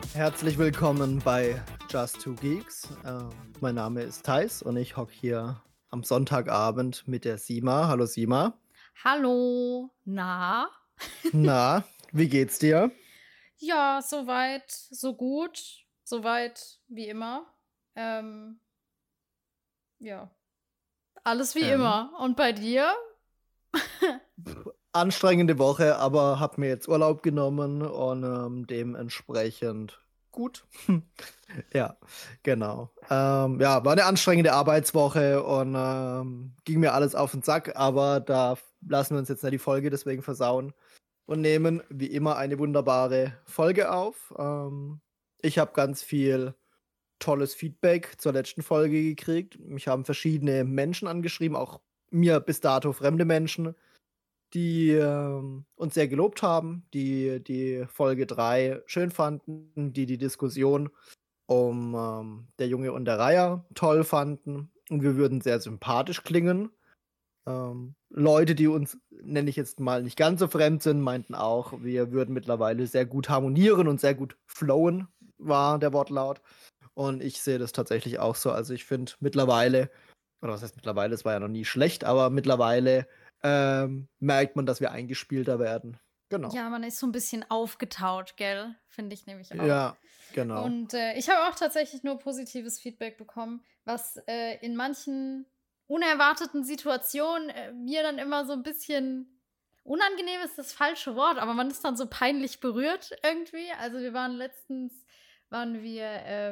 Herzlich willkommen bei Just Two Geeks. Mein Name ist Thais und ich hocke hier am Sonntagabend mit der Sima. Hallo Sima. Hallo, na? Na, wie geht's dir? Ja, soweit, so gut, soweit wie immer. Ähm, ja, alles wie Ähm, immer. Und bei dir? Anstrengende Woche, aber hab mir jetzt Urlaub genommen und dementsprechend gut. Ja, genau. Ja, war eine anstrengende Arbeitswoche und ging mir alles auf den Sack, aber da lassen wir uns jetzt nicht die Folge deswegen versauen und nehmen wie immer eine wunderbare Folge auf. Ich habe ganz viel tolles Feedback zur letzten Folge gekriegt. Mich haben verschiedene Menschen angeschrieben, auch mir bis dato fremde Menschen, die uns sehr gelobt haben, die die Folge 3 schön fanden, die die Diskussion um der Junge und der Reiher toll fanden und wir würden sehr sympathisch klingen. Leute, die uns, nenne ich jetzt mal, nicht ganz so fremd sind, meinten auch, wir würden mittlerweile sehr gut harmonieren und sehr gut flowen, war der Wortlaut. Und ich sehe das tatsächlich auch so. Also ich finde mittlerweile, oder was heißt mittlerweile, es war ja noch nie schlecht, aber mittlerweile merkt man, dass wir eingespielter werden. Genau. Ja, man ist so ein bisschen aufgetaut, gell? Finde ich nämlich auch. Ja, genau. Und ich habe auch tatsächlich nur positives Feedback bekommen, was in manchen unerwarteten Situationen mir dann immer so ein bisschen unangenehm ist das falsche Wort, aber man ist dann so peinlich berührt irgendwie. Also waren wir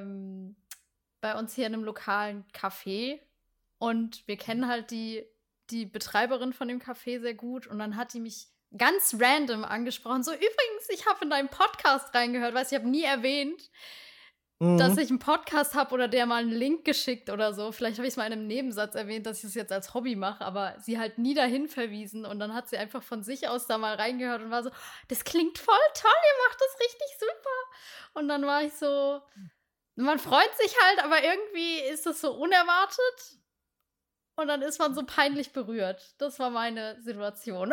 bei uns hier in einem lokalen Café und wir kennen halt die Betreiberin von dem Café sehr gut und dann hat die mich ganz random angesprochen. So, übrigens, ich habe in deinen Podcast reingehört, ich habe nie erwähnt, dass Mhm. ich einen Podcast habe oder der mal einen Link geschickt oder so. Vielleicht habe ich es mal in einem Nebensatz erwähnt, dass ich es jetzt als Hobby mache, aber sie halt nie dahin verwiesen. Und dann hat sie einfach von sich aus da mal reingehört und war so, das klingt voll toll, ihr macht das richtig super. Und dann war ich so, man freut sich halt, aber irgendwie ist das so unerwartet. Und dann ist man so peinlich berührt. Das war meine Situation.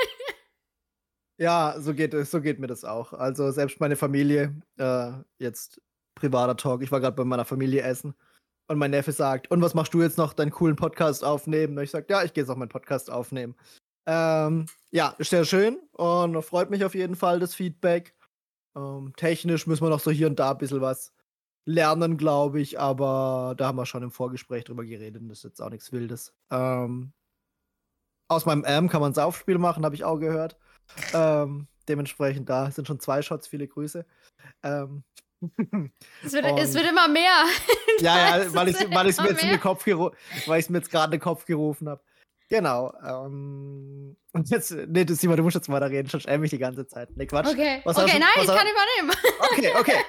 Ja, so geht mir das auch. Also selbst meine Familie, jetzt privater Talk, ich war gerade bei meiner Familie essen und mein Neffe sagt: „Und was machst du jetzt noch, deinen coolen Podcast aufnehmen?“ Und ich sage: „Ja, ich gehe jetzt auch meinen Podcast aufnehmen.“ ja, ist sehr schön und freut mich auf jeden Fall das Feedback. Technisch müssen wir noch so hier und da ein bisschen was lernen, glaube ich, aber da haben wir schon im Vorgespräch drüber geredet und das ist jetzt auch nichts Wildes. Aus meinem kann man 'n Saufspiel machen, habe ich auch gehört. Dementsprechend da sind schon 2 Shots, viele Grüße. Ähm, Es und wird immer mehr. ja, Da ja, ist es immer mehr. weil ich's mir jetzt grad in den Kopf gerufen habe. Genau, und jetzt ne, du Simon, du musst jetzt weiterreden, sonst mich die ganze Zeit. Ne, Quatsch. Okay, Was hast okay, du nein, was ich ha kann übernehmen. okay, okay.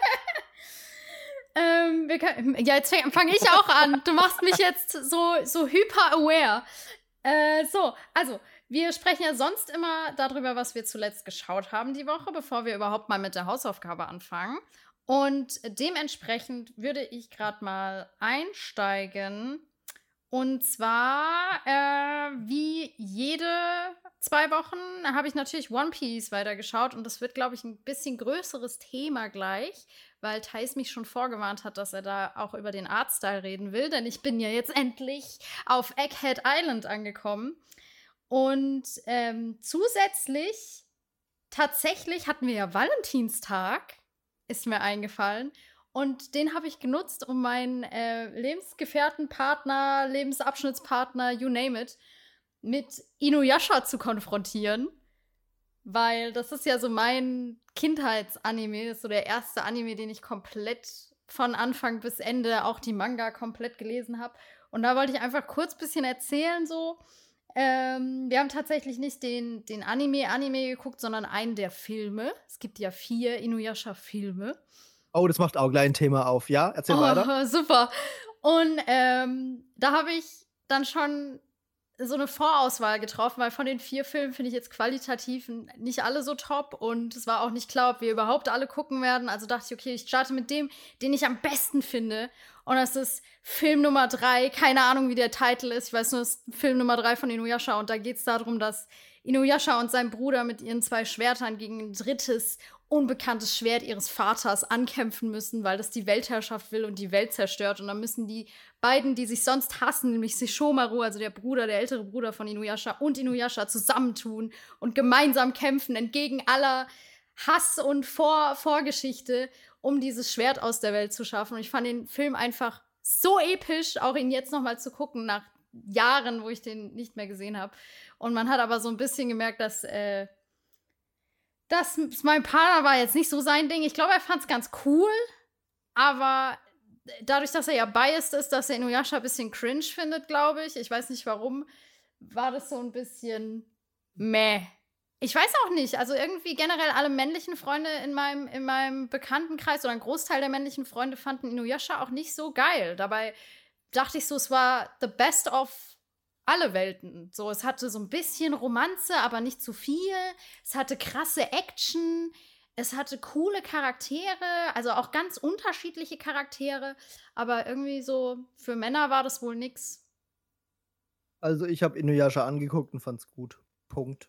Ja, jetzt fange ich auch an. Du machst mich jetzt so hyper aware. So, also, wir sprechen ja sonst immer darüber, was wir zuletzt geschaut haben die Woche, bevor wir überhaupt mal mit der Hausaufgabe anfangen. Und dementsprechend würde ich gerade mal einsteigen. Und zwar, wie jede 2 Wochen habe ich natürlich One Piece weitergeschaut und das wird, glaube ich, ein bisschen größeres Thema gleich, weil Thais mich schon vorgewarnt hat, dass er da auch über den Artstyle reden will, denn ich bin ja jetzt endlich auf Egghead Island angekommen. Und zusätzlich, tatsächlich hatten wir ja Valentinstag, ist mir eingefallen. Und den habe ich genutzt, um meinen Lebensgefährten, Partner, Lebensabschnittspartner, you name it, mit Inuyasha zu konfrontieren. Weil das ist ja so mein Kindheitsanime. Das ist so der erste Anime, den ich komplett von Anfang bis Ende, auch die Manga komplett gelesen habe. Und da wollte ich einfach kurz ein bisschen erzählen so. Wir haben tatsächlich nicht den Anime geguckt, sondern einen der Filme. Es gibt ja 4 Inuyasha-Filme. Oh, das macht auch gleich 'n Thema auf. Ja, erzähl weiter. Oh, super. Und da habe ich dann schon so eine Vorauswahl getroffen, weil von den 4 Filmen finde ich jetzt qualitativ nicht alle so top und es war auch nicht klar, ob wir überhaupt alle gucken werden. Also dachte ich, okay, ich starte mit dem, den ich am besten finde. Und das ist Film Nummer 3. Keine Ahnung, wie der Titel ist. Ich weiß nur, es ist Film Nummer 3 von Inuyasha. Und da geht es darum, dass Inuyasha und sein Bruder mit ihren 2 Schwertern gegen ein drittes, unbekanntes Schwert ihres Vaters ankämpfen müssen, weil das die Weltherrschaft will und die Welt zerstört. Und dann müssen die beiden, die sich sonst hassen, nämlich Sesshomaru, also der ältere Bruder von Inuyasha, und Inuyasha zusammentun und gemeinsam kämpfen entgegen aller Hass und Vorgeschichte, um dieses Schwert aus der Welt zu schaffen. Und ich fand den Film einfach so episch, auch ihn jetzt noch mal zu gucken, nach Jahren, wo ich den nicht mehr gesehen habe. Und man hat aber so ein bisschen gemerkt, dass mein Partner war jetzt nicht so sein Ding. Ich glaube, er fand es ganz cool, aber dadurch, dass er ja biased ist, dass er Inuyasha ein bisschen cringe findet, glaube ich weiß nicht warum, war das so ein bisschen meh. Ich weiß auch nicht, also irgendwie generell alle männlichen Freunde in meinem Bekanntenkreis oder ein Großteil der männlichen Freunde fanden Inuyasha auch nicht so geil. Dabei dachte ich so, es war the best of alle Welten. So, es hatte so ein bisschen Romanze, aber nicht zu viel. Es hatte krasse Action. Es hatte coole Charaktere, also auch ganz unterschiedliche Charaktere. Aber irgendwie so, für Männer war das wohl nix. Also ich habe Inuyasha angeguckt und fand's gut. Punkt.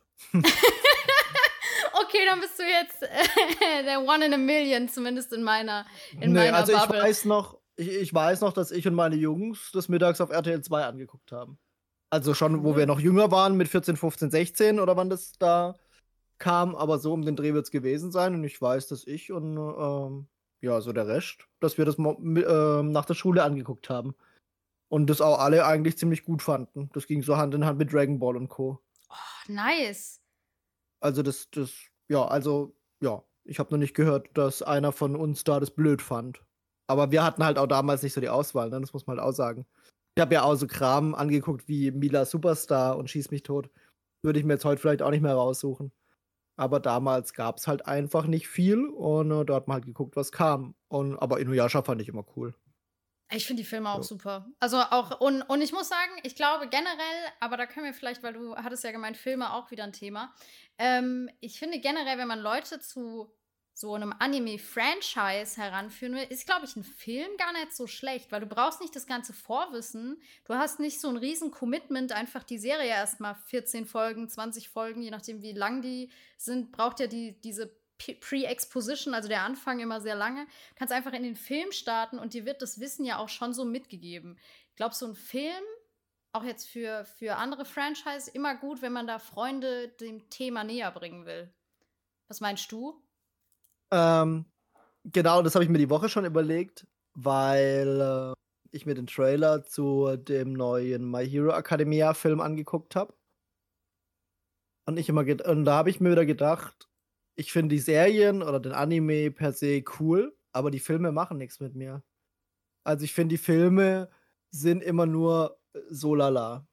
Okay, dann bist du jetzt der One in a Million, zumindest in meiner Also Bubble. ich weiß noch, dass ich und meine Jungs das mittags auf RTL 2 angeguckt haben. Also schon, wo wir noch jünger waren, mit 14, 15, 16 oder wann das da kam, aber so um den Dreh wird es gewesen sein. Und ich weiß, dass ich und ja, so der Rest, dass wir das nach der Schule angeguckt haben. Und das auch alle eigentlich ziemlich gut fanden. Das ging so Hand in Hand mit Dragon Ball und Co. Oh, nice. Also ja, ich habe noch nicht gehört, dass einer von uns da das blöd fand. Aber wir hatten halt auch damals nicht so die Auswahl, ne? Das muss man halt auch sagen. Ich habe ja auch so Kram angeguckt wie Mila Superstar und Schieß mich tot. Würde ich mir jetzt heute vielleicht auch nicht mehr raussuchen. Aber damals gab es halt einfach nicht viel und da hat man halt geguckt, was kam. Aber Inuyasha fand ich immer cool. Ich finde die Filme auch Ja. super. Also auch, und ich muss sagen, ich glaube generell, aber da können wir vielleicht, weil du hattest ja gemeint, Filme auch wieder ein Thema. Ich finde generell, wenn man Leute zu so einem Anime-Franchise heranführen will, ist, glaube ich, ein Film gar nicht so schlecht, weil du brauchst nicht das ganze Vorwissen. Du hast nicht so ein riesen Commitment, einfach die Serie erstmal 14 Folgen, 20 Folgen, je nachdem, wie lang die sind, braucht ja diese Pre-Exposition, also der Anfang immer sehr lange. Du kannst einfach in den Film starten und dir wird das Wissen ja auch schon so mitgegeben. Ich glaube, so ein Film, auch jetzt für andere Franchise, immer gut, wenn man da Freunde dem Thema näher bringen will. Was meinst du? Genau, das habe ich mir die Woche schon überlegt, weil ich mir den Trailer zu dem neuen My Hero Academia Film angeguckt habe. Und da habe ich mir wieder gedacht, ich finde die Serien oder den Anime per se cool, aber die Filme machen nichts mit mir. Also ich finde, die Filme sind immer nur so lala.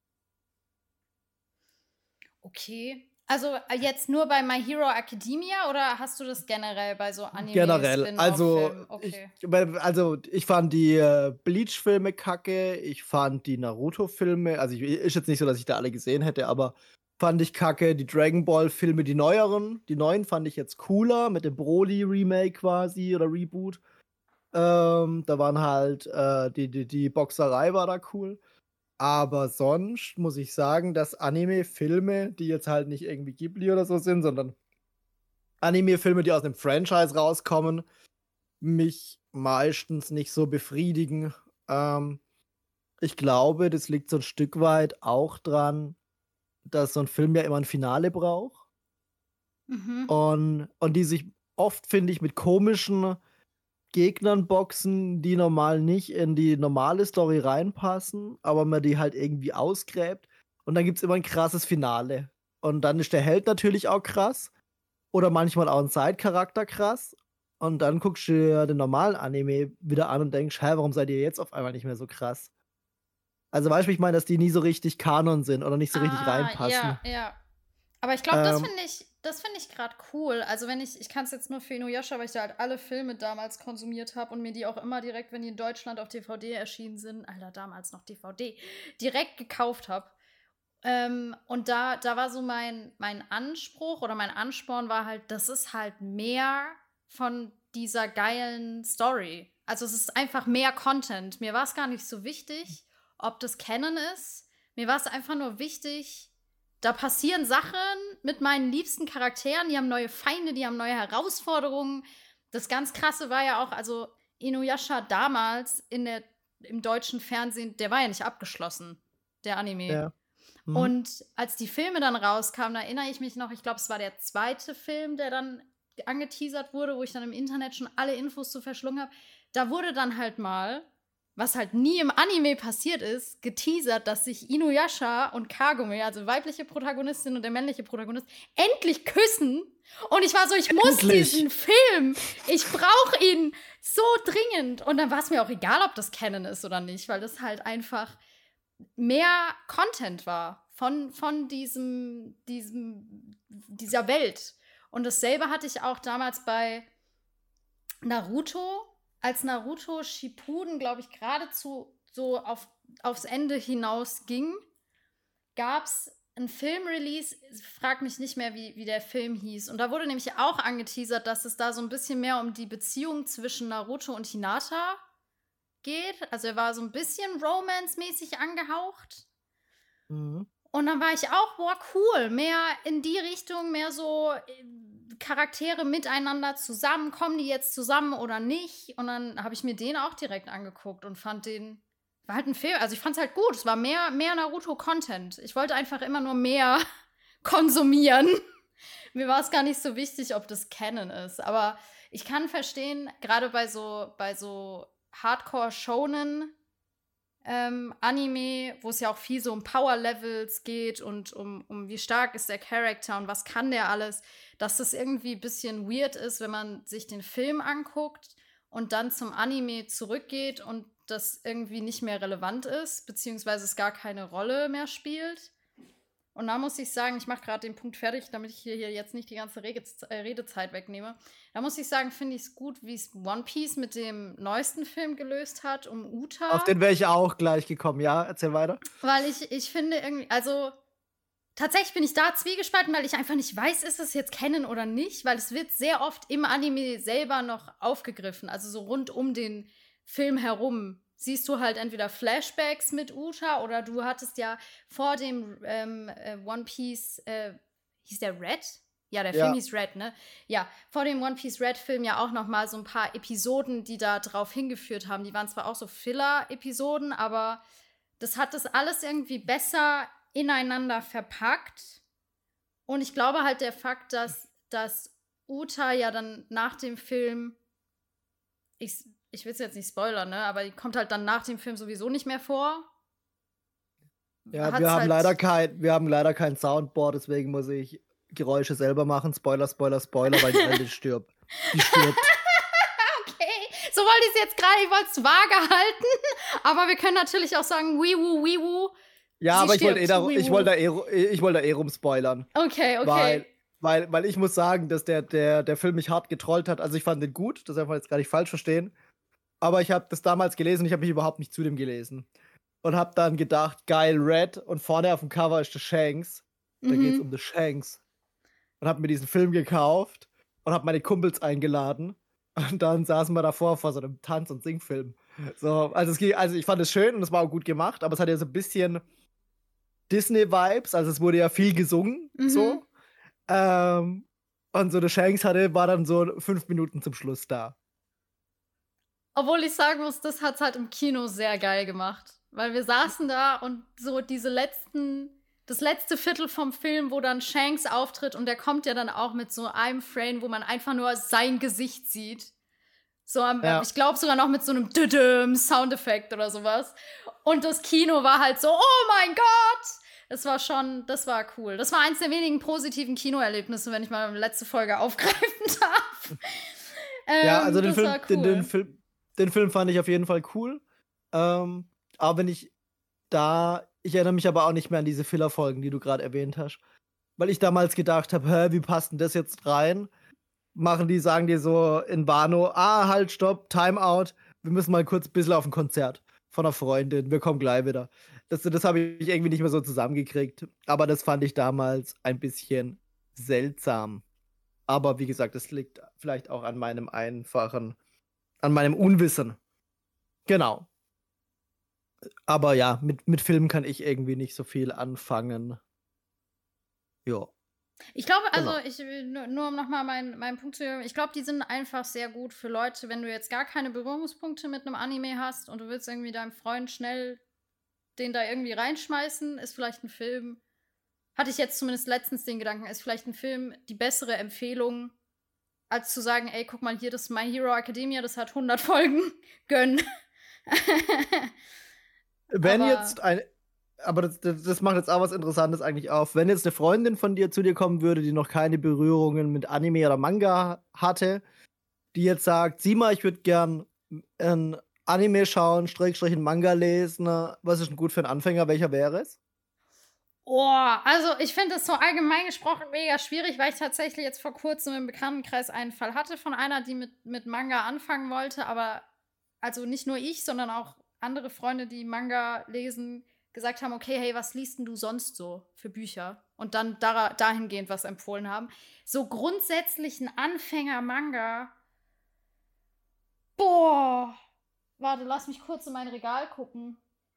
Okay. Also jetzt nur bei My Hero Academia oder hast du das generell bei so Anime Generell. Spin-off-Filmen? Okay. Ich fand die Bleach-Filme kacke, ich fand die Naruto-Filme, also ist jetzt nicht so, dass ich da alle gesehen hätte, aber fand ich kacke. Die Dragon Ball-Filme, die neuen fand ich jetzt cooler, mit dem Broly-Remake quasi oder Reboot. Da waren halt, die Boxerei war da cool. Aber sonst muss ich sagen, dass Anime-Filme, die jetzt halt nicht irgendwie Ghibli oder so sind, sondern Anime-Filme, die aus einem Franchise rauskommen, mich meistens nicht so befriedigen. Ich glaube, das liegt so ein Stück weit auch dran, dass so ein Film ja immer ein Finale braucht. Mhm. Und die sich oft, finde ich, mit komischen Gegnern boxen, die normal nicht in die normale Story reinpassen, aber man die halt irgendwie ausgräbt. Und dann gibt es immer ein krasses Finale. Und dann ist der Held natürlich auch krass. Oder manchmal auch ein Side-Charakter krass. Und dann guckst du dir den normalen Anime wieder an und denkst, hä, warum seid ihr jetzt auf einmal nicht mehr so krass? Also weißt du, ich meine, dass die nie so richtig Kanon sind oder nicht so richtig reinpassen. Ja. Aber ich glaube, das Ähm, finde ich gerade cool. Also wenn ich kann es jetzt nur für Inuyasha, weil ich da halt alle Filme damals konsumiert habe und mir die auch immer direkt, wenn die in Deutschland auf DVD erschienen sind, Alter, damals noch DVD, direkt gekauft habe. Und da war so mein Anspruch oder mein Ansporn war halt, das ist halt mehr von dieser geilen Story. Also es ist einfach mehr Content. Mir war es gar nicht so wichtig, ob das Canon ist. Mir war es einfach nur wichtig, da passieren Sachen mit meinen liebsten Charakteren, die haben neue Feinde, die haben neue Herausforderungen. Das ganz Krasse war ja auch, also Inuyasha damals im deutschen Fernsehen, der war ja nicht abgeschlossen, der Anime. Ja. Und als die Filme dann rauskamen, da erinnere ich mich noch, ich glaube, es war der zweite Film, der dann angeteasert wurde, wo ich dann im Internet schon alle Infos zu verschlungen habe. Da wurde dann halt mal, was halt nie im Anime passiert ist, geteasert, dass sich Inuyasha und Kagome, also weibliche Protagonistin und der männliche Protagonist, endlich küssen. Und ich war so, ich muss diesen Film. Ich brauche ihn so dringend. Und dann war es mir auch egal, ob das Canon ist oder nicht, weil das halt einfach mehr Content war von dieser Welt. Und dasselbe hatte ich auch damals bei Naruto, als Naruto Shippuden, glaube ich, geradezu so aufs Ende hinaus ging, gab es einen Filmrelease, frag mich nicht mehr, wie der Film hieß. Und da wurde nämlich auch angeteasert, dass es da so ein bisschen mehr um die Beziehung zwischen Naruto und Hinata geht. Also er war so ein bisschen romance-mäßig angehaucht. Und dann war ich auch, boah, cool, mehr in die Richtung, mehr so Charaktere miteinander zusammen, kommen die jetzt zusammen oder nicht? Und dann habe ich mir den auch direkt angeguckt und fand den, war halt ein Film, also ich fand es halt gut, es war mehr Naruto-Content. Ich wollte einfach immer nur mehr konsumieren. Mir war es gar nicht so wichtig, ob das Canon ist, aber ich kann verstehen, gerade bei so Hardcore-Shonen Anime, wo es ja auch viel so um Power-Levels geht und um wie stark ist der Charakter und was kann der alles, dass das irgendwie ein bisschen weird ist, wenn man sich den Film anguckt und dann zum Anime zurückgeht und das irgendwie nicht mehr relevant ist, beziehungsweise es gar keine Rolle mehr spielt. Und da muss ich sagen, ich mache gerade den Punkt fertig, damit ich hier jetzt nicht die ganze Redezeit wegnehme. Da muss ich sagen, finde ich es gut, wie es One Piece mit dem neuesten Film gelöst hat, um Uta. Auf den wäre ich auch gleich gekommen, ja? Erzähl weiter. Weil ich finde irgendwie, also tatsächlich bin ich da zwiegespalten, weil ich einfach nicht weiß, ist es jetzt Canon oder nicht, weil es wird sehr oft im Anime selber noch aufgegriffen, also so rund um den Film herum. Siehst du halt entweder Flashbacks mit Uta oder du hattest ja vor dem One Piece, hieß der Red? Ja, der Film hieß Red, ne? Ja, vor dem One Piece Red-Film ja auch noch mal so ein paar Episoden, die da drauf hingeführt haben. Die waren zwar auch so Filler-Episoden, aber das hat das alles irgendwie besser ineinander verpackt. Und ich glaube halt der Fakt, dass Uta ja dann nach dem Film, ich will es jetzt nicht spoilern, ne? Aber die kommt halt dann nach dem Film sowieso nicht mehr vor. Ja, wir haben leider kein Soundboard, deswegen muss ich Geräusche selber machen. Spoiler, Spoiler, Spoiler, weil die Alte stirbt. Die stirbt. Okay, so wollte ich es jetzt gerade, ich wollte es vage halten, aber wir können natürlich auch sagen, Wiwu. Ja, aber ich wollte da eh rumspoilern. Okay. Weil ich muss sagen, dass der Film mich hart getrollt hat. Also ich fand den gut, das darf man jetzt gar nicht falsch verstehen. Aber ich habe das damals gelesen und ich habe mich überhaupt nicht zu dem gelesen. Und habe dann gedacht, geil, Red. Und vorne auf dem Cover ist The Shanks. Da geht's um The Shanks. Und habe mir diesen Film gekauft und habe meine Kumpels eingeladen. Und dann saßen wir davor vor so einem Tanz- und Singfilm. So, also ich fand es schön und es war auch gut gemacht, aber es hatte ja so ein bisschen Disney-Vibes. Also es wurde ja viel gesungen. So. Und so The Shanks war dann so 5 Minuten zum Schluss da. Obwohl ich sagen muss, das hat's halt im Kino sehr geil gemacht. Weil wir saßen da und so das letzte Viertel vom Film, wo dann Shanks auftritt und der kommt ja dann auch mit so einem Frame, wo man einfach nur sein Gesicht sieht. So, ich glaube sogar noch mit so einem Soundeffekt oder sowas. Und das Kino war halt so, oh mein Gott! Das war cool. Das war eins der wenigen positiven Kinoerlebnisse, wenn ich mal eine letzte Folge aufgreifen darf. Ja, also das war cool. Den Film fand ich auf jeden Fall cool. Aber ich erinnere mich aber auch nicht mehr an diese Filler-Folgen, die du gerade erwähnt hast. Weil ich damals gedacht habe, wie passt denn das jetzt rein? Sagen die so in Wano, halt, stopp, Timeout, wir müssen mal kurz ein bisschen auf ein Konzert von einer Freundin, wir kommen gleich wieder. Das habe ich irgendwie nicht mehr so zusammengekriegt. Aber das fand ich damals ein bisschen seltsam. Aber wie gesagt, das liegt vielleicht auch an meinem Unwissen. Genau. Aber ja, mit Filmen kann ich irgendwie nicht so viel anfangen. Ja, Ich glaube, also genau. nur um nochmal meinen Punkt zu geben, ich glaube, die sind einfach sehr gut für Leute, wenn du jetzt gar keine Berührungspunkte mit einem Anime hast und du willst irgendwie deinem Freund schnell den da irgendwie reinschmeißen, ist vielleicht ein Film, hatte ich jetzt zumindest letztens den Gedanken, ist vielleicht ein Film die bessere Empfehlung, als zu sagen, ey, guck mal hier, das ist My Hero Academia, das hat 100 Folgen, gönn. Wenn Aber, jetzt ein, aber das macht jetzt auch was Interessantes eigentlich auf. Wenn jetzt eine Freundin von dir zu dir kommen würde, die noch keine Berührungen mit Anime oder Manga hatte, die jetzt sagt, sieh mal, ich würde gern ein Anime schauen, Schrägstrich ein Manga lesen, was ist denn gut für einen Anfänger, welcher wäre es? oh, also ich finde es so allgemein gesprochen mega schwierig, weil ich tatsächlich jetzt vor kurzem im Bekanntenkreis einen Fall hatte von einer, die mit Manga anfangen wollte, aber also nicht nur ich, sondern auch andere Freunde, die Manga lesen, gesagt haben, okay, hey, was liest denn du sonst so für Bücher? Und dann dahingehend was empfohlen haben. So grundsätzlich ein Anfänger-Manga, boah, warte, lass mich kurz in mein Regal gucken.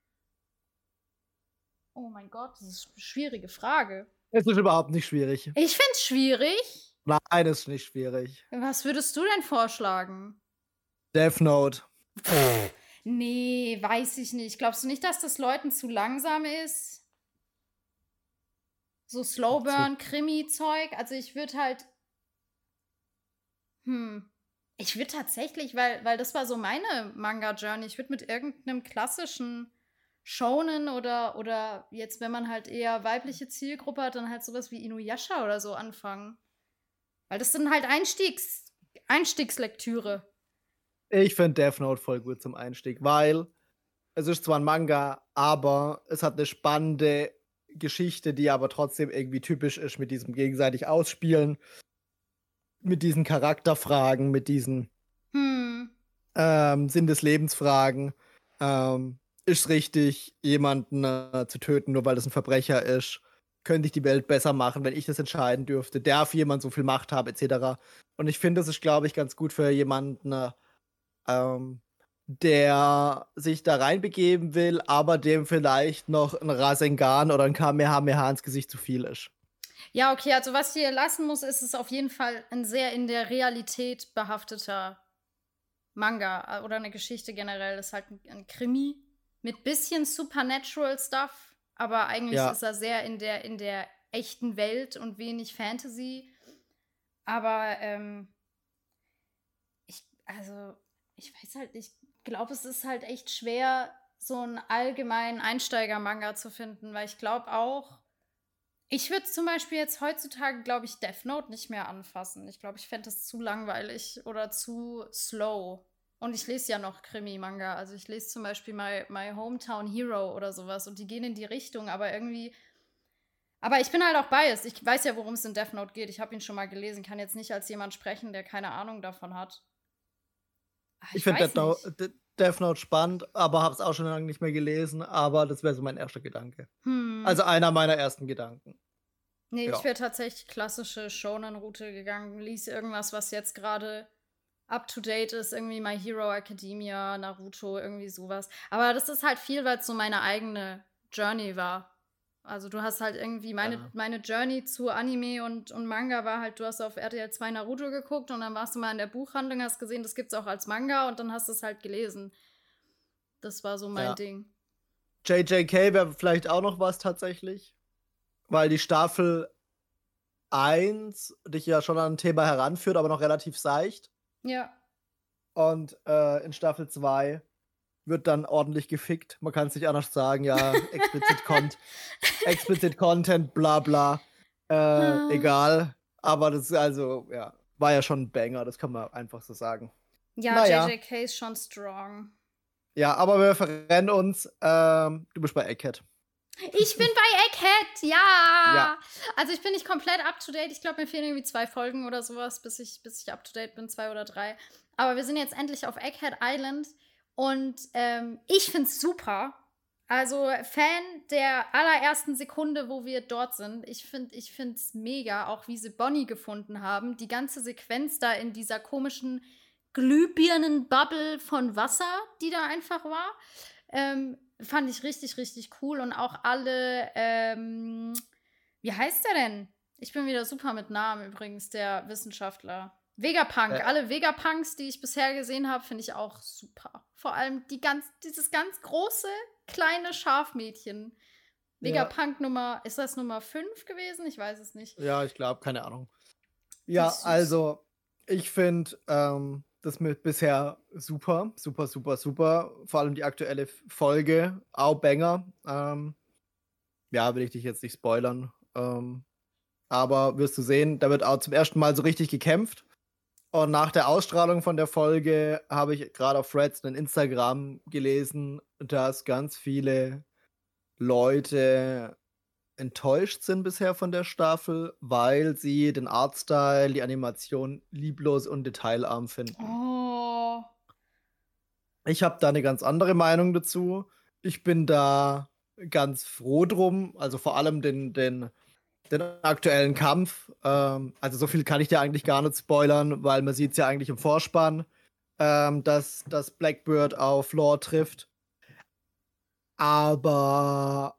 Oh mein Gott, das ist eine schwierige Frage. Es ist überhaupt nicht schwierig. Ich find's schwierig. Nein, es ist nicht schwierig. Was würdest du denn vorschlagen? Death Note. Nee, weiß ich nicht. Glaubst du nicht, dass das Leuten zu langsam ist? So Zu. Slowburn-Krimi-Zeug? Also ich würde halt, hm, ich würde tatsächlich, weil das war so meine Manga-Journey, ich würde mit irgendeinem klassischen Shonen oder jetzt, wenn man halt eher weibliche Zielgruppe hat, dann halt sowas wie Inuyasha oder so anfangen. Weil das sind halt Einstiegslektüre. Ich finde Death Note voll gut zum Einstieg, weil es ist zwar ein Manga, aber es hat eine spannende Geschichte, die aber trotzdem irgendwie typisch ist mit diesem gegenseitig Ausspielen, mit diesen Charakterfragen, mit diesen Hm. Sinn des Lebensfragen. Ist richtig, jemanden zu töten, nur weil das ein Verbrecher ist? Könnte ich die Welt besser machen, wenn ich das entscheiden dürfte? Darf jemand so viel Macht haben, etc. Und ich finde, das ist, glaube ich, ganz gut für jemanden, ähm, der sich da reinbegeben will, aber dem vielleicht noch ein Rasengan oder ein Kamehameha ins Gesicht zu viel ist. Ja, okay, also was ich hier lassen muss, ist es auf jeden Fall ein sehr in der Realität behafteter Manga oder eine Geschichte generell. Das ist halt ein Krimi mit bisschen Supernatural Stuff, aber eigentlich Ja, ist er sehr in der echten Welt und wenig Fantasy. Aber also, ich weiß halt, ich glaube, es ist halt echt schwer, so einen allgemeinen Einsteiger-Manga zu finden, weil ich glaube auch, ich würde zum Beispiel jetzt heutzutage, glaube ich, Death Note nicht mehr anfassen. Ich glaube, ich fände das zu langweilig oder zu slow. Und ich lese ja noch Krimi-Manga. Also ich lese zum Beispiel My Hometown Hero oder sowas. Und die gehen in die Richtung, aber irgendwie. Aber ich bin halt auch biased. Ich weiß ja, worum es in Death Note geht. Ich habe ihn schon mal gelesen. Kann jetzt nicht als jemand sprechen, der keine Ahnung davon hat. Ach, ich ich finde weiß nicht. Death Note spannend, aber habe es auch schon lange nicht mehr gelesen, aber das wäre so mein erster Gedanke. Hm. Also einer meiner ersten Gedanken. Nee, ich Ja. wäre tatsächlich klassische Shonen-Route gegangen. Lies irgendwas, was jetzt gerade up to date ist, irgendwie My Hero Academia, Naruto, irgendwie sowas. Aber das ist halt viel, weil es so meine eigene Journey war. Also du hast halt irgendwie, Ja. meine Journey zu Anime und Manga war halt, du hast auf RTL 2 Naruto geguckt und dann warst du mal in der Buchhandlung, hast gesehen, das gibt's auch als Manga und dann hast du es halt gelesen. Das war so mein Ja. Ding. JJK wäre vielleicht auch noch was tatsächlich, weil die Staffel 1 dich ja schon an ein Thema heranführt, aber noch relativ seicht. Ja. Und in Staffel 2 wird dann ordentlich gefickt. Man kann es nicht anders sagen, ja, explicit Content, bla bla. Egal. Aber das ist also, ja, war ja schon ein Banger, das kann man einfach so sagen. Ja, Naja, JJK ist schon strong. ja, aber wir verrennen uns. Du bist bei Egghead. Ich bin bei Egghead, Ja. ja. Also ich bin nicht komplett up to date. Ich glaube, mir fehlen irgendwie 2 Folgen oder sowas, bis ich up to date bin, 2 oder 3. Aber wir sind jetzt endlich auf Egghead Island und ich find's super. Also Fan der allerersten Sekunde, wo wir dort sind. Ich find's mega, auch wie sie Bonnie gefunden haben. Die ganze Sequenz da in dieser komischen Glühbirnen-Bubble von Wasser, die da einfach war. Fand ich richtig, richtig cool. Und auch alle Wie heißt der denn? Ich bin wieder super mit Namen übrigens, der Wissenschaftler. Vegapunk. Alle Vegapunks, die ich bisher gesehen habe, finde ich auch super. Vor allem dieses ganz große, kleine Schafmädchen. Vegapunk ist das Nummer 5 gewesen? Ich weiß es nicht. Ja, ich glaube, keine Ahnung. Ja, also, ich finde das mit bisher super, super, super, super. Vor allem die aktuelle Folge, auch Banger. Ja, will ich dich jetzt nicht spoilern. Aber wirst du sehen, da wird auch zum ersten Mal so richtig gekämpft. Und nach der Ausstrahlung von der Folge habe ich gerade auf Threads und Instagram gelesen, dass ganz viele Leute enttäuscht sind bisher von der Staffel, weil sie den Artstyle, die Animation lieblos und detailarm finden. Oh. Ich habe da eine ganz andere Meinung dazu. Ich bin da ganz froh drum, also vor allem den aktuellen Kampf. Also so viel kann ich dir eigentlich gar nicht spoilern, weil man sieht es ja eigentlich im Vorspann, dass Blackbird auf Lore trifft. Aber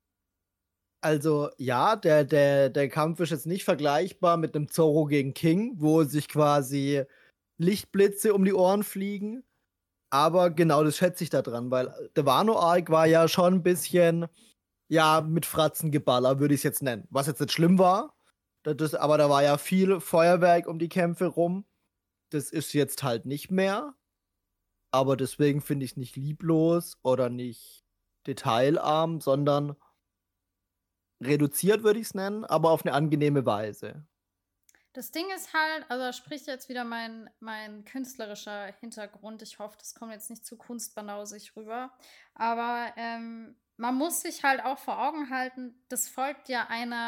also ja, der Kampf ist jetzt nicht vergleichbar mit einem Zorro gegen King, wo sich quasi Lichtblitze um die Ohren fliegen. Aber genau das schätze ich da dran, weil der Wano-Arc war ja schon ein bisschen, ja, mit Fratzengeballer, würde ich es jetzt nennen. Was jetzt nicht schlimm war, aber da war ja viel Feuerwerk um die Kämpfe rum. Das ist jetzt halt nicht mehr. Aber deswegen finde ich es nicht lieblos oder nicht detailarm, sondern reduziert, würde ich es nennen, aber auf eine angenehme Weise. Das Ding ist halt, also da spricht jetzt wieder mein künstlerischer Hintergrund. Ich hoffe, das kommt jetzt nicht zu kunstbanausig rüber. Aber man muss sich halt auch vor Augen halten, das folgt ja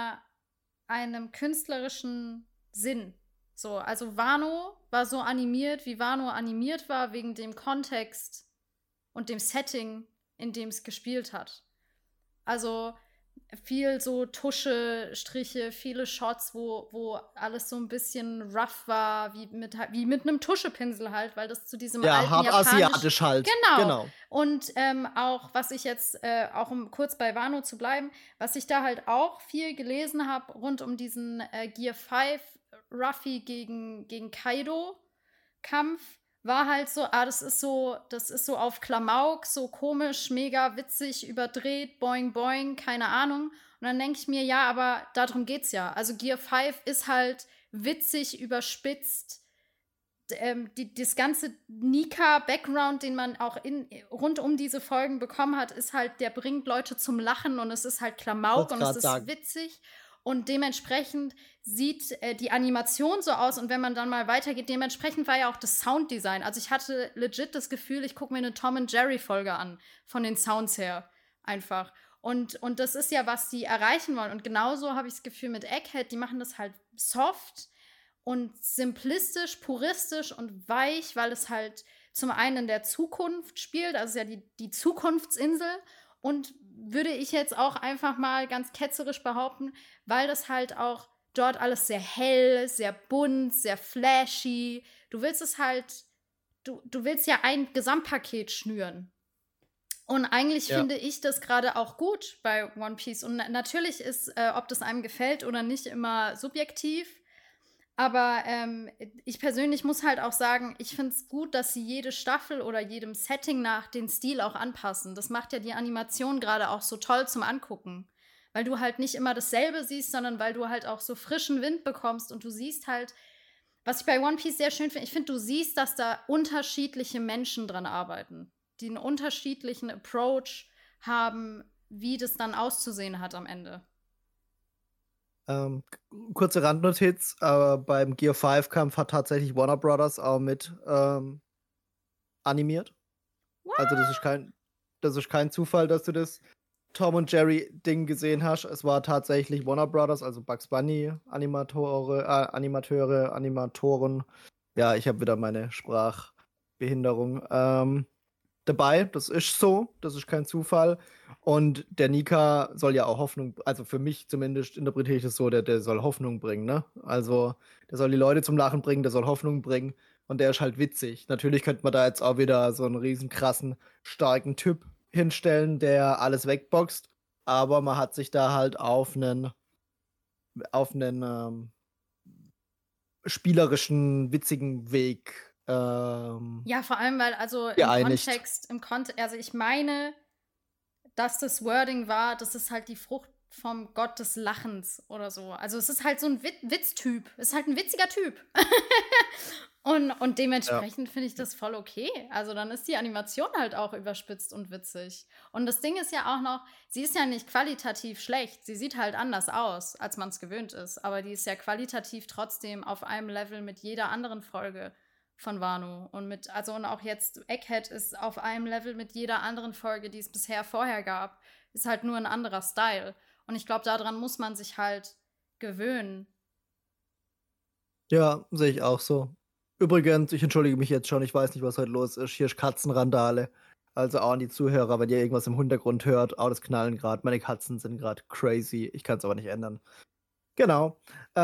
einem künstlerischen Sinn. So, also Wano war so animiert, wie Wano animiert war, wegen dem Kontext und dem Setting, in dem es gespielt hat. Also viel so Tuschestriche, viele Shots, wo alles so ein bisschen rough war, wie mit einem Tuschepinsel halt, weil das zu diesem alten hart asiatisch halt. Genau. Und auch, was ich jetzt, auch um kurz bei Wano zu bleiben, was ich da halt auch viel gelesen habe, rund um diesen Gear 5 Ruffy gegen Kaido-Kampf, war halt so, das ist so auf Klamauk, so komisch, mega witzig, überdreht, boing, boing, keine Ahnung. Und dann denke ich mir, ja, aber darum geht's ja. Also Gear 5 ist halt witzig, überspitzt. Das ganze Nika-Background, den man auch rund um diese Folgen bekommen hat, ist halt, der bringt Leute zum Lachen und es ist halt Klamauk und es ist witzig. Und dementsprechend sieht die Animation so aus. Und wenn man dann mal weitergeht, dementsprechend war ja auch das Sounddesign. Also ich hatte legit das Gefühl, ich gucke mir eine Tom and Jerry Folge an, von den Sounds her einfach. Und das ist ja, was die erreichen wollen. Und genauso habe ich das Gefühl mit Egghead, die machen das halt soft und simplistisch, puristisch und weich, weil es halt zum einen in der Zukunft spielt, also ja die Zukunftsinsel. Und würde ich jetzt auch einfach mal ganz ketzerisch behaupten, weil das halt auch dort alles sehr hell, sehr bunt, sehr flashy. Du willst es halt, du willst ja ein Gesamtpaket schnüren. Und eigentlich finde ich das gerade auch gut bei One Piece. Und natürlich ist, ob das einem gefällt oder nicht, immer subjektiv. Aber ich persönlich muss halt auch sagen, ich finde es gut, dass sie jede Staffel oder jedem Setting nach den Stil auch anpassen. Das macht ja die Animation gerade auch so toll zum Angucken. Weil du halt nicht immer dasselbe siehst, sondern weil du halt auch so frischen Wind bekommst und du siehst halt, was ich bei One Piece sehr schön finde, ich finde, du siehst, dass da unterschiedliche Menschen dran arbeiten, die einen unterschiedlichen Approach haben, wie das dann auszusehen hat am Ende. Kurze Randnotiz, beim Gear 5 Kampf hat tatsächlich Warner Brothers auch mit animiert. What? Also das ist kein Zufall, dass du das Tom und Jerry Ding gesehen hast. Es war tatsächlich Warner Brothers, also Bugs Bunny Animatoren. Ja, ich habe wieder meine Sprachbehinderung dabei. Das ist so, das ist kein Zufall. Und der Nika soll ja auch Hoffnung, also für mich zumindest interpretiere ich das so, der soll Hoffnung bringen, ne? Also der soll die Leute zum Lachen bringen, der soll Hoffnung bringen und der ist halt witzig. Natürlich könnte man da jetzt auch wieder so einen riesen krassen, starken Typ hinstellen, der alles wegboxt, aber man hat sich da halt auf einen auf einen spielerischen, witzigen Weg Ja, vor allem, weil also geeinigt. also ich meine, dass das Wording war, das ist halt die Frucht vom Gott des Lachens oder so. Also es ist halt so ein Witztyp. Es ist halt ein witziger Typ. Und Ja. dementsprechend finde ich das voll okay. Also dann ist die Animation halt auch überspitzt und witzig. Und das Ding ist ja auch noch, sie ist ja nicht qualitativ schlecht. Sie sieht halt anders aus, als man es gewöhnt ist. Aber die ist ja qualitativ trotzdem auf einem Level mit jeder anderen Folge von Wano. Und auch jetzt Egghead ist auf einem Level mit jeder anderen Folge, die es bisher vorher gab. Ist halt nur ein anderer Style. Und ich glaube, daran muss man sich halt gewöhnen. Ja, sehe ich auch so. Übrigens, ich entschuldige mich jetzt schon, ich weiß nicht, was heute los ist. Hier ist Katzenrandale. Also auch an die Zuhörer, wenn ihr irgendwas im Hintergrund hört, das knallen gerade. Meine Katzen sind gerade crazy. Ich kann es aber nicht ändern. Genau.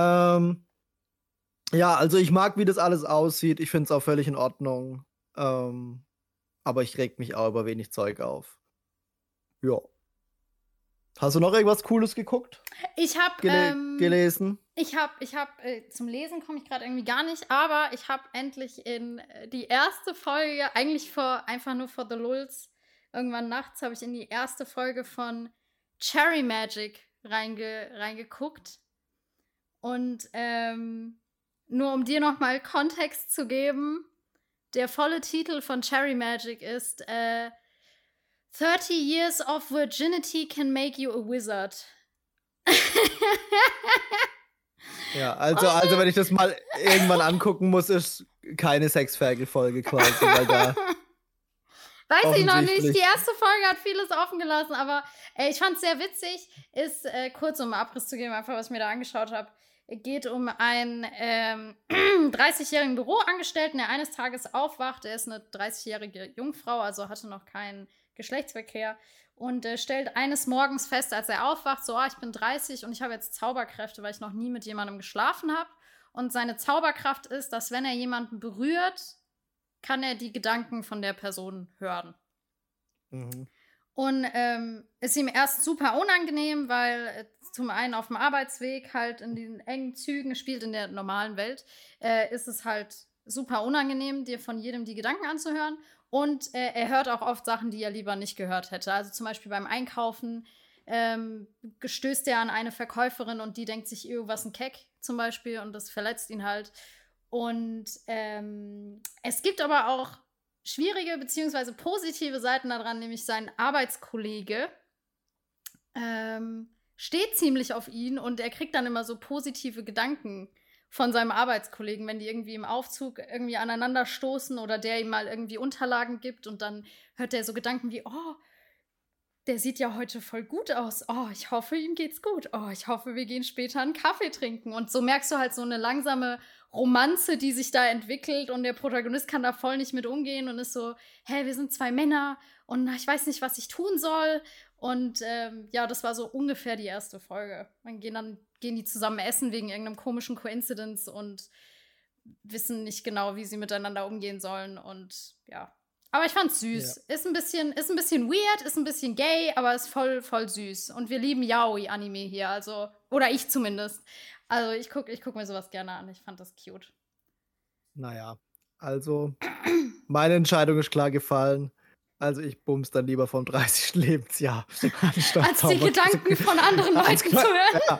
Ja, also ich mag, wie das alles aussieht. Ich finde es auch völlig in Ordnung. Aber ich reg mich auch über wenig Zeug auf. Ja. Hast du noch irgendwas Cooles geguckt? Ich habe Gelesen? zum Lesen komme ich gerade irgendwie gar nicht, aber ich habe endlich in die erste Folge, eigentlich einfach nur for the Lulz, irgendwann nachts habe ich in die erste Folge von Cherry Magic reingeguckt. Und nur um dir nochmal Kontext zu geben, der volle Titel von Cherry Magic ist 30 Years of Virginity can make you a wizard. Ja, also wenn ich das mal irgendwann angucken muss, ist keine Sexferkel-Folge quasi, weil da weiß ich noch nicht. Die erste Folge hat vieles offen gelassen, aber ich fand es sehr witzig. Ist kurz, um Abriss zu geben, einfach was ich mir da angeschaut habe. Geht um einen 30-jährigen Büroangestellten, der eines Tages aufwacht. Er ist eine 30-jährige Jungfrau, also hatte noch keinen Geschlechtsverkehr. Und stellt eines Morgens fest, als er aufwacht, so, ich bin 30 und ich habe jetzt Zauberkräfte, weil ich noch nie mit jemandem geschlafen habe. Und seine Zauberkraft ist, dass wenn er jemanden berührt, kann er die Gedanken von der Person hören. Mhm. Und ist ihm erst super unangenehm, weil zum einen auf dem Arbeitsweg halt in den engen Zügen, spielt in der normalen Welt, ist es halt super unangenehm, dir von jedem die Gedanken anzuhören. Und er hört auch oft Sachen, die er lieber nicht gehört hätte. Also zum Beispiel beim Einkaufen stößt er an eine Verkäuferin und die denkt sich, was ein Keck zum Beispiel, und das verletzt ihn halt. Und es gibt aber auch schwierige bzw. positive Seiten daran, nämlich sein Arbeitskollege steht ziemlich auf ihn und er kriegt dann immer so positive Gedanken von seinem Arbeitskollegen, wenn die irgendwie im Aufzug irgendwie aneinander stoßen oder der ihm mal irgendwie Unterlagen gibt und dann hört er so Gedanken wie, der sieht ja heute voll gut aus. Ich hoffe, ihm geht's gut. Ich hoffe, wir gehen später einen Kaffee trinken. Und so merkst du halt so eine langsame Romanze, die sich da entwickelt und der Protagonist kann da voll nicht mit umgehen und ist so, wir sind zwei Männer und ich weiß nicht, was ich tun soll. Und das war so ungefähr die erste Folge. Dann gehen die zusammen essen wegen irgendeinem komischen Coincidence und wissen nicht genau, wie sie miteinander umgehen sollen. Und ja. Aber ich fand's süß. Ja. Ist ein bisschen weird, ist ein bisschen gay, aber ist voll, voll süß. Und wir lieben Yaoi-Anime hier, also, oder ich zumindest. Also ich guck mir sowas gerne an. Ich fand das cute. Naja, also meine Entscheidung ist klar gefallen. Also ich bums dann lieber vom 30. Lebensjahr. Als die Gedanken von anderen Leuten zu hören. Ja.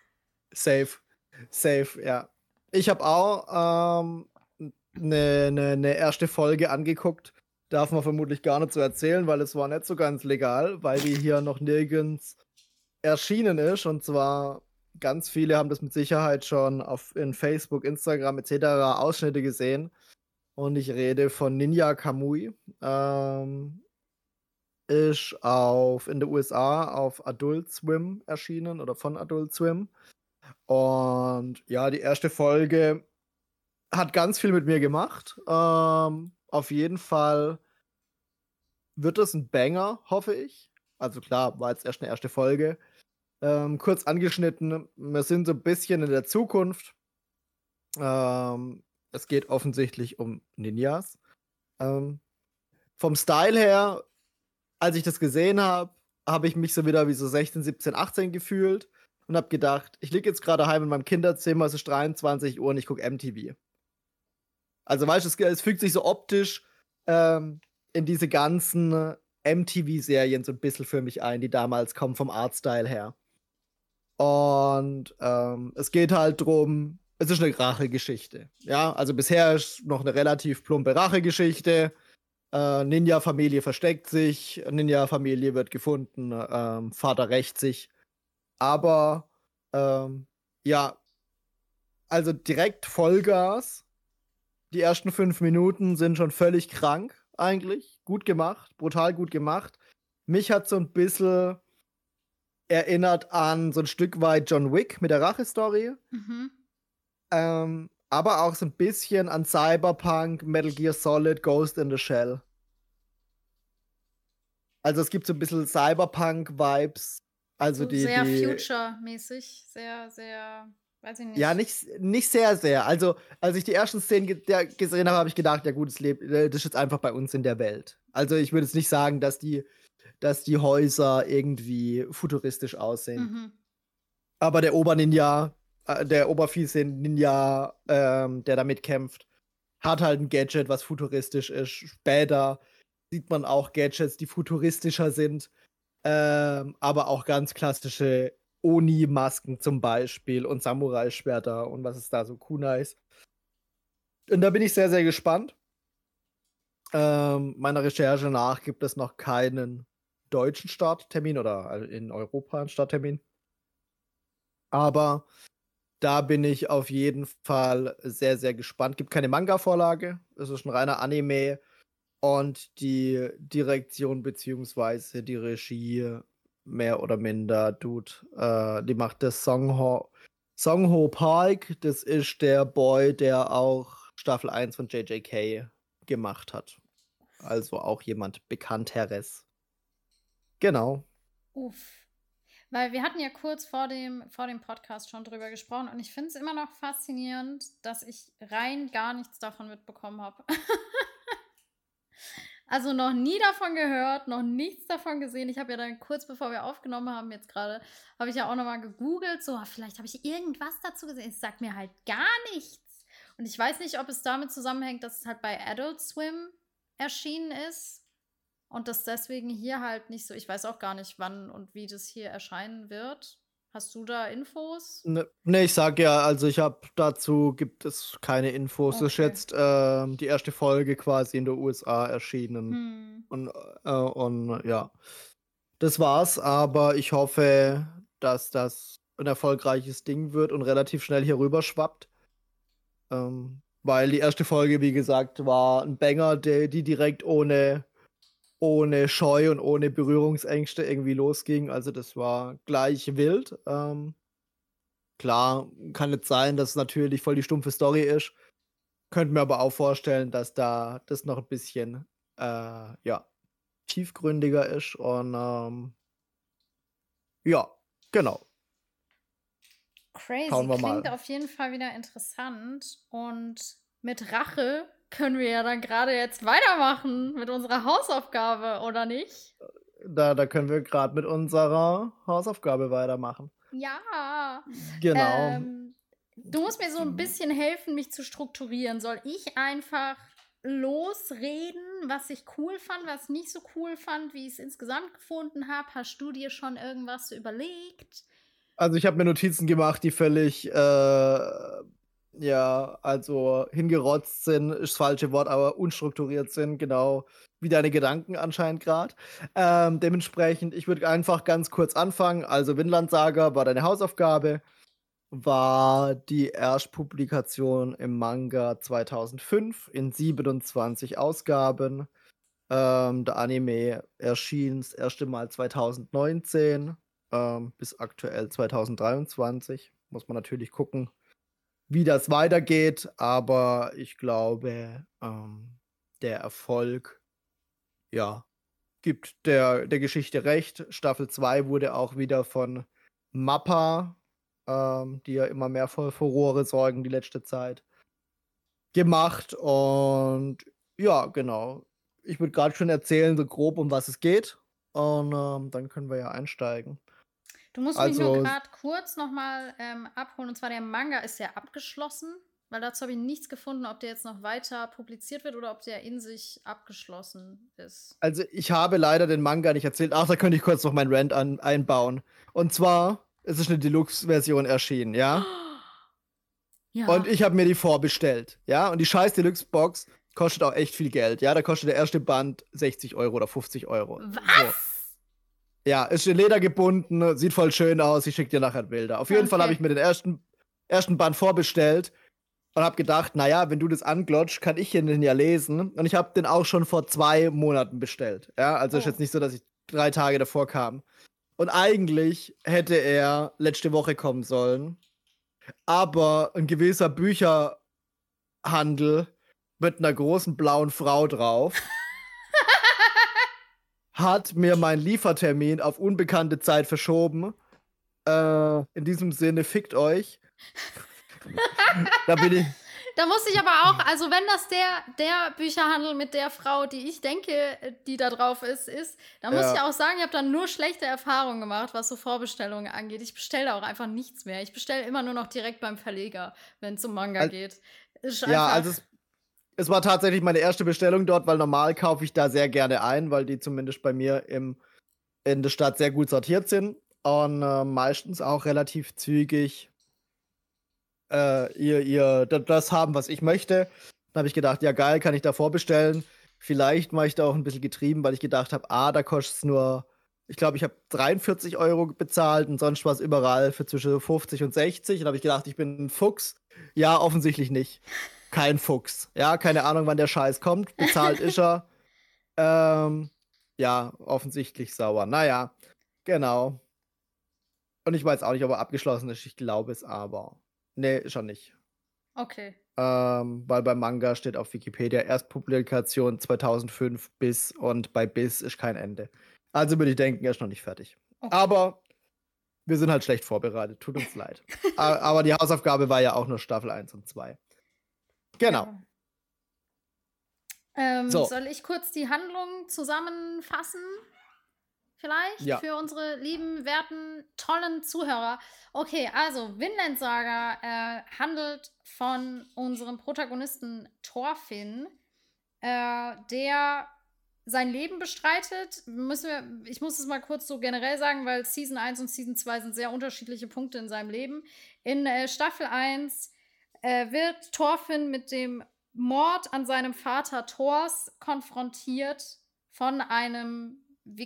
Safe, ja. Ich habe auch eine erste Folge angeguckt. Darf man vermutlich gar nicht so erzählen, weil es war nicht so ganz legal, weil die hier noch nirgends erschienen ist. Und zwar ganz viele haben das mit Sicherheit schon in Facebook, Instagram etc. Ausschnitte gesehen. Und ich rede von Ninja Kamui. Ist in den USA auf Adult Swim erschienen oder von Adult Swim. Und ja, die erste Folge hat ganz viel mit mir gemacht. Auf jeden Fall wird es ein Banger, hoffe ich. Also klar, war jetzt erst eine erste Folge. Kurz angeschnitten, wir sind so ein bisschen in der Zukunft. Es geht offensichtlich um Ninjas. Vom Style her, als ich das gesehen habe, habe ich mich so wieder wie so 16, 17, 18 gefühlt. und habe gedacht, ich liege jetzt gerade daheim in meinem Kinderzimmer, es ist 23 Uhr und ich gucke MTV. Also, weißt du, es fügt sich so optisch in diese ganzen MTV-Serien so ein bisschen für mich ein, die damals kommen vom Artstyle her. Und es geht halt drum, es ist eine Rachegeschichte. Ja, also bisher ist noch eine relativ plumpe Rachegeschichte. Ninja-Familie versteckt sich, Ninja-Familie wird gefunden, Vater rächt sich. Aber ja, also direkt Vollgas. Die ersten 5 Minuten sind schon völlig krank, eigentlich. Gut gemacht, brutal gut gemacht. Mich hat so ein bisschen erinnert an so ein Stück weit John Wick mit der Rache-Story. Mhm. Aber auch so ein bisschen an Cyberpunk, Metal Gear Solid, Ghost in the Shell. Also es gibt so ein bisschen Cyberpunk-Vibes. Also So sehr Future-mäßig, sehr, sehr, weiß ich ja, nicht. nicht sehr, sehr. Also, als ich die ersten Szenen gesehen habe, habe ich gedacht, ja gut, das ist jetzt einfach bei uns in der Welt. Also ich würde jetzt nicht sagen, dass die Häuser irgendwie futuristisch aussehen. Mhm. Aber der Oberninja, der Oberfiese-Ninja, der da mitkämpft, hat halt ein Gadget, was futuristisch ist. Später sieht man auch Gadgets, die futuristischer sind. Aber auch ganz klassische Oni-Masken zum Beispiel und Samurai-Schwerter und was es da so Kunais. Und da bin ich sehr, sehr gespannt. Meiner Recherche nach gibt es noch keinen deutschen Starttermin oder in Europa einen Starttermin. Aber da bin ich auf jeden Fall sehr, sehr gespannt. Gibt keine Manga-Vorlage. Es ist ein reiner Anime. Und die Direktion beziehungsweise die Regie mehr oder minder die macht das Song-Ho Park. Das ist der Boy, der auch Staffel 1 von JJK gemacht hat. Also auch jemand Bekannteres. Genau. Uff. Weil wir hatten ja kurz vor dem Podcast schon drüber gesprochen und ich finde es immer noch faszinierend, dass ich rein gar nichts davon mitbekommen habe. Also noch nie davon gehört, noch nichts davon gesehen. Ich habe ja dann kurz bevor wir aufgenommen haben, jetzt gerade, habe ich ja auch nochmal gegoogelt, so vielleicht habe ich irgendwas dazu gesehen. Es sagt mir halt gar nichts. Und ich weiß nicht, ob es damit zusammenhängt, dass es halt bei Adult Swim erschienen ist und das deswegen hier halt nicht so, ich weiß auch gar nicht, wann und wie das hier erscheinen wird. Hast du da Infos? Ne, ich sag ja, also dazu gibt es keine Infos. Es ist Okay. jetzt die erste Folge quasi in den USA erschienen. Und ja, das war's. Aber ich hoffe, dass das ein erfolgreiches Ding wird und relativ schnell hier rüber schwappt. Weil die erste Folge, wie gesagt, war ein Banger, die direkt ohne Scheu und ohne Berührungsängste irgendwie losging. Also das war gleich wild. Klar, kann jetzt sein, dass es natürlich voll die stumpfe Story ist. Könnte mir aber auch vorstellen, dass da das noch ein bisschen ja, tiefgründiger ist. Und ja, genau. Crazy, Schauen wir klingt mal. auf jeden Fall wieder interessant. Und mit Rache können wir ja dann gerade jetzt weitermachen mit unserer Hausaufgabe, oder nicht? Da können wir gerade mit unserer Hausaufgabe weitermachen. Ja. Genau. Du musst mir so ein bisschen helfen, mich zu strukturieren. Soll ich einfach losreden, was ich cool fand, was nicht so cool fand, wie ich es insgesamt gefunden habe? Hast du dir schon irgendwas überlegt? Also ich habe mir Notizen gemacht, die völlig ja, also hingerotzt sind, ist das falsche Wort, aber unstrukturiert sind, genau wie deine Gedanken anscheinend gerade. Dementsprechend, ich würde einfach ganz kurz anfangen. Also Vinland Saga war deine Hausaufgabe, war die Erstpublikation im Manga 2005 in 27 Ausgaben. Der Anime erschien das erste Mal 2019 bis aktuell 2023. Muss man natürlich gucken, wie das weitergeht, aber ich glaube, der Erfolg, ja, gibt der Geschichte recht. Staffel 2 wurde auch wieder von Mappa, die ja immer mehr für Furore sorgen die letzte Zeit, gemacht. Und ja, genau. Ich würde gerade schon erzählen, so grob, um was es geht. Und dann können wir ja einsteigen. Du musst mich nur Also, gerade kurz nochmal abholen. Und zwar der Manga ist ja abgeschlossen, weil dazu habe ich nichts gefunden, ob der jetzt noch weiter publiziert wird oder ob der in sich abgeschlossen ist. also ich habe leider den Manga nicht erzählt. Ach, da könnte ich kurz noch meinen Rant einbauen. Und zwar, es ist eine Deluxe-Version erschienen, ja? Und Ja. ich habe mir die vorbestellt, ja? Und die scheiß Deluxe-Box kostet auch echt viel Geld, ja? Da kostet der erste Band 60 Euro oder 50 Euro. So. Was? Ja, ist in Leder gebunden, sieht voll schön aus. Ich schicke dir nachher Bilder. Auf jeden Fall habe ich mir den ersten Band vorbestellt und habe gedacht, naja, wenn du das anglotzt, kann ich den ja lesen. Und ich habe den auch schon vor 2 Monaten bestellt. Ja, also ist Oh. jetzt nicht so, dass ich 3 Tage davor kam. Und eigentlich hätte er letzte Woche kommen sollen. Aber ein gewisser Bücherhandel mit einer großen blauen Frau drauf hat mir meinen Liefertermin auf unbekannte Zeit verschoben. In diesem Sinne, fickt euch. Da bin ich. Da muss ich aber auch, also wenn das der Bücherhandel mit der Frau, die ich denke, die da drauf ist, dann muss ich auch sagen, ich habe da nur schlechte Erfahrungen gemacht, was so Vorbestellungen angeht. Ich bestelle auch einfach nichts mehr. Ich bestelle immer nur noch direkt beim Verleger, wenn es um Manga geht. Ist Ja, einfach, also es war tatsächlich meine erste Bestellung dort, weil normal kaufe ich da sehr gerne ein, weil die zumindest bei mir in der Stadt sehr gut sortiert sind und meistens auch relativ zügig das haben, was ich möchte. Dann habe ich gedacht, ja geil, kann ich da vorbestellen. Vielleicht mache ich da auch ein bisschen getrieben, weil ich gedacht habe, da kostet es nur, ich glaube, ich habe 43 Euro bezahlt und sonst war es überall für zwischen 50 und 60. Und habe ich gedacht, ich bin ein Fuchs. Ja, offensichtlich nicht. Kein Fuchs. Ja, keine Ahnung, wann der Scheiß kommt. Bezahlt ist er. Ja, offensichtlich sauer. Naja, genau. Und ich weiß auch nicht, ob er abgeschlossen ist. Ich glaube es aber. Nee, ist er nicht. okay. Weil beim Manga steht auf Wikipedia Erstpublikation 2005 bis und bei bis ist kein Ende. Also würde ich denken, er ist noch nicht fertig. Okay. Aber wir sind halt schlecht vorbereitet. Tut uns leid. Aber die Hausaufgabe war ja auch nur Staffel 1 und 2. Genau. Ja. So. Soll ich kurz die Handlung zusammenfassen? Vielleicht für unsere lieben, werten, tollen Zuhörer. Okay, also Vinland Saga handelt von unserem Protagonisten Thorfinn, der sein Leben bestreitet. Ich muss es mal kurz so generell sagen, weil Season 1 und Season 2 sind sehr unterschiedliche Punkte in seinem Leben. In Staffel 1 wird Thorfinn mit dem Mord an seinem Vater Thors konfrontiert von einem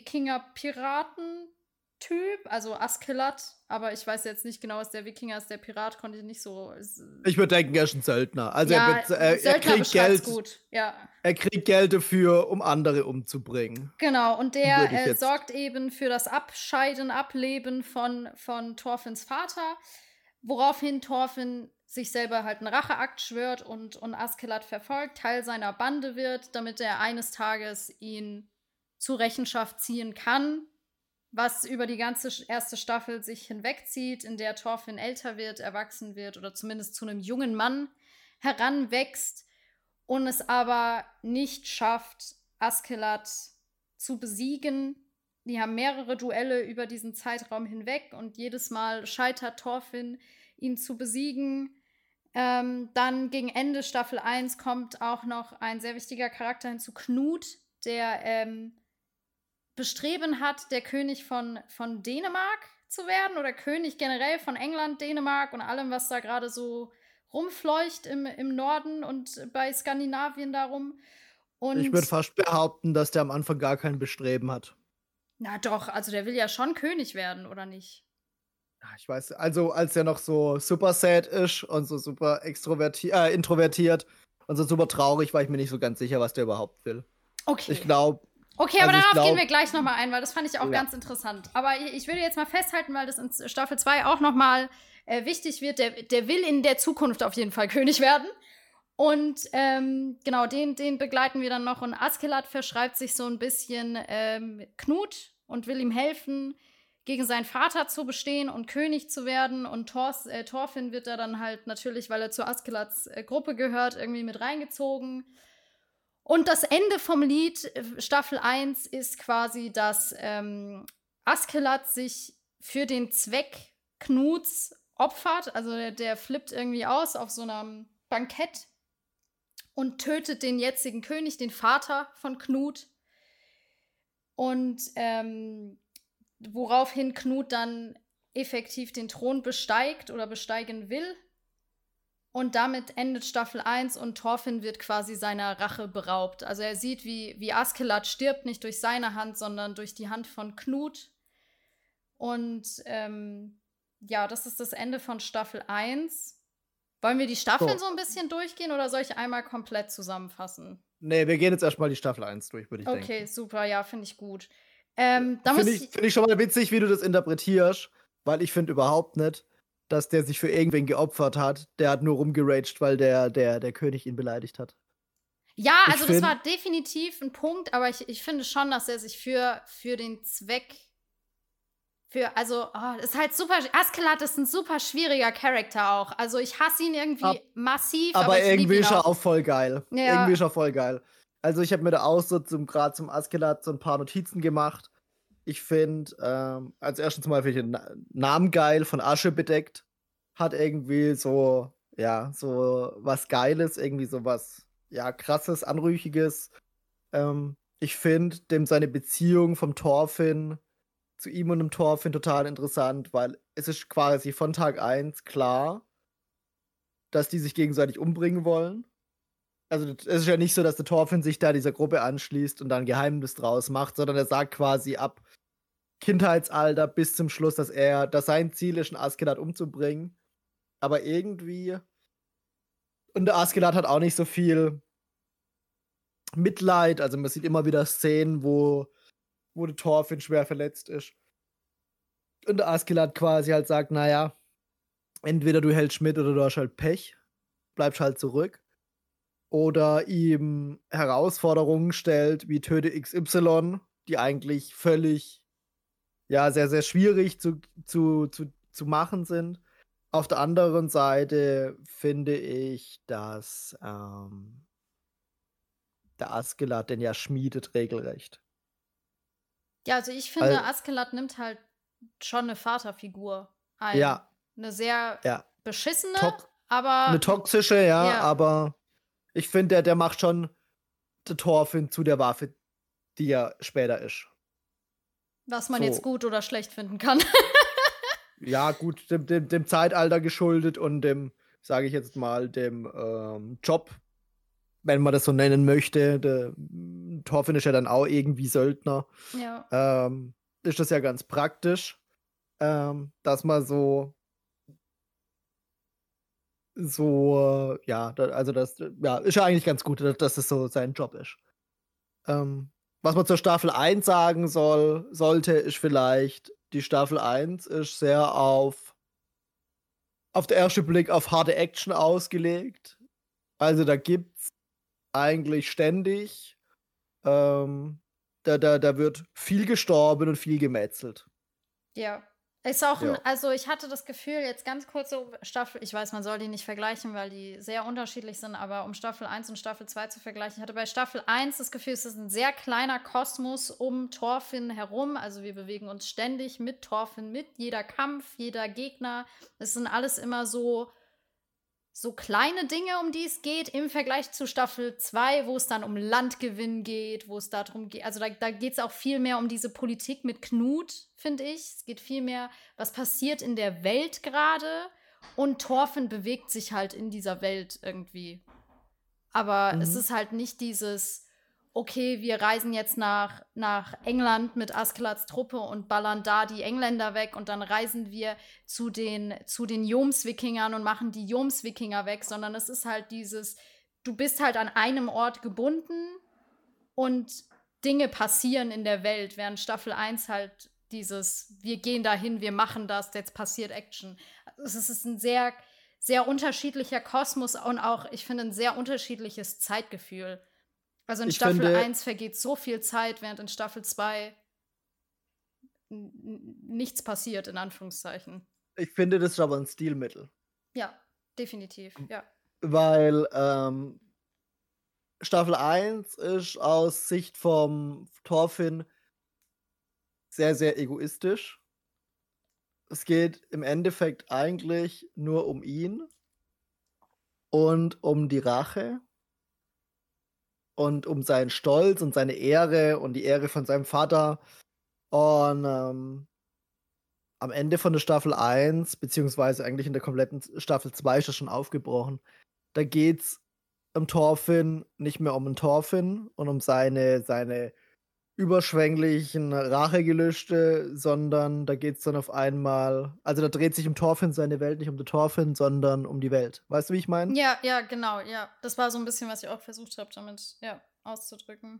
Wikinger-Piraten-Typ, also Askeladd, aber ich weiß jetzt nicht genau, was der Wikinger ist, der Pirat konnte ich nicht so. Ich würde denken, er ist ein Söldner. Also ja, er kriegt Geld. Gut. Ja. Er kriegt Geld dafür, um andere umzubringen. Genau, und der sorgt eben für das Ableben von Thorfinns Vater, woraufhin Thorfinn sich selber halt einen Racheakt schwört und Askeladd verfolgt, Teil seiner Bande wird, damit er eines Tages ihn zur Rechenschaft ziehen kann, was über die ganze erste Staffel sich hinwegzieht, in der Thorfinn älter wird, erwachsen wird oder zumindest zu einem jungen Mann heranwächst und es aber nicht schafft, Askeladd zu besiegen. Die haben mehrere Duelle über diesen Zeitraum hinweg und jedes Mal scheitert Thorfinn, ihn zu besiegen. Dann gegen Ende Staffel 1 kommt auch noch ein sehr wichtiger Charakter hinzu, Knut, der Bestreben hat, der König von Dänemark zu werden oder König generell von England, Dänemark und allem, was da gerade so rumfleucht im Norden und bei Skandinavien darum. Und ich würde fast behaupten, dass der am Anfang gar kein Bestreben hat. Na doch, also der will ja schon König werden, oder nicht? Ich weiß, also als er noch so super sad ist und so super introvertiert und so super traurig, war ich mir nicht so ganz sicher, was der überhaupt will. Okay. Ich glaube. Okay, aber darauf gehen wir gleich nochmal ein, weil das fand ich auch ganz interessant. Aber ich würde jetzt mal festhalten, weil das in Staffel 2 auch nochmal wichtig wird, der will in der Zukunft auf jeden Fall König werden. Und genau, den begleiten wir dann noch. Und Askeladd verschreibt sich so ein bisschen Knut und will ihm helfen, gegen seinen Vater zu bestehen und König zu werden. Und Thorfinn wird da dann halt natürlich, weil er zu Askeladds Gruppe gehört, irgendwie mit reingezogen. Und das Ende vom Lied, Staffel 1, ist quasi, dass Askeladd sich für den Zweck Knuts opfert. Also der flippt irgendwie aus auf so einem Bankett und tötet den jetzigen König, den Vater von Knut. Und woraufhin Knut dann effektiv den Thron besteigt oder besteigen will. Und damit endet Staffel 1 und Thorfinn wird quasi seiner Rache beraubt. Also er sieht, wie Askeladd stirbt, nicht durch seine Hand, sondern durch die Hand von Knut. Und ja, das ist das Ende von Staffel 1. Wollen wir die Staffeln so ein bisschen durchgehen oder soll ich einmal komplett zusammenfassen? Nee, wir gehen jetzt erstmal die Staffel 1 durch, würde ich denken. Okay, super, ja, finde ich gut. Finde ich schon mal witzig, wie du das interpretierst, weil ich finde überhaupt nicht, dass der sich für irgendwen geopfert hat. Der hat nur rumgeraged, weil der König ihn beleidigt hat. Ja, also das war definitiv ein Punkt, aber ich finde schon, dass er sich für den Zweck ist halt super. Askeladd ist ein super schwieriger Charakter auch. Also ich hasse ihn irgendwie massiv, aber irgendwie ist er auch voll geil. Ja. Irgendwie ist er voll geil. Also ich habe mir da auch so gerade zum Askeladd so ein paar Notizen gemacht. Ich finde, als erstens mal finde ich den Namen geil, von Asche bedeckt. Hat irgendwie so, ja, so was Geiles, irgendwie so was, ja, krasses, anrüchiges. Ich finde dem seine Beziehung vom Thorfinn zu ihm und dem Thorfinn total interessant, weil es ist quasi von Tag 1 klar, dass die sich gegenseitig umbringen wollen. Also es ist ja nicht so, dass der Thorfinn sich da dieser Gruppe anschließt und dann Geheimnis draus macht, sondern er sagt quasi ab Kindheitsalter bis zum Schluss, dass sein Ziel ist, einen Askeladd umzubringen. Aber irgendwie und der Askeladd hat auch nicht so viel Mitleid. Also man sieht immer wieder Szenen, wo der Thorfinn schwer verletzt ist. Und der Askeladd quasi halt sagt, naja, entweder du hältst mit oder du hast halt Pech, bleibst halt zurück. Oder ihm Herausforderungen stellt, wie töte XY, die eigentlich völlig, ja, sehr, sehr schwierig zu machen sind. Auf der anderen Seite finde ich, dass der Askeladd den ja schmiedet regelrecht. Ja, also ich finde, Askeladd nimmt halt schon eine Vaterfigur ein. Ja. Eine sehr beschissene, aber eine toxische, ja, aber ich finde, der macht schon den Thorfinn zu der Waffe, die er später ist. Was man jetzt gut oder schlecht finden kann. Ja, gut, dem Zeitalter geschuldet und dem, sage ich jetzt mal, dem Job, wenn man das so nennen möchte. Der Thorfinn ist ja dann auch irgendwie Söldner. Ja. Ist das ja ganz praktisch, dass man so, ja, also das, ja, ist ja eigentlich ganz gut, dass es so sein Job ist. Was man zur Staffel 1 sagen sollte, ist vielleicht, die Staffel 1 ist sehr auf den ersten Blick auf harte Action ausgelegt. Also da gibt's eigentlich ständig, da wird viel gestorben und viel gemetzelt. Ja. Ist auch also ich hatte das Gefühl, jetzt ganz kurz so Staffel, ich weiß, man soll die nicht vergleichen, weil die sehr unterschiedlich sind, aber um Staffel 1 und Staffel 2 zu vergleichen, ich hatte bei Staffel 1 das Gefühl, es ist ein sehr kleiner Kosmos um Thorfinn herum, also wir bewegen uns ständig mit Thorfinn mit, jeder Kampf, jeder Gegner, es sind alles immer so kleine Dinge, um die es geht, im Vergleich zu Staffel 2, wo es dann um Landgewinn geht, wo es darum geht, also da geht es auch viel mehr um diese Politik mit Knut, finde ich. Es geht viel mehr, was passiert in der Welt gerade und Thorfinn bewegt sich halt in dieser Welt irgendwie. Aber es ist halt nicht dieses, okay, wir reisen jetzt nach England mit Askeladds Truppe und ballern da die Engländer weg und dann reisen wir zu den Jomswikingern und machen die Jomswikinger weg, sondern es ist halt dieses, du bist halt an einem Ort gebunden und Dinge passieren in der Welt, während Staffel 1 halt dieses, wir gehen dahin, wir machen das, jetzt passiert Action. Es ist ein sehr, sehr unterschiedlicher Kosmos und auch, ich finde, ein sehr unterschiedliches Zeitgefühl. Also in Staffel 1 vergeht so viel Zeit, während in Staffel 2 nichts passiert, in Anführungszeichen. Ich finde, das ist aber ein Stilmittel. Ja, definitiv, ja. Weil Staffel 1 ist aus Sicht vom Thorfinn sehr, sehr egoistisch. es geht im Endeffekt eigentlich nur um ihn und um die Rache und um seinen Stolz und seine Ehre und die Ehre von seinem Vater. Und, am Ende von der Staffel eins beziehungsweise eigentlich in der kompletten Staffel 2 ist das schon aufgebrochen. Da geht's um Thorfinn nicht mehr um 'n Thorfinn und um seine überschwänglichen Rachegelüste, sondern da geht's dann auf einmal also, da dreht sich um Thorfinn seine Welt, nicht um den Thorfinn, sondern um die Welt. Weißt du, wie ich meine? Ja, ja, genau, ja. Das war so ein bisschen, was ich auch versucht habe, damit, ja, auszudrücken.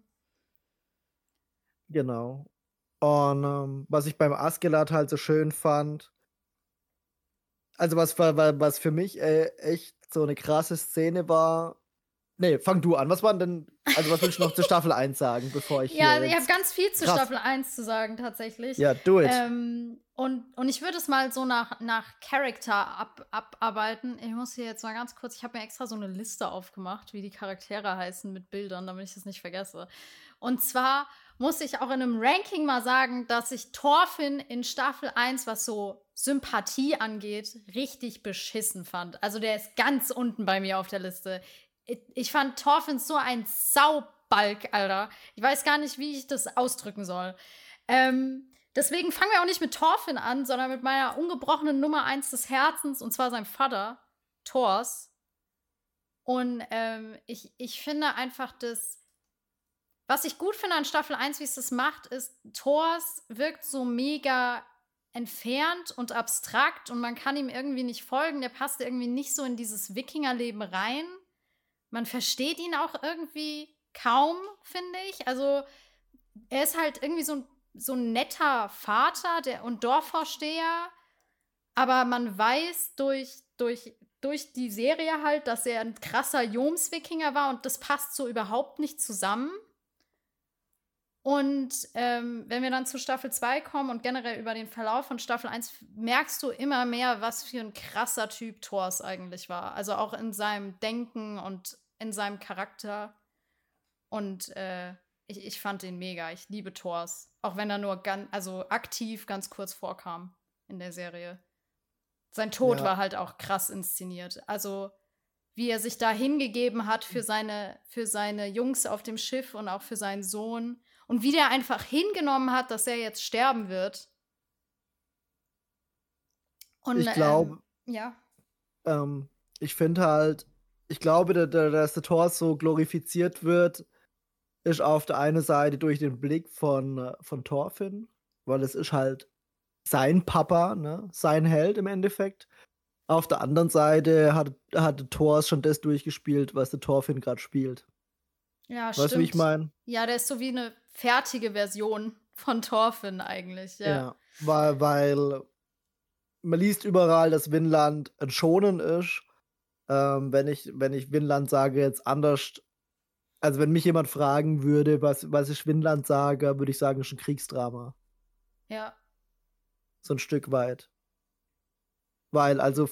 Genau. Und, was ich beim Askeladd halt so schön fand also, was für mich, echt so 'ne krasse Szene war ne, fang du an. Was waren denn also, was willst du noch zur Staffel eins sagen, bevor ich Ja, hier also ich habe jetzt ganz viel zu krass Staffel eins zu sagen tatsächlich. ja, do it. Und ich würde es mal so nach Character abarbeiten. Ich muss hier jetzt mal ganz kurz ich habe mir extra so eine Liste aufgemacht, wie die Charaktere heißen mit Bildern, damit ich das nicht vergesse. Und zwar muss ich auch in einem Ranking mal sagen, dass ich Thorfinn in Staffel eins, was so Sympathie angeht, richtig beschissen fand. Also, der ist ganz unten bei mir auf der Liste. Ich fand Thorfinn so ein Saubalg, Alter. Ich weiß gar nicht, wie ich das ausdrücken soll. Deswegen fangen wir auch nicht mit Thorfinn an, sondern mit meiner ungebrochenen Nummer eins des Herzens, und zwar seinem Vater, Thors. Und ich finde einfach, was ich gut finde an Staffel eins, wie es das macht, ist, Thors wirkt so mega entfernt und abstrakt und man kann ihm irgendwie nicht folgen. Der passt irgendwie nicht so in dieses Wikingerleben rein. Man versteht ihn auch irgendwie kaum, finde ich. Also, er ist halt irgendwie so ein netter Vater und Dorfvorsteher, aber man weiß durch die Serie halt, dass er ein krasser Joms-Wikinger war und das passt so überhaupt nicht zusammen. Und wenn wir dann zu Staffel 2 kommen und generell über den Verlauf von Staffel 1, merkst du immer mehr, was für ein krasser Typ Thors eigentlich war. Also auch in seinem Denken und in seinem Charakter. Und ich fand ihn mega. Ich liebe Thors. Auch wenn er nur also aktiv ganz kurz vorkam in der Serie. Sein Tod Ja, war halt auch krass inszeniert. Also wie er sich da hingegeben hat für seine Jungs auf dem Schiff und auch für seinen Sohn. Und wie der einfach hingenommen hat, dass er jetzt sterben wird. Und ich glaube ja. ähm, ich finde halt ich glaube, dass der Thor so glorifiziert wird, ist auf der einen Seite durch den Blick von Thorfinn, weil es ist halt sein Papa, ne, sein Held im Endeffekt. Auf der anderen Seite hat Thor schon das durchgespielt, was der Thorfinn grad spielt. Ja, Weißt du, wie ich stimmt. meine? Ja, der ist so wie eine fertige Version von Thorfinn eigentlich, ja. Ja, weil man liest überall, dass Vinland 'n Shonen ist. Wenn ich Vinland sage jetzt anders also, wenn mich jemand fragen würde, was ich Vinland sage, würde ich sagen, ist 'n Kriegsdrama, Ja. so 'n Stück weit. Weil also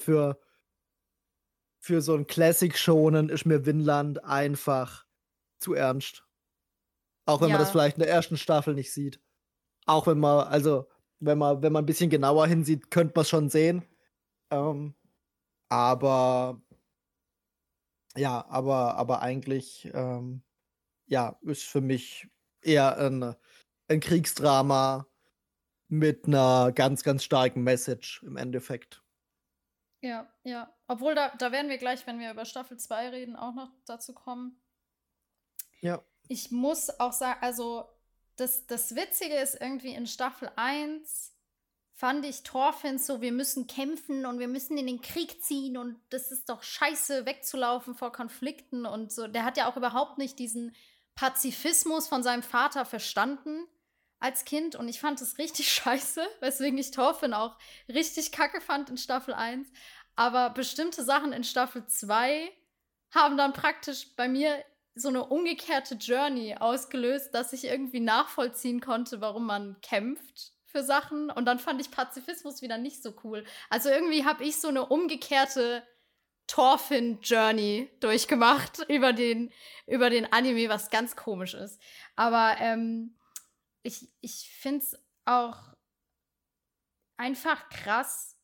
für so 'n Classic Shonen ist mir Vinland einfach zu ernst. Auch wenn man das Ja. vielleicht in der ersten Staffel nicht sieht. Auch wenn man also, wenn man 'n bisschen genauer hinsieht, könnte man's schon sehen. Ähm, aber ja, aber eigentlich, ja, ist für mich eher 'n Kriegsdrama mit 'ner ganz, ganz starken Message im Endeffekt. Ja, ja. Obwohl, da werden wir gleich, wenn wir über Staffel 2 reden, auch noch dazu kommen. Ja, Ich muss auch sagen, also das Witzige ist irgendwie in Staffel eins fand ich Thorfinn so, wir müssen kämpfen und wir müssen in den Krieg ziehen und das ist doch scheiße, wegzulaufen vor Konflikten und so. Der hat ja auch überhaupt nicht diesen Pazifismus von seinem Vater verstanden als Kind und ich fand es richtig scheiße, weswegen ich Thorfinn auch richtig kacke fand in Staffel eins. Aber bestimmte Sachen in Staffel 2 haben dann praktisch bei mir so eine umgekehrte Journey ausgelöst, dass ich irgendwie nachvollziehen konnte, warum man kämpft für Sachen. Und dann fand ich Pazifismus wieder nicht so cool. Also irgendwie habe ich so eine umgekehrte Thorfinn-Journey durchgemacht über den Anime, was ganz komisch ist. Aber ich finde es auch einfach krass,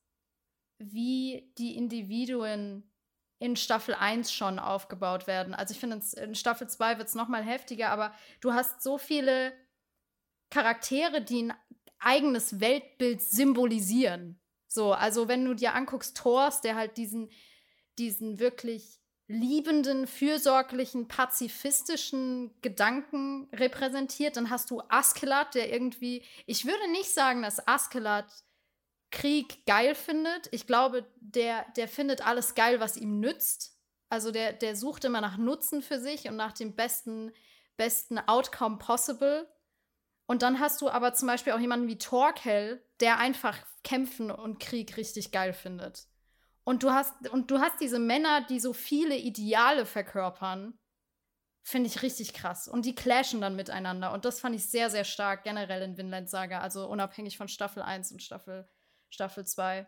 wie die Individuen in Staffel 1 schon aufgebaut werden. Also ich finde, in Staffel 2 wird es noch mal heftiger, aber du hast so viele Charaktere, die ein eigenes Weltbild symbolisieren. So, also wenn du dir anguckst, Thors, der halt diesen wirklich liebenden, fürsorglichen, pazifistischen Gedanken repräsentiert, dann hast du Askeladd, der irgendwie, ich würde nicht sagen, dass Askeladd Krieg geil findet. Ich glaube, der findet alles geil, was ihm nützt. Also der sucht immer nach Nutzen für sich und nach dem besten Outcome possible. Und dann hast du aber zum Beispiel auch jemanden wie Thorkel, der einfach Kämpfen und Krieg richtig geil findet. Und du hast diese Männer, die so viele Ideale verkörpern, finde ich richtig krass. Und die clashen dann miteinander. Und das fand ich sehr, sehr stark generell in Vinland Saga. Also unabhängig von Staffel 1 und Staffel 2.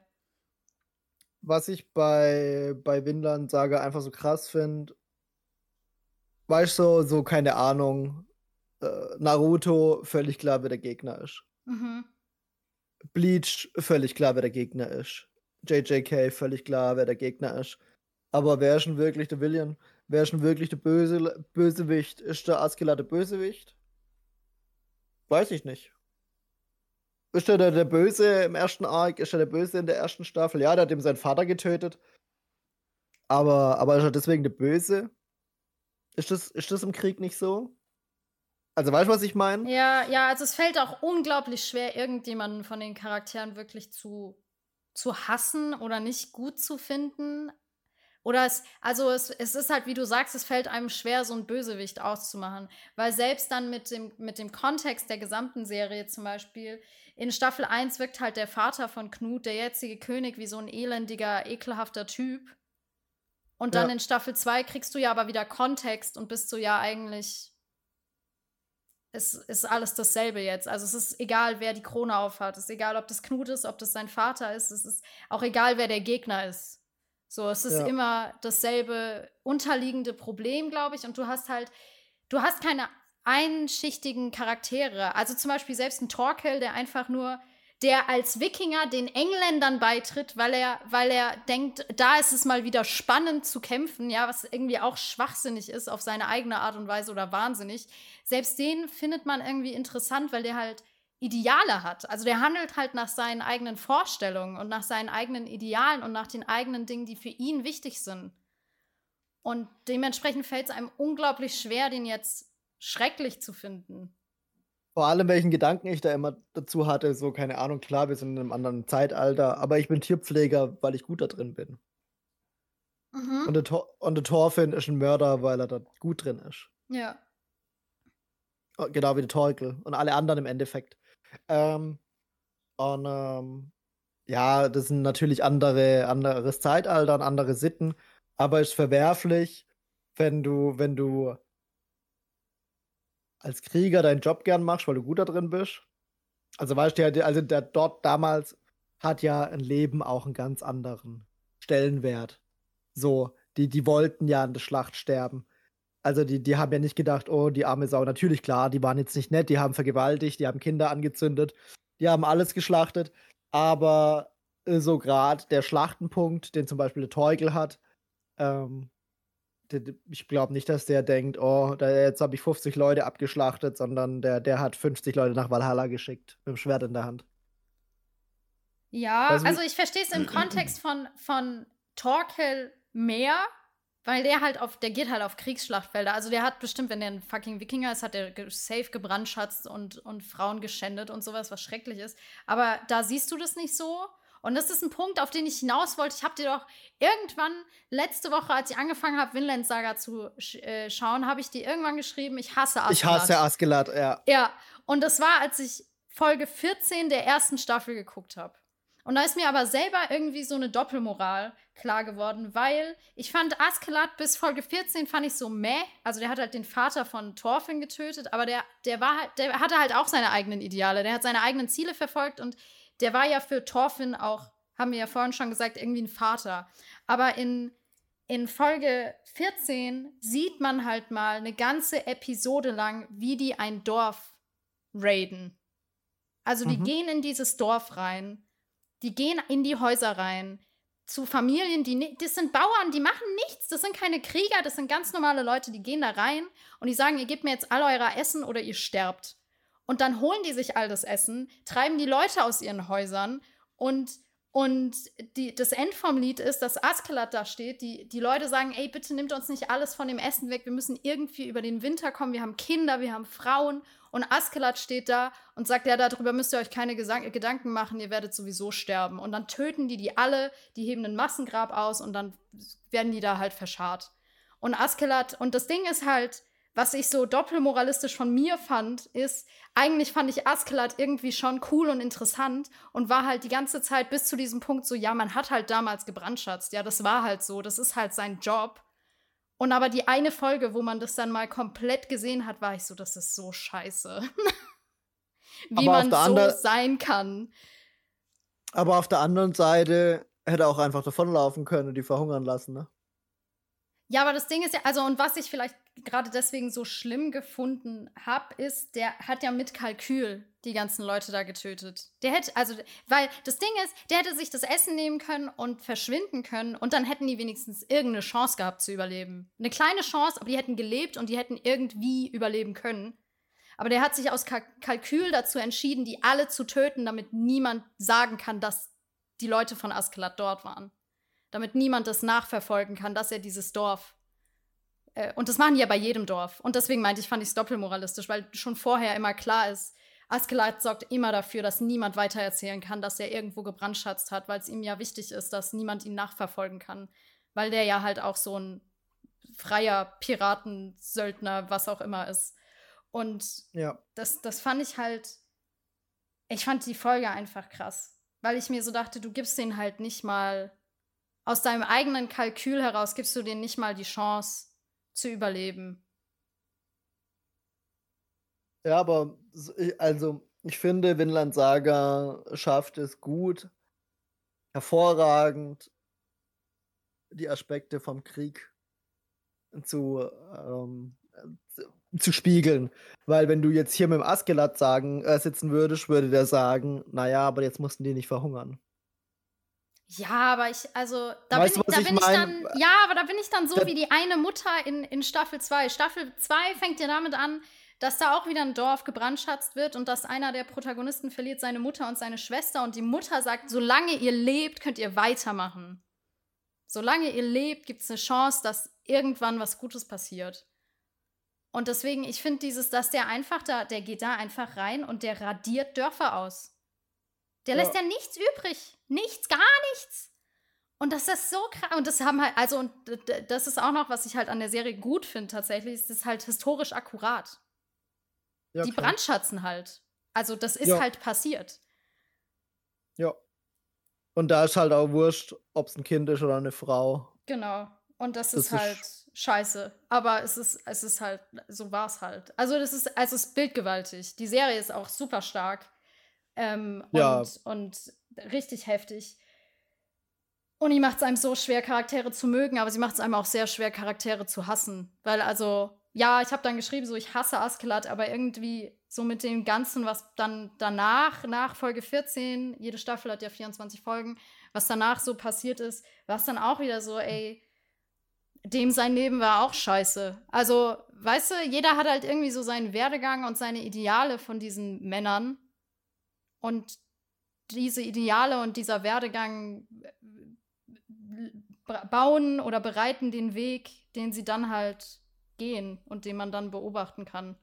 Was ich bei Vinland Saga einfach so krass finde, weißt du, so keine Ahnung, Naruto, völlig klar, wer der Gegner ist. Mhm. Bleach, völlig klar, wer der Gegner ist. JJK, völlig klar, wer der Gegner ist. Aber wer ist denn wirklich der Villain? Wer ist denn wirklich der Bösewicht? Ist der Askeladd der Bösewicht? Weiß ich nicht. Ist der Böse im ersten Arc? Ist er der Böse in der ersten Staffel? Ja, der hat ihm seinen Vater getötet. Aber ist er deswegen der Böse? Ist das im Krieg nicht so? Also weißt du, was ich meine? Ja, also es fällt auch unglaublich schwer, irgendjemanden von den Charakteren wirklich zu hassen oder nicht gut zu finden. Oder es ist halt, wie du sagst, es fällt einem schwer, so einen Bösewicht auszumachen. Weil selbst dann mit dem Kontext der gesamten Serie zum Beispiel, in Staffel 1 wirkt halt der Vater von Knut, der jetzige König, wie so ein elendiger, ekelhafter Typ. Und dann in Staffel 2 kriegst du ja aber wieder Kontext und bist so, ja, eigentlich es ist alles dasselbe jetzt. Also es ist egal, wer die Krone aufhat. Es ist egal, ob das Knut ist, ob das sein Vater ist. Es ist auch egal, wer der Gegner ist. So, es ist immer dasselbe unterliegende Problem, glaube ich. Und du hast keine einschichtigen Charaktere. Also zum Beispiel selbst ein Thorkel, der als Wikinger den Engländern beitritt, weil er denkt, da ist es mal wieder spannend zu kämpfen, ja, was irgendwie auch schwachsinnig ist auf seine eigene Art und Weise oder wahnsinnig. Selbst den findet man irgendwie interessant, weil der halt Ideale hat. Also der handelt halt nach seinen eigenen Vorstellungen und nach seinen eigenen Idealen und nach den eigenen Dingen, die für ihn wichtig sind. Und dementsprechend fällt es einem unglaublich schwer, den jetzt schrecklich zu finden. Vor allem, welchen Gedanken ich da immer dazu hatte, so, keine Ahnung, klar, wir sind in einem anderen Zeitalter, aber ich bin Tierpfleger, weil ich gut da drin bin. Mhm. Und der Thorfinn ist ein Mörder, weil er da gut drin ist. Ja. Genau wie der Torkel und alle anderen im Endeffekt. Ja, das sind natürlich anderes Zeitalter und andere Sitten, aber es ist verwerflich, wenn du als Krieger deinen Job gern machst, weil du gut da drin bist. Also weißt du, der dort damals hat ja ein Leben auch einen ganz anderen Stellenwert. So, die wollten ja an der Schlacht sterben. Also die haben ja nicht gedacht, oh, die arme Sau. Natürlich, klar, die waren jetzt nicht nett, die haben vergewaltigt, die haben Kinder angezündet, die haben alles geschlachtet. Aber so gerade der Schlachtenpunkt, den zum Beispiel der Teugel hat, ich glaube nicht, dass der denkt, oh, jetzt habe ich 50 Leute abgeschlachtet, sondern der hat 50 Leute nach Valhalla geschickt, mit dem Schwert in der Hand. Ja, Weißt du, also ich verstehe es im Kontext von Thorkel mehr, weil der geht halt auf Kriegsschlachtfelder. Also der hat bestimmt, wenn der ein fucking Wikinger ist, hat der safe gebrandschatzt und Frauen geschändet und sowas, was schrecklich ist. Aber da siehst du das nicht so. Und das ist ein Punkt, auf den ich hinaus wollte. Ich habe dir doch irgendwann letzte Woche, als ich angefangen habe, Vinland Saga zu schauen, habe ich dir irgendwann geschrieben, ich hasse Askeladd. Ich hasse Askeladd, ja. Ja, und das war, als ich Folge 14 der ersten Staffel geguckt habe. Und da ist mir aber selber irgendwie so eine Doppelmoral klar geworden, weil ich fand Askeladd bis Folge 14 fand ich so meh. Also der hat halt den Vater von Thorfinn getötet, aber der hatte halt auch seine eigenen Ideale. Der hat seine eigenen Ziele verfolgt und der war ja für Thorfinn auch, haben wir ja vorhin schon gesagt, irgendwie ein Vater. Aber in Folge 14 sieht man halt mal eine ganze Episode lang, wie die ein Dorf raiden. Also die gehen in dieses Dorf rein Die gehen in die Häuser rein. Zu Familien, das sind Bauern, die machen nichts. Das sind keine Krieger, das sind ganz normale Leute, die gehen da rein und die sagen, ihr gebt mir jetzt all euer Essen oder ihr sterbt. Und dann holen die sich all das Essen, treiben die Leute aus ihren Häusern und das End vom Lied ist, dass Askeladd da steht. Die Leute sagen, ey, bitte nimmt uns nicht alles von dem Essen weg. Wir müssen irgendwie über den Winter kommen. Wir haben Kinder, wir haben Frauen. Und Askeladd steht da und sagt, ja, darüber müsst ihr euch keine Gedanken machen. Ihr werdet sowieso sterben. Und dann töten die alle, die heben ein Massengrab aus und dann werden die da halt verscharrt. Und Askeladd, und das Ding ist halt, was ich so doppelmoralistisch von mir fand, ist, eigentlich fand ich Askeladd irgendwie schon cool und interessant und war halt die ganze Zeit bis zu diesem Punkt so, ja, man hat halt damals gebrandschatzt. Ja, das war halt so, das ist halt sein Job. Und aber die eine Folge, wo man das dann mal komplett gesehen hat, war ich so, das ist so scheiße. Wie man so sein kann. Aber auf der anderen Seite hätte er auch einfach davonlaufen können und die verhungern lassen, ne? Ja, aber das Ding ist ja, also, und was ich vielleicht gerade deswegen so schlimm gefunden habe, ist, der hat ja mit Kalkül die ganzen Leute da getötet. Weil das Ding ist, der hätte sich das Essen nehmen können und verschwinden können und dann hätten die wenigstens irgendeine Chance gehabt zu überleben. Eine kleine Chance, aber die hätten gelebt und die hätten irgendwie überleben können. Aber der hat sich aus Kalkül dazu entschieden, die alle zu töten, damit niemand sagen kann, dass die Leute von Askeladd dort waren. Damit niemand das nachverfolgen kann, dass er dieses Dorf. Und das machen die ja bei jedem Dorf. Und deswegen fand ich es doppelmoralistisch, weil schon vorher immer klar ist, Askeladd sorgt immer dafür, dass niemand weitererzählen kann, dass er irgendwo gebrandschatzt hat, weil es ihm ja wichtig ist, dass niemand ihn nachverfolgen kann. Weil der ja halt auch so ein freier Piratensöldner, was auch immer ist. Und das fand ich halt, ich fand die Folge einfach krass. Weil ich mir so dachte, du gibst den halt nicht mal aus deinem eigenen Kalkül heraus gibst du denen nicht mal die Chance zu überleben. Ja, aber also ich finde, Vinland Saga schafft es gut, hervorragend die Aspekte vom Krieg zu spiegeln. Weil wenn du jetzt hier mit dem Askeladd sitzen würdest, würde der sagen, naja, aber jetzt mussten die nicht verhungern. Ja, aber da bin ich dann so wie die eine Mutter in Staffel 2. Staffel 2 fängt ja damit an, dass da auch wieder ein Dorf gebrandschatzt wird und dass einer der Protagonisten verliert seine Mutter und seine Schwester und die Mutter sagt, solange ihr lebt, könnt ihr weitermachen. Solange ihr lebt, gibt es eine Chance, dass irgendwann was Gutes passiert. Und deswegen, ich finde dass der geht da einfach rein und der radiert Dörfer aus. Der lässt ja nichts übrig. Nichts, gar nichts. Und das ist so krass. Und das haben halt, und das ist auch noch, was ich halt an der Serie gut finde tatsächlich, ist es halt historisch akkurat. Ja, die brandschatzen halt. Also das ist halt passiert. Ja. Und da ist halt auch wurscht, ob es ein Kind ist oder eine Frau. Genau. Und das ist halt scheiße. Aber es ist halt, so war es halt. Also es ist bildgewaltig. Die Serie ist auch super stark. Und richtig heftig. Und die macht es einem so schwer, Charaktere zu mögen, aber sie macht es einem auch sehr schwer, Charaktere zu hassen. Weil ich habe dann geschrieben, so, ich hasse Askeladd, aber irgendwie so mit dem Ganzen, was dann danach, nach Folge 14, jede Staffel hat ja 24 Folgen, was danach so passiert ist, war es dann auch wieder so, ey, dem sein Leben war auch scheiße. Also, weißt du, jeder hat halt irgendwie so seinen Werdegang und seine Ideale von diesen Männern. Und diese Ideale und dieser Werdegang bauen oder bereiten den Weg, den sie dann halt gehen und den man dann beobachten kann.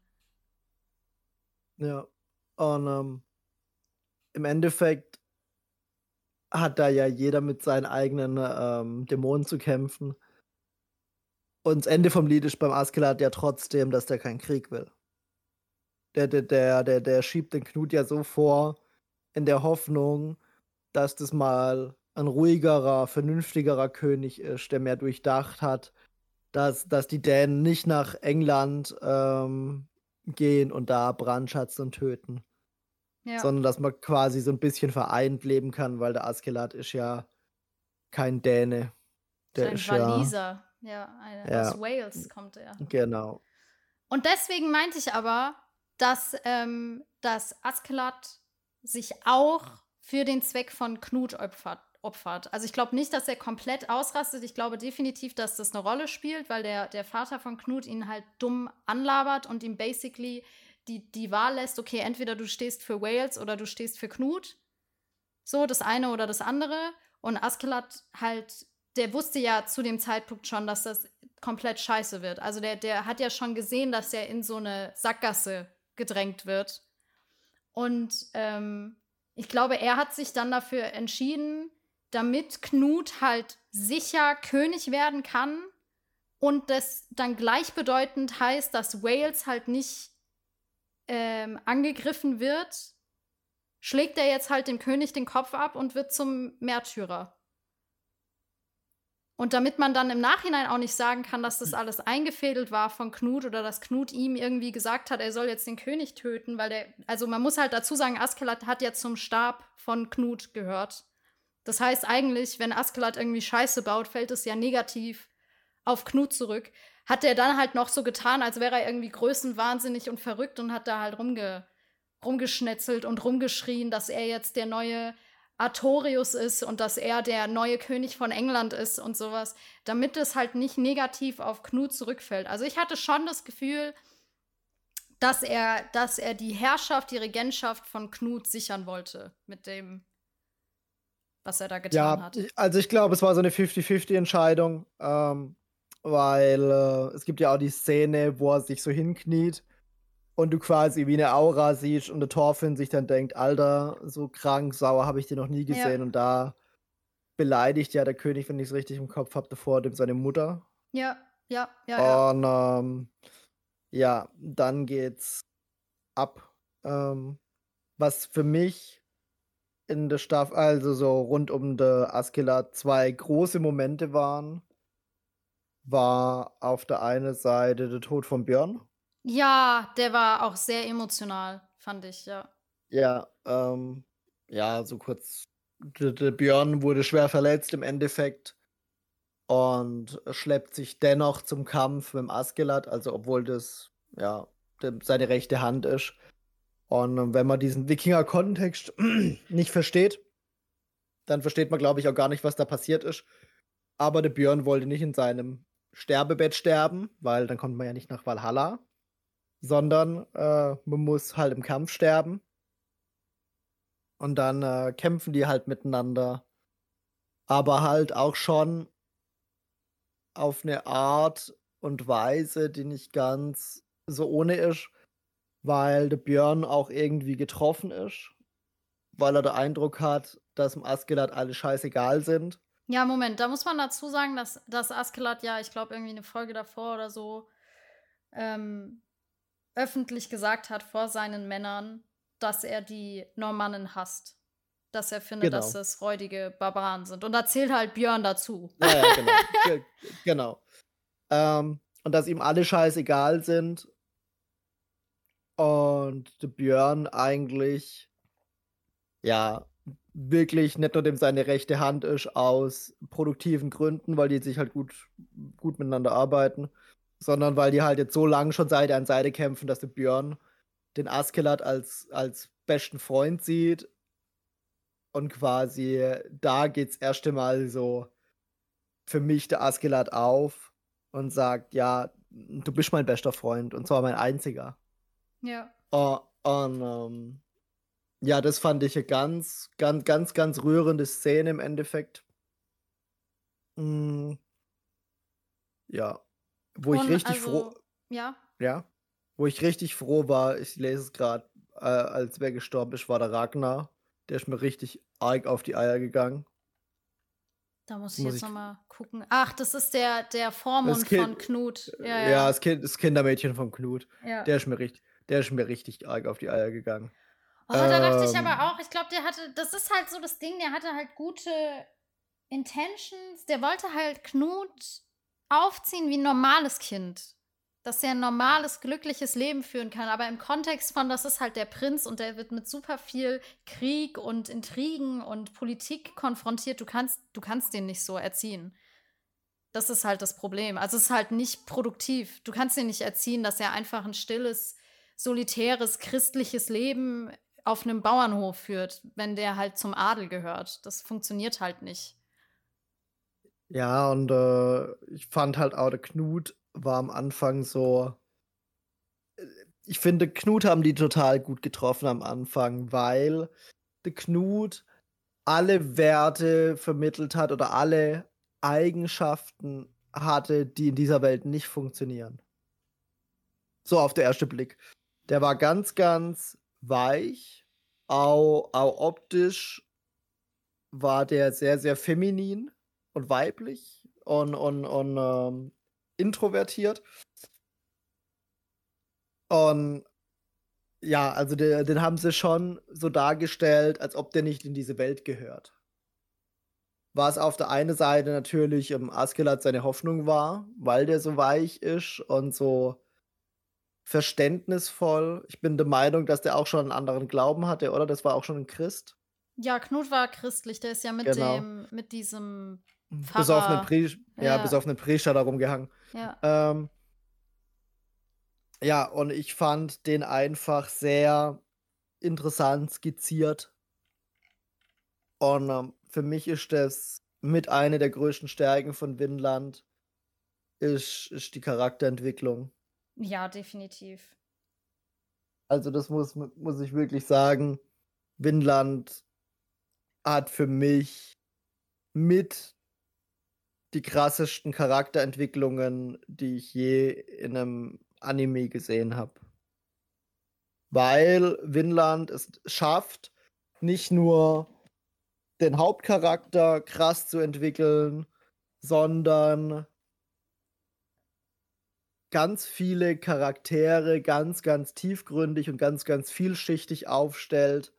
Ja, und im Endeffekt hat da ja jeder mit seinen eigenen Dämonen zu kämpfen. Und das Ende vom Lied ist beim Askeladd ja trotzdem, dass der keinen Krieg will. Der schiebt den Knut ja so vor, in der Hoffnung, dass das mal ein ruhigerer, vernünftigerer König ist, der mehr durchdacht hat, dass die Dänen nicht nach England gehen und da brandschatzen und töten. Ja. Sondern dass man quasi so ein bisschen vereint leben kann, weil der Askeladd ist ja kein Däne. Der ist ein Waliser. Aus Wales kommt er. Genau. Und deswegen meinte ich aber, dass Askeladd sich auch für den Zweck von Knut opfert. Also ich glaube nicht, dass er komplett ausrastet. Ich glaube definitiv, dass das eine Rolle spielt, weil der Vater von Knut ihn halt dumm anlabert und ihm basically die Wahl lässt, okay, entweder du stehst für Wales oder du stehst für Knut. So, das eine oder das andere. Und Askeladd halt, der wusste ja zu dem Zeitpunkt schon, dass das komplett scheiße wird. Also der hat ja schon gesehen, dass er in so eine Sackgasse gedrängt wird. Und ich glaube, er hat sich dann dafür entschieden, damit Knut halt sicher König werden kann und das dann gleichbedeutend heißt, dass Wales halt nicht angegriffen wird, schlägt er jetzt halt dem König den Kopf ab und wird zum Märtyrer. Und damit man dann im Nachhinein auch nicht sagen kann, dass das alles eingefädelt war von Knut oder dass Knut ihm irgendwie gesagt hat, er soll jetzt den König töten, weil also man muss halt dazu sagen, Askeladd hat ja zum Stab von Knut gehört. Das heißt eigentlich, wenn Askeladd irgendwie Scheiße baut, fällt es ja negativ auf Knut zurück. Hat er dann halt noch so getan, als wäre er irgendwie größenwahnsinnig und verrückt und hat da halt rumgeschnetzelt und rumgeschrien, dass er jetzt der neue Artorius ist und dass er der neue König von England ist und sowas, damit es halt nicht negativ auf Knut zurückfällt. Also ich hatte schon das Gefühl, dass er die Herrschaft, die Regentschaft von Knut sichern wollte mit dem, was er da getan hat. Also ich glaube, es war so eine 50-50-Entscheidung, weil es gibt ja auch die Szene, wo er sich so hinkniet und du quasi wie eine Aura siehst und der Thorfinn sich dann denkt, Alter, so krank, sauer habe ich den noch nie gesehen. Ja. Und da beleidigt ja der König, wenn ich es richtig im Kopf habe, davor dem seine Mutter. Ja. Und ja, dann geht's ab. Was für mich in der Staffel, also so rund um der Askeladd 2 große Momente waren, war auf der einen Seite der Tod von Björn. Ja, der war auch sehr emotional, fand ich, ja. Ja, ja, so kurz. Der Björn wurde schwer verletzt im Endeffekt und schleppt sich dennoch zum Kampf mit dem Askeladd, also obwohl das ja seine rechte Hand ist. Und wenn man diesen Wikinger-Kontext nicht versteht, dann versteht man, glaube ich, auch gar nicht, was da passiert ist. Aber der Björn wollte nicht in seinem Sterbebett sterben, weil dann kommt man ja nicht nach Valhalla, sondern man muss halt im Kampf sterben. Und dann kämpfen die halt miteinander. Aber halt auch schon auf eine Art und Weise, die nicht ganz so ohne ist, weil der Björn auch irgendwie getroffen ist, weil er den Eindruck hat, dass dem Askeladd alle scheißegal sind. Ja, Moment, da muss man dazu sagen, dass Askeladd ja, ich glaube, irgendwie eine Folge davor oder so öffentlich gesagt hat vor seinen Männern, dass er die Normannen hasst. Dass er findet, dass es räudige Barbaren sind. Und da zählt halt Björn dazu. Ja, genau. Und dass ihm alle scheißegal sind. Und der Björn eigentlich, ja, wirklich nicht nur dem seine rechte Hand ist, aus produktiven Gründen, weil die sich halt gut miteinander arbeiten, sondern weil die halt jetzt so lange schon Seite an Seite kämpfen, dass der Björn den Askeladd als besten Freund sieht. Und quasi da geht's erst einmal so für mich der Askeladd auf und sagt, ja, du bist mein bester Freund und zwar mein einziger. Ja. Und ja, das fand ich eine ganz rührende Szene im Endeffekt. Ja, wo ich richtig froh. Ja. Ja, wo ich richtig froh war, ich lese es gerade, als wer gestorben ist, war der Ragnar. Der ist mir richtig arg auf die Eier gegangen. Da muss ich jetzt nochmal gucken. Ach, das ist der Vormund von Knut. Ja, das Kindermädchen von Knut. Ja. Der ist mir richtig arg auf die Eier gegangen. Oh, da dachte ich aber auch, ich glaube, das ist halt so das Ding, der hatte halt gute Intentions. Der wollte halt Knut aufziehen wie ein normales Kind. Dass er ein normales, glückliches Leben führen kann. Aber im Kontext von, das ist halt der Prinz und der wird mit super viel Krieg und Intrigen und Politik konfrontiert. Du kannst den nicht so erziehen. Das ist halt das Problem. Also es ist halt nicht produktiv. Du kannst den nicht erziehen, dass er einfach ein stilles, solitäres, christliches Leben auf einem Bauernhof führt, wenn der halt zum Adel gehört. Das funktioniert halt nicht. Ja, und ich fand halt auch, der Knut war am Anfang so. Ich finde, Knut haben die total gut getroffen am Anfang, weil der Knut alle Werte vermittelt hat oder alle Eigenschaften hatte, die in dieser Welt nicht funktionieren. So auf den ersten Blick. Der war ganz, ganz weich. Auch optisch war der sehr, sehr feminin und weiblich und introvertiert. Und ja, also den haben sie schon so dargestellt, als ob der nicht in diese Welt gehört. Was auf der einen Seite natürlich Askeladd seine Hoffnung war, weil der so weich ist und so verständnisvoll. Ich bin der Meinung, dass der auch schon einen anderen Glauben hatte, oder? Das war auch schon ein Christ. Ja, Knut war christlich, der ist ja Genau. mit diesem Besoffenen Pfarrer. besoffenen Priester da rumgehangen. Ja. Ja, und ich fand den einfach sehr interessant skizziert. Und für mich ist das mit einer der größten Stärken von Vinland, ist die Charakterentwicklung. Ja, definitiv. Also das muss ich wirklich sagen, Vinland hat für mich mit die krassesten Charakterentwicklungen, die ich je in einem Anime gesehen habe. Weil Vinland es schafft, nicht nur den Hauptcharakter krass zu entwickeln, sondern ganz viele Charaktere ganz, ganz tiefgründig und ganz, ganz vielschichtig aufstellt,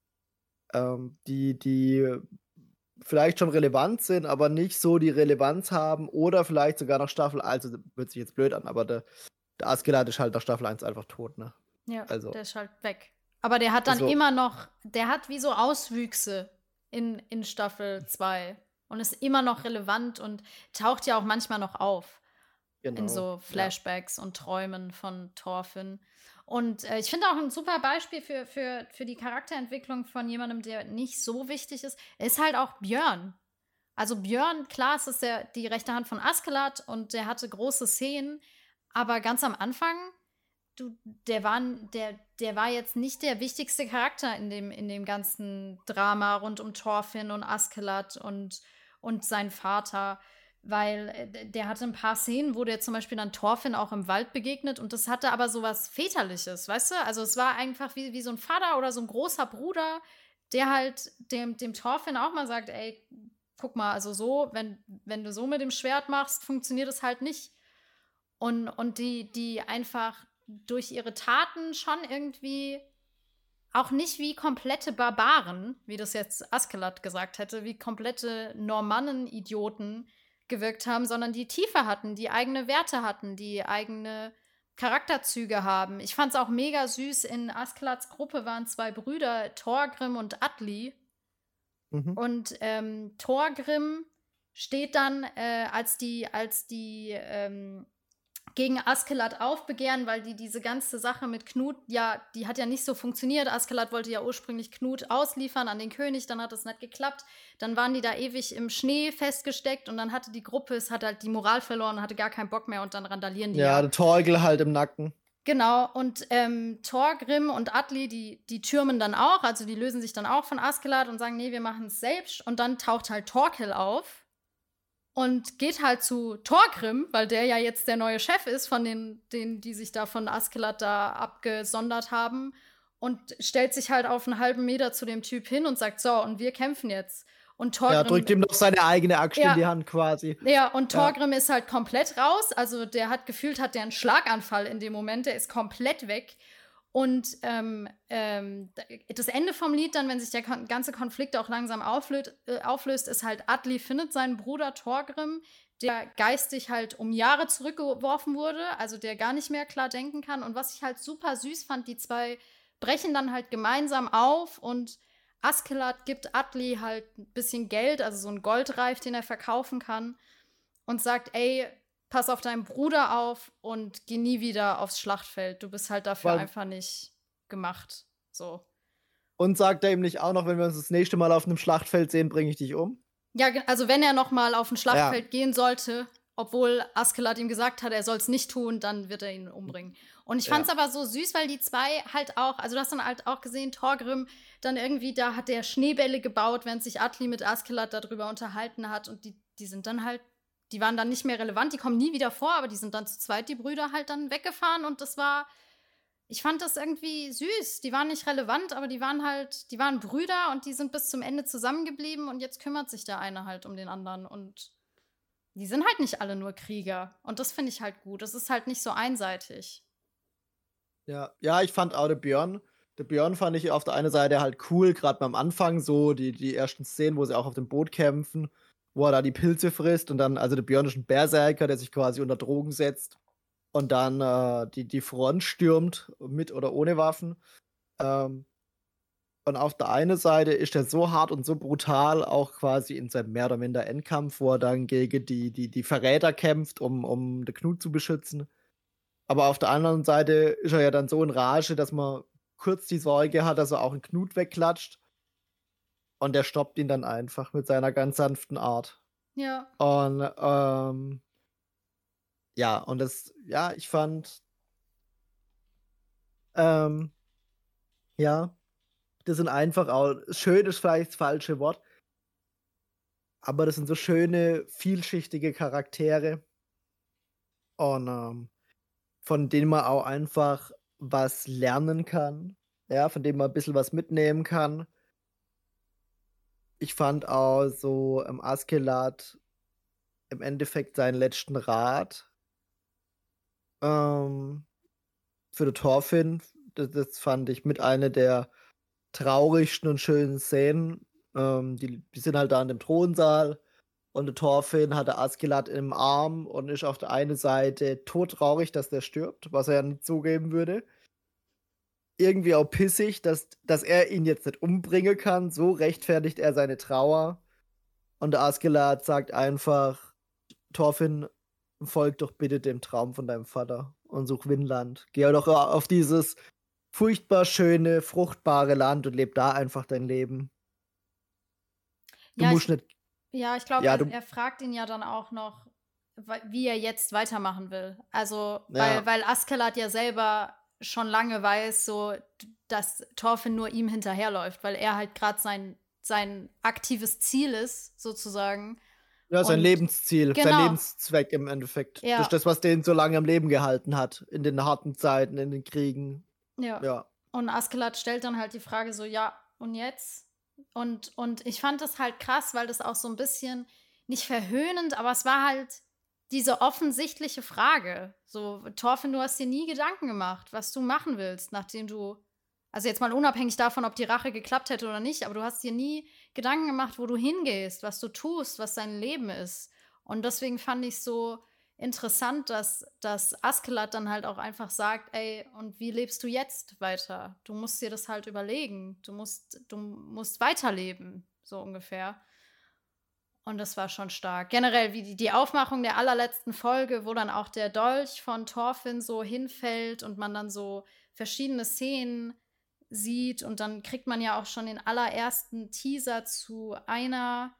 die vielleicht schon relevant sind, aber nicht so die Relevanz haben oder vielleicht sogar nach Staffel 1, also hört sich jetzt blöd an, aber der Askeladd ist halt nach Staffel 1 einfach tot, ne? Ja, Also, der ist halt weg. Aber der hat dann also, immer noch, der hat wie so Auswüchse in Staffel 2 und ist immer noch relevant und taucht ja auch manchmal noch auf in genau. so Flashbacks und Träumen von Thorfinn. Und ich finde auch ein super Beispiel für die Charakterentwicklung von jemandem, der nicht so wichtig ist halt auch Björn. Also Björn, klar, es ist die rechte Hand von Askeladd und der hatte große Szenen, aber ganz am Anfang, der war jetzt nicht der wichtigste Charakter in dem ganzen Drama rund um Thorfinn und Askeladd und sein Vater, weil der hatte ein paar Szenen, wo der zum Beispiel dann Thorfinn auch im Wald begegnet und das hatte aber so was Väterliches, weißt du? Also es war einfach wie so ein Vater oder so ein großer Bruder, der halt dem Thorfinn auch mal sagt, ey, guck mal, also so, wenn du so mit dem Schwert machst, funktioniert es halt nicht. Und die einfach durch ihre Taten schon irgendwie auch nicht wie komplette Barbaren, wie das jetzt Askeladd gesagt hätte, wie komplette Normannen-Idioten gewirkt haben, sondern die Tiefe hatten, die eigene Werte hatten, die eigene Charakterzüge haben. Ich fand es auch mega süß, in Askeladds Gruppe waren zwei Brüder, Thorgrim und Atli. Mhm. Und Thorgrim steht dann, als die gegen Askeladd aufbegehren, weil diese ganze Sache mit Knut, ja, die hat ja nicht so funktioniert. Askeladd wollte ja ursprünglich Knut ausliefern an den König, dann hat es nicht geklappt. Dann waren die da ewig im Schnee festgesteckt und dann hatte die Gruppe, es hat halt die Moral verloren, hatte gar keinen Bock mehr und dann randalieren die ja, der Torgel halt im Nacken. Genau, und Thorgrim und Atli, die türmen dann auch, also die lösen sich dann auch von Askeladd und sagen, nee, wir machen es selbst. Und dann taucht halt Thorkel auf und geht halt zu Thorgrim, weil der ja jetzt der neue Chef ist von denen, die sich da von Askeladd da abgesondert haben und stellt sich halt auf einen halben Meter zu dem Typ hin und sagt, so, und wir kämpfen jetzt. Und Thorgrim, ja, drückt ihm noch seine eigene Axt in die Hand quasi. Ja, und Thorgrim ist halt komplett raus. Also der hat einen Schlaganfall in dem Moment. Der ist komplett weg. Und das Ende vom Lied dann, wenn sich der ganze Konflikt auch langsam auflöst, ist halt Atli findet seinen Bruder Thorgrim, der geistig halt um Jahre zurückgeworfen wurde, also der gar nicht mehr klar denken kann. Und was ich halt super süß fand, die zwei brechen dann halt gemeinsam auf und Askeladd gibt Atli halt ein bisschen Geld, also so einen Goldreif, den er verkaufen kann und sagt, ey, pass auf deinen Bruder auf und geh nie wieder aufs Schlachtfeld. Du bist halt dafür einfach nicht gemacht. So. Und sagt er ihm nicht auch noch, wenn wir uns das nächste Mal auf einem Schlachtfeld sehen, bringe ich dich um? Ja, also wenn er noch mal auf ein Ja. Schlachtfeld gehen sollte, obwohl Askeladd ihm gesagt hat, er soll es nicht tun, dann wird er ihn umbringen. Und ich fand es Ja. aber so süß, weil die zwei halt auch, also du hast dann halt auch gesehen, Thorgrim dann irgendwie, da hat der Schneebälle gebaut, während sich Atli mit Askeladd darüber unterhalten hat und die sind dann halt, die waren dann nicht mehr relevant, die kommen nie wieder vor, aber die sind dann zu zweit, die Brüder, halt dann weggefahren und das war, ich fand das irgendwie süß. Die waren nicht relevant, aber die waren Brüder und die sind bis zum Ende zusammengeblieben und jetzt kümmert sich der eine halt um den anderen und die sind halt nicht alle nur Krieger. Und das finde ich halt gut. Das ist halt nicht so einseitig. Ja. Ja, ich fand auch der Björn fand ich auf der einen Seite halt cool, gerade beim Anfang so, die ersten Szenen, wo sie auch auf dem Boot kämpfen, wo er da die Pilze frisst und dann, also der Björn ist 'n Berserker, der sich quasi unter Drogen setzt und dann, die Front stürmt, mit oder ohne Waffen. Ähm, und auf der einen Seite ist er so hart und so brutal, auch quasi in seinem mehr oder minder Endkampf, wo er dann gegen die Verräter kämpft, um den Knut zu beschützen. Aber auf der anderen Seite ist er ja dann so in Rage, dass man kurz die Sorge hat, dass er auch 'n Knut wegklatscht und der stoppt ihn dann einfach mit seiner ganz sanften Art. Ja. Und, ja, und ich fand, ähm, ja, das sind einfach auch schön ist vielleicht das falsche Wort, aber das sind so schöne, vielschichtige Charaktere und, von denen man auch einfach was lernen kann, ja, von denen man 'n bisschen was mitnehmen kann. Ich fand auch so, Askeladd im Endeffekt seinen letzten Rat, ähm, für den Thorfinn, das fand ich mit einer der traurigsten und schönen Szenen. Die sind halt da in dem Thronsaal und der Thorfinn hat der Askeladd im Arm und ist auf der einen Seite todtraurig, dass der stirbt, was er ja nicht zugeben würde. Irgendwie auch pissig, dass er ihn jetzt nicht umbringen kann, so rechtfertigt er seine Trauer. Und der Askeladd sagt einfach: „Thorfinn, folg doch bitte dem Traum von deinem Vater und such Vinland. Geh doch auf dieses furchtbar schöne, fruchtbare Land und lebe da einfach dein Leben. Du Ja, musst nicht ich glaube, ja, er fragt ihn ja dann auch noch, wie er jetzt weitermachen will. Also, ja, weil Askeladd ja selber schon lange weiß, so, dass Thorfinn nur ihm hinterherläuft, weil er halt gerade sein aktives Ziel ist, sozusagen. ja, sein Und Lebensziel, sein genau, Lebenszweck im Endeffekt. Das ist ja, das, was den so lange am Leben gehalten hat, in den harten Zeiten, in den Kriegen. ja. Ja, Und Askeladd stellt dann halt die Frage so, ja, und jetzt? Und ich fand das halt krass, weil das auch so ein bisschen nicht verhöhnend, aber es war halt diese offensichtliche Frage. So, Thorfinn, du hast dir nie Gedanken gemacht, was du machen willst, nachdem du, also jetzt mal unabhängig davon, ob die Rache geklappt hätte oder nicht, aber du hast dir nie Gedanken gemacht, wo du hingehst, was du tust, was dein Leben ist. Und deswegen fand ich so interessant, dass Askeladd dann halt auch einfach sagt, ey, und wie lebst du jetzt weiter? Du musst dir das halt überlegen. Du musst weiterleben, so ungefähr. Und das war schon stark. Generell, wie die Aufmachung der allerletzten Folge, wo dann auch der Dolch von Thorfinn so hinfällt und man dann so verschiedene Szenen sieht. Und dann kriegt man ja auch schon den allerersten Teaser zu einer,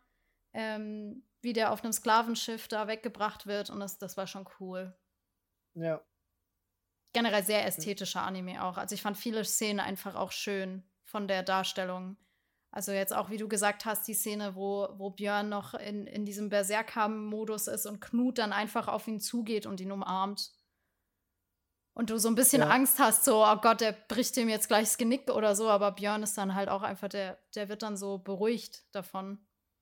wie der auf einem Sklavenschiff da weggebracht wird. Und das war schon cool. ja. Generell sehr ästhetischer Anime auch. Also ich fand viele Szenen einfach auch schön von der Darstellung. Also jetzt auch, wie du gesagt hast, die Szene, wo Björn noch in diesem Berserker-Modus ist und Knut dann einfach auf ihn zugeht und ihn umarmt. Und du so ein bisschen Ja. Angst hast, so, oh Gott, der bricht ihm jetzt gleich das Genick oder so, aber Björn ist dann halt auch einfach, der wird dann so beruhigt davon.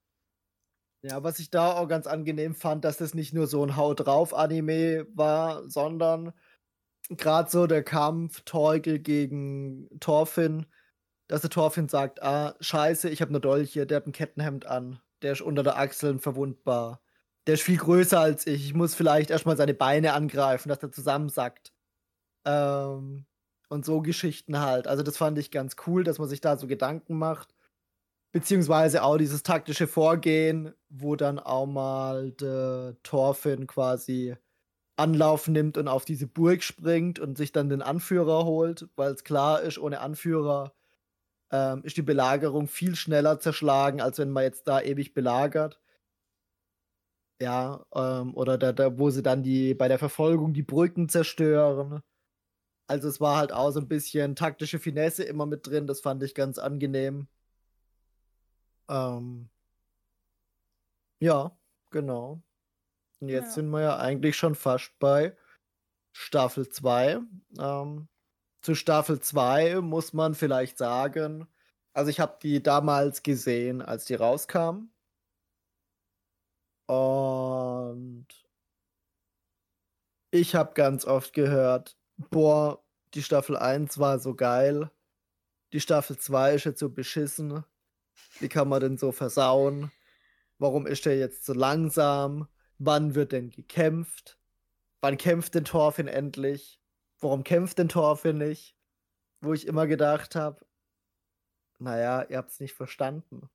Ja, was ich da auch ganz angenehm fand, dass das nicht nur so 'n Hau drauf Anime war, sondern grad so der Kampf Torgal gegen Thorfinn, dass der Thorfinn sagt: „Ah, scheiße, ich habe 'ne Dolche, der hat 'n Kettenhemd an, der ist unter der Achseln verwundbar. Der ist viel größer als ich muss vielleicht erst mal seine Beine angreifen, dass der zusammensackt.“ Ähm, und so Geschichten halt. Also, das fand ich ganz cool, dass man sich da so Gedanken macht, beziehungsweise auch dieses taktische Vorgehen, wo dann auch mal der Thorfinn quasi Anlauf nimmt und auf diese Burg springt und sich dann den Anführer holt, weil's klar ist, ohne Anführer ist die Belagerung viel schneller zerschlagen, als wenn man jetzt da ewig belagert. Ja, oder da wo sie dann die bei der Verfolgung die Brücken zerstören. Also, es war halt auch so 'n bisschen taktische Finesse immer mit drin, das fand ich ganz angenehm. Ähm, ja, genau. Und jetzt Ja. sind wir ja eigentlich schon fast bei Staffel 2. Zu Staffel 2 muss man vielleicht sagen, also, ich habe die damals gesehen, als die rauskam, und ich habe ganz oft gehört: „Boah, die Staffel 1 war so geil, die Staffel 2 ist jetzt so beschissen. Wie kann man denn so versauen? Warum ist der jetzt so langsam? Wann wird denn gekämpft? Wann kämpft denn Thorfinn endlich? Warum kämpft denn Thorfinn nicht?“ Wo ich immer gedacht habe: „Na ja, ihr habt's nicht verstanden.“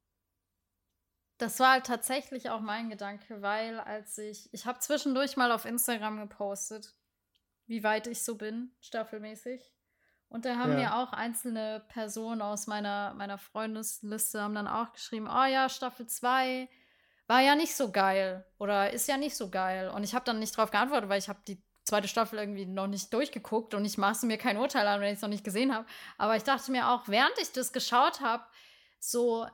Das war halt tatsächlich auch mein Gedanke, weil als ich habe zwischendurch mal auf Instagram gepostet, wie weit ich so bin, staffelmäßig. Und da haben Ja, mir auch einzelne Personen aus meiner Freundesliste haben dann auch geschrieben: „Oh ja, Staffel 2 war ja nicht so geil oder ist ja nicht so geil.“ Und ich habe dann nicht drauf geantwortet, weil ich habe die zweite Staffel irgendwie noch nicht durchgeguckt und ich maße mir kein Urteil an, wenn ich es noch nicht gesehen habe. Aber ich dachte mir auch, während ich das geschaut habe, so,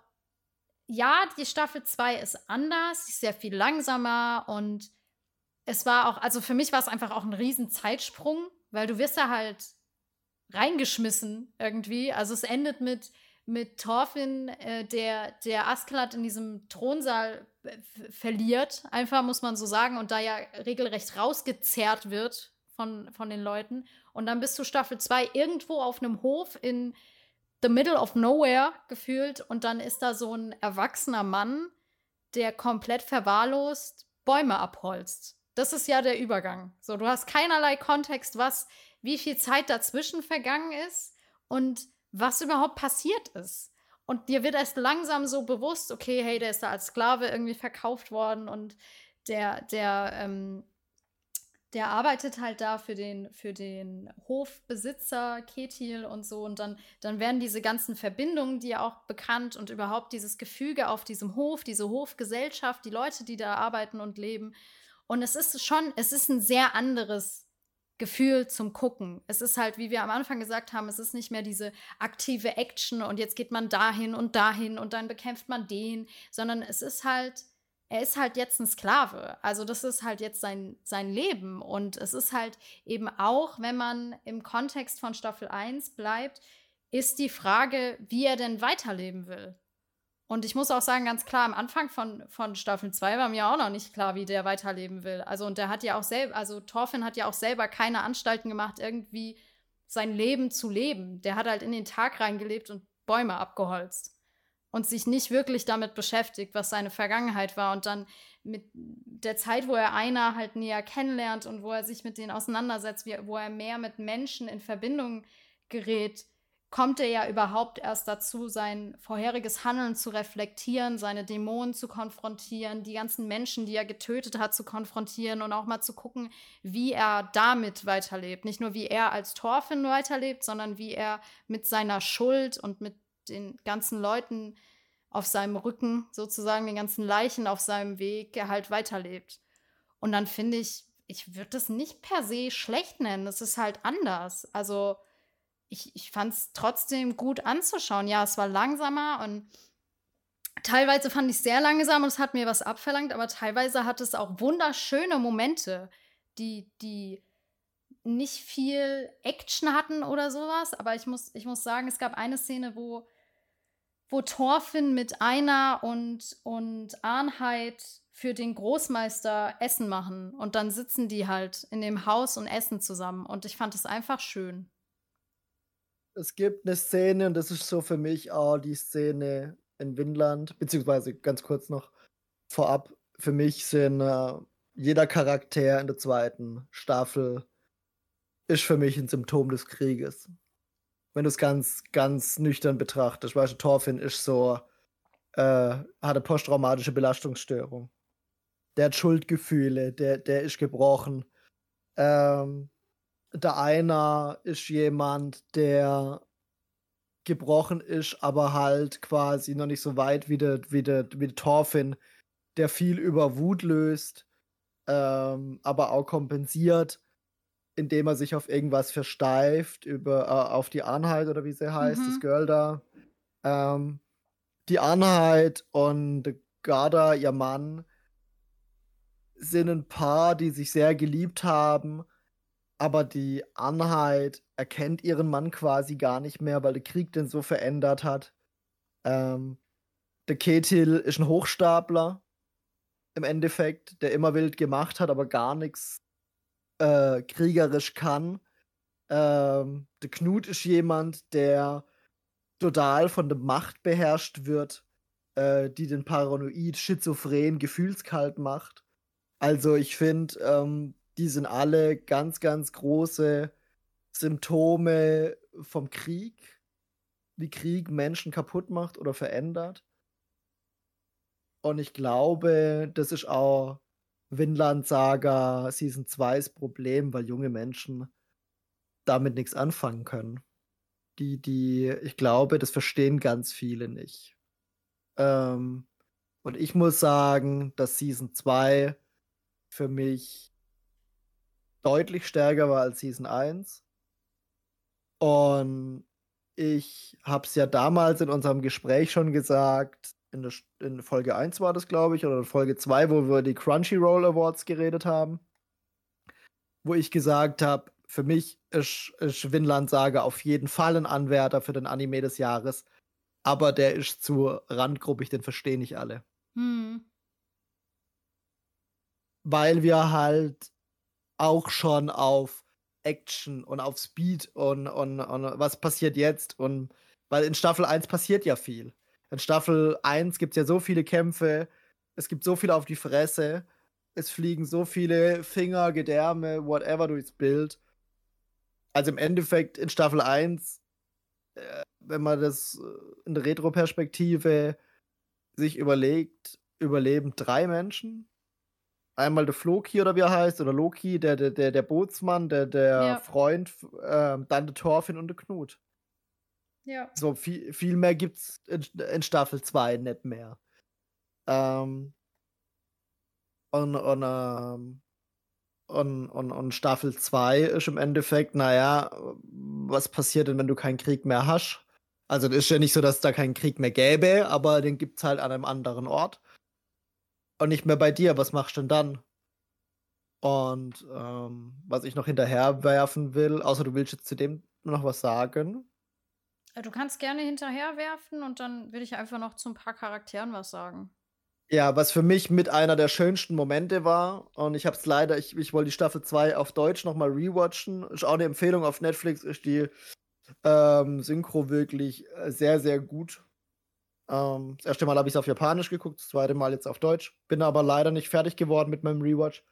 ja, die Staffel 2 ist anders, sie ist sehr viel langsamer und es war auch, also für mich war es einfach auch ein riesen Zeitsprung, weil du wirst da halt reingeschmissen irgendwie. Also, es endet mit Thorfinn, der Askeladd in diesem Thronsaal verliert, einfach, muss man so sagen, und da ja regelrecht rausgezerrt wird von den Leuten. Und dann bist du Staffel 2 irgendwo auf einem Hof in the middle of nowhere gefühlt und dann ist da so ein erwachsener Mann, der komplett verwahrlost Bäume abholzt. Das ist ja der Übergang. So, du hast keinerlei Kontext, wie viel Zeit dazwischen vergangen ist und was überhaupt passiert ist. Und dir wird erst langsam so bewusst, okay, hey, der ist da als Sklave irgendwie verkauft worden und der, der, ähm, der arbeitet halt da für den Hofbesitzer Ketil und so. Und dann werden diese ganzen Verbindungen dir auch bekannt und überhaupt dieses Gefüge auf diesem Hof, diese Hofgesellschaft, die Leute, die da arbeiten und leben. Und es ist ein sehr anderes Gefühl zum Gucken. Es ist halt, wie wir am Anfang gesagt haben, es ist nicht mehr diese aktive Action und jetzt geht man dahin und dann bekämpft man den, sondern er ist halt jetzt ein Sklave. Also das ist halt jetzt sein Leben. Und es ist halt eben auch, wenn man im Kontext von Staffel 1 bleibt, ist die Frage, wie er denn weiterleben will. Und ich muss auch sagen, ganz klar, am Anfang von Staffel 2 war mir auch noch nicht klar, wie der weiterleben will. Also, und der hat ja auch selber, also Thorfinn hat ja auch selber keine Anstalten gemacht, irgendwie sein Leben zu leben. Der hat halt in den Tag reingelebt und Bäume abgeholzt und sich nicht wirklich damit beschäftigt, was seine Vergangenheit war. Und dann mit der Zeit, wo er Einar halt näher kennenlernt und wo er sich mit denen auseinandersetzt, wo er mehr mit Menschen in Verbindung gerät, kommt er ja überhaupt erst dazu, sein vorheriges Handeln zu reflektieren, seine Dämonen zu konfrontieren, die ganzen Menschen, die er getötet hat, zu konfrontieren und auch mal zu gucken, wie er damit weiterlebt. Nicht nur, wie er als Thorfinn weiterlebt, sondern wie er mit seiner Schuld und mit den ganzen Leuten auf seinem Rücken, sozusagen, den ganzen Leichen auf seinem Weg, er halt weiterlebt. Und dann finde ich würde das nicht per se schlecht nennen. Es ist halt anders. Also, ich fand es trotzdem gut anzuschauen. Ja, es war langsamer und teilweise fand ich es sehr langsam und es hat mir was abverlangt, aber teilweise hat es auch wunderschöne Momente, die nicht viel Action hatten oder sowas. Aber ich muss sagen, es gab eine Szene, wo Thorfinn mit Einar und Arnheid für den Großmeister Essen machen. Und dann sitzen die halt in dem Haus und essen zusammen. Und ich fand es einfach schön. Es gibt 'ne Szene, und das ist so für mich auch die Szene in Vinland, beziehungsweise ganz kurz noch vorab, für mich sind, jeder Charakter in der zweiten Staffel ist für mich 'n Symptom des Krieges. Wenn du's ganz, ganz nüchtern betrachtest. Weißt du, Thorfinn ist so, hat 'ne posttraumatische Belastungsstörung. Der hat Schuldgefühle, der ist gebrochen. Ähm, der Einer ist jemand, der gebrochen ist, aber halt quasi noch nicht so weit wie der Thorfinn, der viel über Wut löst, aber auch kompensiert, indem er sich auf irgendwas versteift, auf die Anhalt oder wie sie heißt, das Mhm. Girl da. Ähm, Die Anhalt und Garda, ihr Mann, sind ein Paar, die sich sehr geliebt haben, aber die Anhalt erkennt ihren Mann quasi gar nicht mehr, weil der Krieg den so verändert hat. Ähm, der Kethil ist ein Hochstapler im Endeffekt, der immer wild gemacht hat, aber gar nichts kriegerisch kann. Der Knut ist jemand, der total von der Macht beherrscht wird, die den paranoid, schizophren, gefühlskalt macht. Also, ich finde, die sind alle ganz, ganz große Symptome vom Krieg, wie Krieg Menschen kaputt macht oder verändert. Und ich glaube, das ist auch Vinland Saga Season 2's Problem, weil junge Menschen damit nichts anfangen können. Ich glaube, das verstehen ganz viele nicht. Ähm, und ich muss sagen, dass Season 2 für mich deutlich stärker war als Season 1. Und ich habe es ja damals in unserem Gespräch schon gesagt, in Folge 1 war das, glaube ich, oder in Folge 2, wo wir über die Crunchyroll Awards geredet haben, wo ich gesagt habe, für mich ist Vinland Saga auf jeden Fall ein Anwärter für den Anime des Jahres, aber der ist zu randgruppig, den verstehen nicht alle. Hm. Weil wir halt auch schon auf Action und auf Speed und was passiert jetzt und weil in Staffel 1 passiert ja viel. In Staffel 1 gibt's ja so viele Kämpfe, es gibt so viel auf die Fresse, es fliegen so viele Finger, Gedärme, whatever durchs Bild. Also im Endeffekt in Staffel 1, wenn man das in der Retro-Perspektive sich überlegt, überleben 3 Menschen. Einmal der Floki oder wie er heißt, oder Loki, der Bootsmann, der Ja, Freund, dann der Thorfinn und der Knut. ja. So viel mehr gibt's in Staffel 2 nicht mehr. Ähm, und, und, ähm, und Staffel 2 ist im Endeffekt, naja, was passiert denn, wenn du keinen Krieg mehr hast? Also, das ist ja nicht so, dass es da keinen Krieg mehr gäbe, aber den gibt's halt an einem anderen Ort und nicht mehr bei dir. Was machst du denn dann? Und, was ich noch hinterher werfen will, außer du willst jetzt zu dem noch was sagen? Du kannst gerne hinterherwerfen und dann will ich einfach noch zu ein paar Charakteren was sagen. Ja, was für mich mit einer der schönsten Momente war und ich habe es leider ich wollte die Staffel 2 auf Deutsch noch mal rewatchen. Ist auch 'ne Empfehlung auf Netflix, ist die, Synchro wirklich, sehr, sehr gut. Das erste Mal habe ich's auf Japanisch geguckt, das zweite Mal jetzt auf Deutsch. Bin aber leider nicht fertig geworden mit meinem Rewatch.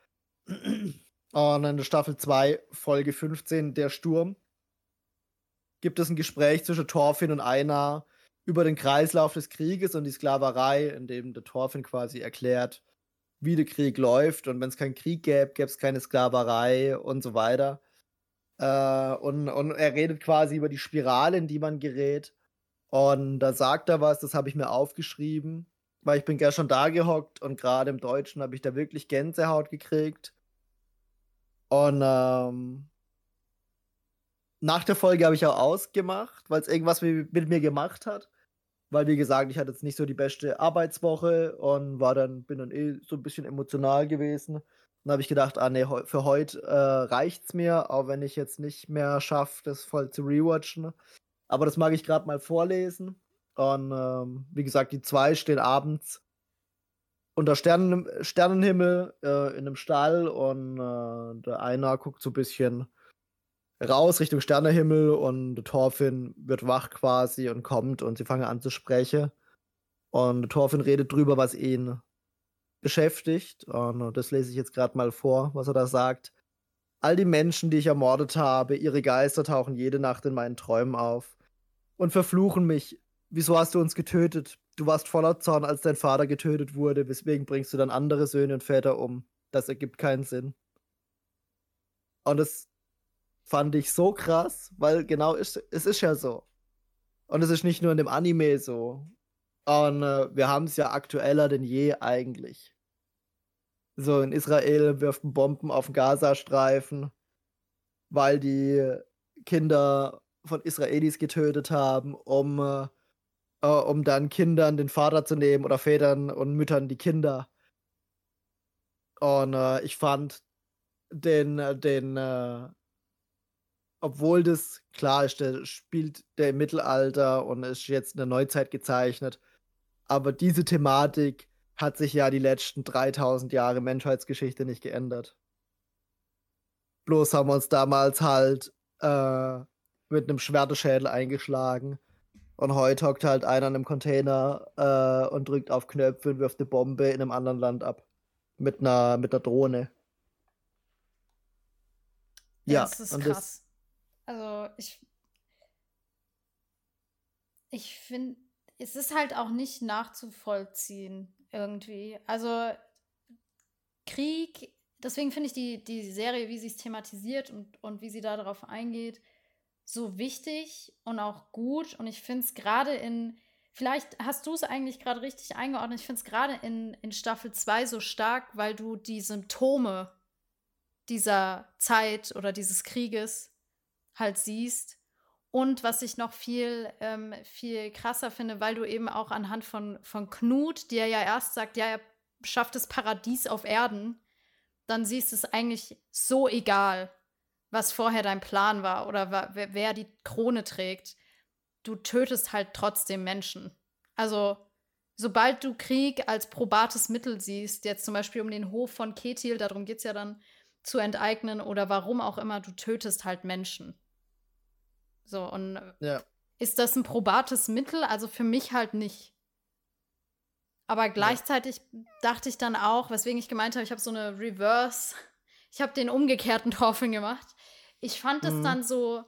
Und in der Staffel 2, Folge 15, „Der Sturm", gibt es ein Gespräch zwischen Thorfinn und Einar über den Kreislauf des Krieges und die Sklaverei, in dem der Thorfinn quasi erklärt, wie der Krieg läuft und wenn es keinen Krieg gäbe es keine Sklaverei und so weiter. Und er redet quasi über die Spirale, in die man gerät. Und da sagt er was, das habe ich mir aufgeschrieben, weil ich bin gestern da gehockt und gerade im Deutschen habe ich da wirklich Gänsehaut gekriegt. Und, nach der Folge habe ich auch ausgemacht, weil es irgendwas mit mir gemacht hat. Weil, wie gesagt, ich hatte jetzt nicht so die beste Arbeitswoche und bin dann so ein bisschen emotional gewesen. Dann habe ich gedacht: „Ah ne, für heute, reicht's mir, auch wenn ich jetzt nicht mehr schaffe, das voll zu rewatchen." Aber das mag ich gerade mal vorlesen. Und, wie gesagt, die 2 stehen abends unter Sternenhimmel, in 'nem Stall und, der einer guckt so ein bisschen raus Richtung Sternehimmel und der Thorfinn wird wach quasi und kommt und sie fangen an zu sprechen. Und der Thorfinn redet drüber, was ihn beschäftigt. Und das lese ich jetzt gerade mal vor, was er da sagt. All die Menschen, die ich ermordet habe, ihre Geister tauchen jede Nacht in meinen Träumen auf und verfluchen mich. Wieso hast du uns getötet? Du warst voller Zorn, als dein Vater getötet wurde. Weswegen bringst du dann andere Söhne und Väter um? Das ergibt keinen Sinn. Und das fand ich so krass, weil genau es ist ja so. Und es ist nicht nur in dem Anime so. Und wir haben es ja aktueller denn je eigentlich. So, in Israel wirft Bomben auf den Gazastreifen, weil die Kinder von Israelis getötet haben, um dann Kindern den Vater zu nehmen oder Vätern und Müttern die Kinder. Und ich fand obwohl das klar ist, der spielt der im Mittelalter und ist jetzt in der Neuzeit gezeichnet, aber diese Thematik hat sich ja die letzten 3000 Jahre Menschheitsgeschichte nicht geändert. Bloß haben wir uns damals halt mit einem Schwerteschädel eingeschlagen. Und heute hockt halt einer in einem Container und drückt auf Knöpfe und wirft eine Bombe in einem anderen Land ab. Mit einer Drohne. Ja, Ja, das ist und krass. Also ich finde, es ist halt auch nicht nachzuvollziehen irgendwie. Also Krieg, deswegen finde ich die Serie, wie sie es thematisiert und wie sie da darauf eingeht, so wichtig und auch gut. Und ich finde es gerade vielleicht hast du es eigentlich gerade richtig eingeordnet, ich finde es gerade in Staffel 2 so stark, weil du die Symptome dieser Zeit oder dieses Krieges halt siehst. Und was ich noch viel krasser finde, weil du eben auch anhand von Knut, der ja erst sagt, ja, er schafft das Paradies auf Erden, dann siehst du es eigentlich so egal, was vorher dein Plan war oder wer die Krone trägt. Du tötest halt trotzdem Menschen. Also, sobald du Krieg als probates Mittel siehst, jetzt zum Beispiel um den Hof von Kethil, darum geht es ja dann, zu enteignen oder warum auch immer, du tötest halt Menschen. So, und ja. ist das ein probates Mittel? Also für mich halt nicht. Aber gleichzeitig dachte ich dann auch, weswegen ich gemeint habe, ich habe so eine Reverse, ich habe den umgekehrten Thorfinn gemacht. Ich fand es dann so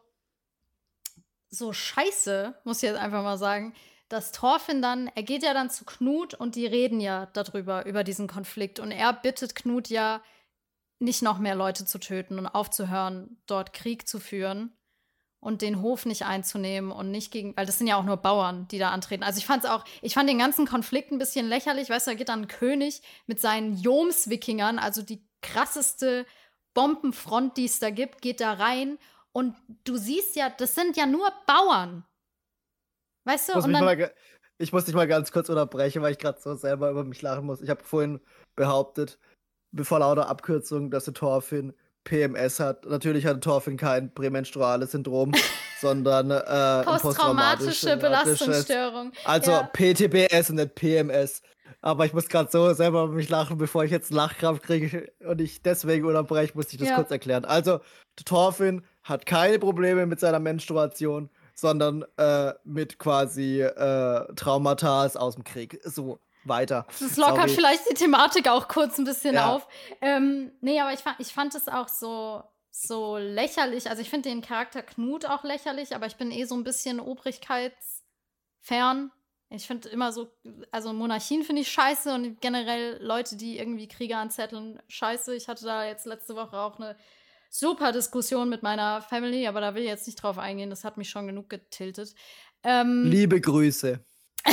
scheiße, muss ich jetzt einfach mal sagen, dass Thorfinn dann, er geht ja dann zu Knut und die reden ja darüber, über diesen Konflikt. Und er bittet Knut ja, nicht noch mehr Leute zu töten und aufzuhören, dort Krieg zu führen und den Hof nicht einzunehmen und nicht weil das sind ja auch nur Bauern, die da antreten. Also ich fand den ganzen Konflikt ein bisschen lächerlich, weißt du, da geht dann ein König mit seinen Joms-Wikingern, also die krasseste Bombenfront, die es da gibt, geht da rein und du siehst ja, das sind ja nur Bauern. Weißt du? Ich muss dich mal ganz kurz unterbrechen, weil ich gerade so selber über mich lachen muss. Ich habe vorhin behauptet, bevor lauter Abkürzung, dass der Thorfinn PMS hat. Natürlich hat Thorfinn kein prämenstruales Syndrom, sondern posttraumatische Belastungsstörung. Also ja. PTBS und nicht PMS. Aber ich muss gerade so selber über mich lachen, bevor ich jetzt einen Lachkrampf kriege und ich deswegen unterbreche, muss ich das kurz erklären. Also, Thorfinn hat keine Probleme mit seiner Menstruation, sondern mit quasi Traumata aus dem Krieg. So, weiter. Das lockert vielleicht die Thematik auch kurz ein bisschen auf. Nee, aber ich fand es auch so lächerlich. Also ich finde den Charakter Knut auch lächerlich, aber ich bin so ein bisschen obrigkeitsfern. Ich finde immer so, also Monarchien finde ich scheiße und generell Leute, die irgendwie Kriege anzetteln, scheiße. Ich hatte da jetzt letzte Woche auch eine super Diskussion mit meiner Family, aber da will ich jetzt nicht drauf eingehen. Das hat mich schon genug getiltet. Liebe Grüße.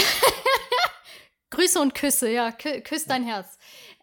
Grüße und Küsse, ja, küss dein Herz.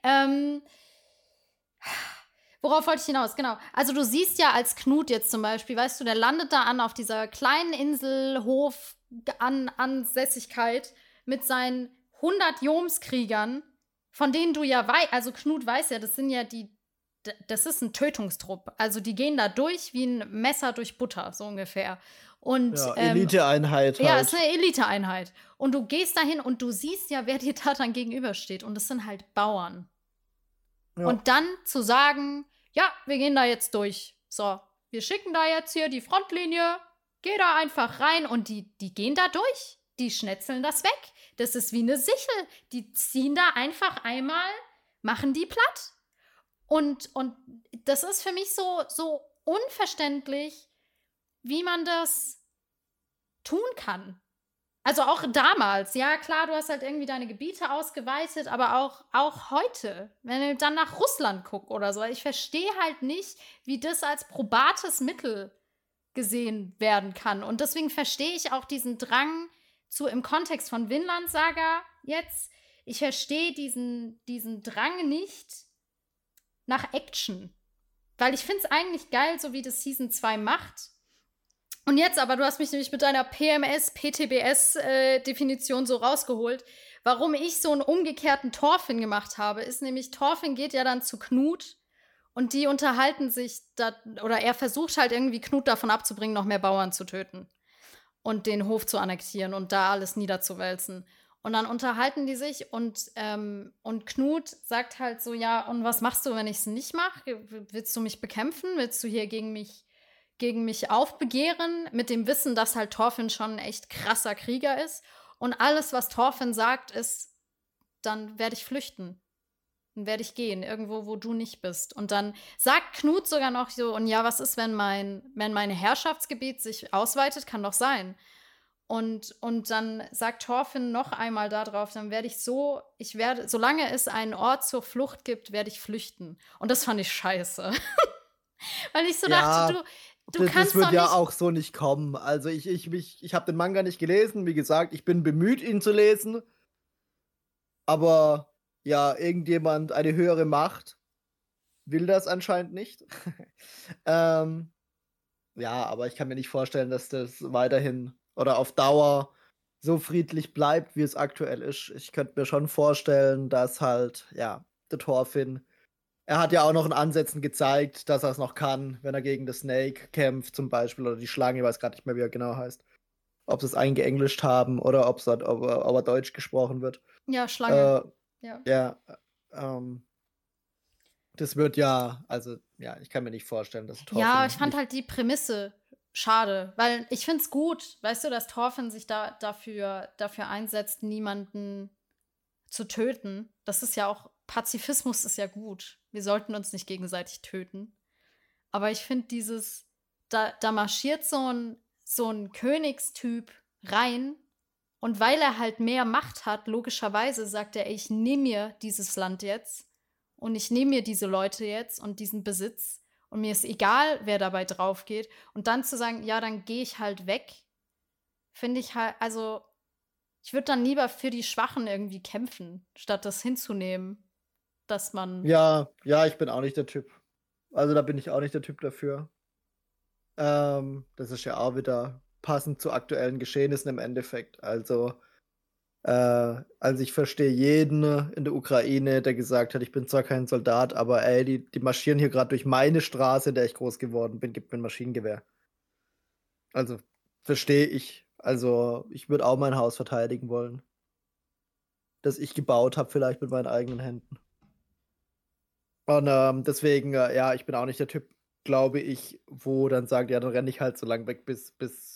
Worauf wollte ich hinaus? Genau. Also du siehst ja als Knut jetzt zum Beispiel, weißt du, der landet da auf dieser kleinen Insel, Hof, Ansässigkeit mit seinen 100 Jomskriegern, von denen du ja weißt, also Knut weiß ja, das ist ein Tötungstrupp. Also die gehen da durch wie ein Messer durch Butter, so ungefähr. Und, Eliteeinheit halt. Ja, es ist eine Eliteeinheit. Und du gehst dahin und du siehst ja, wer dir da dann gegenübersteht. Und das sind halt Bauern. Ja. Und dann zu sagen, ja, wir gehen da jetzt durch. So, wir schicken da jetzt hier die Frontlinie, geh da einfach rein. Und die gehen da durch. Die schnetzeln das weg. Das ist wie eine Sichel. Die ziehen da einfach einmal, machen die platt. Und das ist für mich so unverständlich, wie man das tun kann. Also auch damals, ja klar, du hast halt irgendwie deine Gebiete ausgeweitet, aber auch heute, wenn du dann nach Russland guckst oder so. Ich verstehe halt nicht, wie das als probates Mittel gesehen werden kann. Und deswegen verstehe ich auch diesen Drang im Kontext von Vinland Saga jetzt. Ich verstehe diesen Drang nicht nach Action. Weil ich finde es eigentlich geil, so wie das Season 2 macht. Und jetzt aber, du hast mich nämlich mit deiner PMS-PTBS-Definition so rausgeholt. Warum ich so einen umgekehrten Thorfinn gemacht habe, ist nämlich, Thorfinn geht ja dann zu Knut und die unterhalten sich, oder er versucht halt irgendwie Knut davon abzubringen, noch mehr Bauern zu töten und den Hof zu annektieren und da alles niederzuwälzen. Und dann unterhalten die sich und Knut sagt halt so, ja, und was machst du, wenn ich es nicht mache? Willst du mich bekämpfen? Willst du hier gegen mich aufbegehren? Mit dem Wissen, dass halt Thorfinn schon ein echt krasser Krieger ist. Und alles, was Thorfinn sagt, ist, dann werde ich flüchten. Dann werde ich gehen, irgendwo, wo du nicht bist. Und dann sagt Knut sogar noch so, und ja, was ist, wenn mein Herrschaftsgebiet sich ausweitet? Kann doch sein. Und dann sagt Thorfinn noch einmal darauf, dann solange es einen Ort zur Flucht gibt, werde ich flüchten. Und das fand ich scheiße. Weil ich so dachte, du kannst das wird doch ja nicht auch so nicht kommen. Also ich habe den Manga nicht gelesen. Wie gesagt, ich bin bemüht, ihn zu lesen. Aber ja, irgendjemand, eine höhere Macht, will das anscheinend nicht. Ja, aber ich kann mir nicht vorstellen, dass das weiterhin oder auf Dauer so friedlich bleibt, wie es aktuell ist. Ich könnte mir schon vorstellen, dass halt, ja, der Thorfinn, er hat ja auch noch in Ansätzen gezeigt, dass er es noch kann, wenn er gegen das Snake kämpft, zum Beispiel, oder die Schlange, ich weiß gerade nicht mehr, wie er genau heißt. Ob sie es eingeenglischt haben oder ob er Deutsch gesprochen wird. Ja, Schlange. Ja. Ja, das wird ja, also, ja, ich kann mir nicht vorstellen, dass Thorfinn. Ja, ich fand halt die Prämisse schade, weil ich finde es gut, weißt du, dass Thorfinn sich dafür einsetzt, niemanden zu töten. Das ist ja auch, Pazifismus ist ja gut. Wir sollten uns nicht gegenseitig töten. Aber ich finde da marschiert so ein Königstyp rein und weil er halt mehr Macht hat, logischerweise sagt er, ey, ich nehme mir dieses Land jetzt und ich nehme mir diese Leute jetzt und diesen Besitz und mir ist egal, wer dabei drauf geht. Und dann zu sagen, ja, dann gehe ich halt weg, finde ich halt, also ich würde dann lieber für die Schwachen irgendwie kämpfen, statt das hinzunehmen, dass man. Ja, ich bin auch nicht der Typ. Also da bin ich auch nicht der Typ dafür. Das ist ja auch wieder passend zu aktuellen Geschehnissen im Endeffekt. Also ich verstehe jeden in der Ukraine, der gesagt hat, ich bin zwar kein Soldat, aber ey, die marschieren hier gerade durch meine Straße, in der ich groß geworden bin, gibt mir ein Maschinengewehr. Also verstehe ich. Also ich würde auch mein Haus verteidigen wollen. Das ich gebaut habe, vielleicht mit meinen eigenen Händen. Und deswegen, ja, ich bin auch nicht der Typ, glaube ich, wo dann sagt, ja, dann renne ich halt so lang weg, bis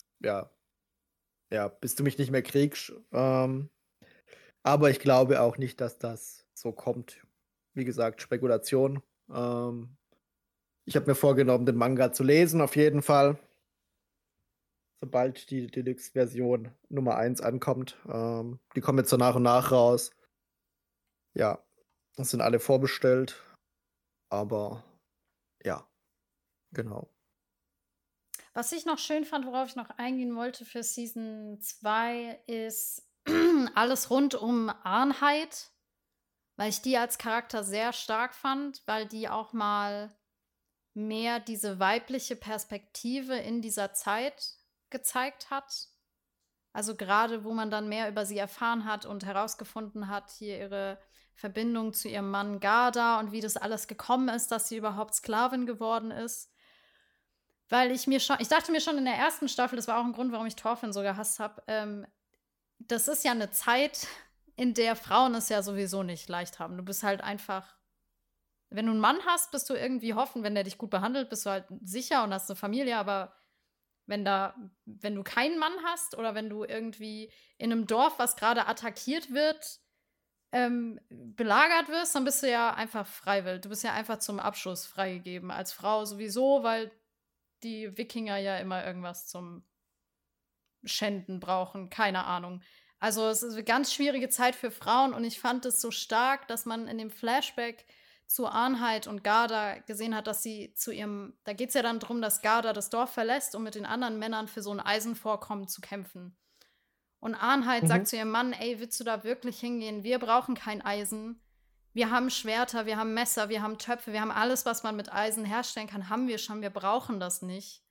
du mich nicht mehr kriegst. Aber ich glaube auch nicht, dass das so kommt. Wie gesagt, Spekulation. Ich habe mir vorgenommen, den Manga zu lesen, auf jeden Fall. Sobald die Deluxe-Version Nummer 1 ankommt. Die kommen jetzt so nach und nach raus. Ja, das sind alle vorbestellt. Aber ja, genau. Was ich noch schön fand, worauf ich noch eingehen wollte für Season 2, ist alles rund um Arnheid, weil ich die als Charakter sehr stark fand, weil die auch mal mehr diese weibliche Perspektive in dieser Zeit gezeigt hat. Also gerade, wo man dann mehr über sie erfahren hat und herausgefunden hat, hier ihre Verbindung zu ihrem Mann Garda und wie das alles gekommen ist, dass sie überhaupt Sklavin geworden ist. Weil ich dachte mir schon in der ersten Staffel, das war auch ein Grund, warum ich Thorfinn so gehasst habe, das ist ja eine Zeit, in der Frauen es ja sowieso nicht leicht haben. Du bist halt einfach, wenn du einen Mann hast, bist du irgendwie hoffen, wenn der dich gut behandelt, bist du halt sicher und hast eine Familie, aber wenn du keinen Mann hast oder wenn du irgendwie in einem Dorf, was gerade attackiert wird, belagert wirst, dann bist du ja einfach freiwillig. Du bist ja einfach zum Abschuss freigegeben als Frau sowieso, weil die Wikinger ja immer irgendwas zum Schänden brauchen, keine Ahnung. Also es ist eine ganz schwierige Zeit für Frauen und ich fand es so stark, dass man in dem Flashback zu Arnheid und Garda gesehen hat, dass sie da geht es ja dann darum, dass Garda das Dorf verlässt, um mit den anderen Männern für so ein Eisenvorkommen zu kämpfen. Und Arnheid sagt zu ihrem Mann, ey, willst du da wirklich hingehen? Wir brauchen kein Eisen. Wir haben Schwerter, wir haben Messer, wir haben Töpfe, wir haben alles, was man mit Eisen herstellen kann, haben wir schon. Wir brauchen das nicht.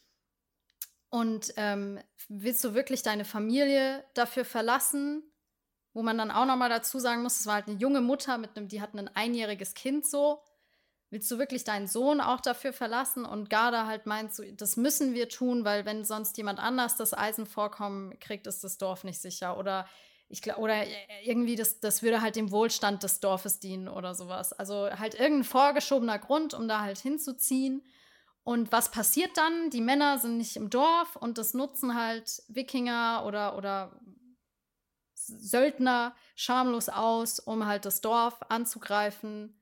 Und willst du wirklich deine Familie dafür verlassen? Wo man dann auch nochmal dazu sagen muss, es war halt eine junge Mutter, die hat ein einjähriges Kind so. Willst du wirklich deinen Sohn auch dafür verlassen? Und Garda halt meint, so, das müssen wir tun, weil wenn sonst jemand anders das Eisenvorkommen kriegt, ist das Dorf nicht sicher. Oder irgendwie das würde halt dem Wohlstand des Dorfes dienen oder sowas. Also halt irgendein vorgeschobener Grund, um da halt hinzuziehen. Und was passiert dann? Die Männer sind nicht im Dorf und das nutzen halt Wikinger oder Söldner schamlos aus, um halt das Dorf anzugreifen,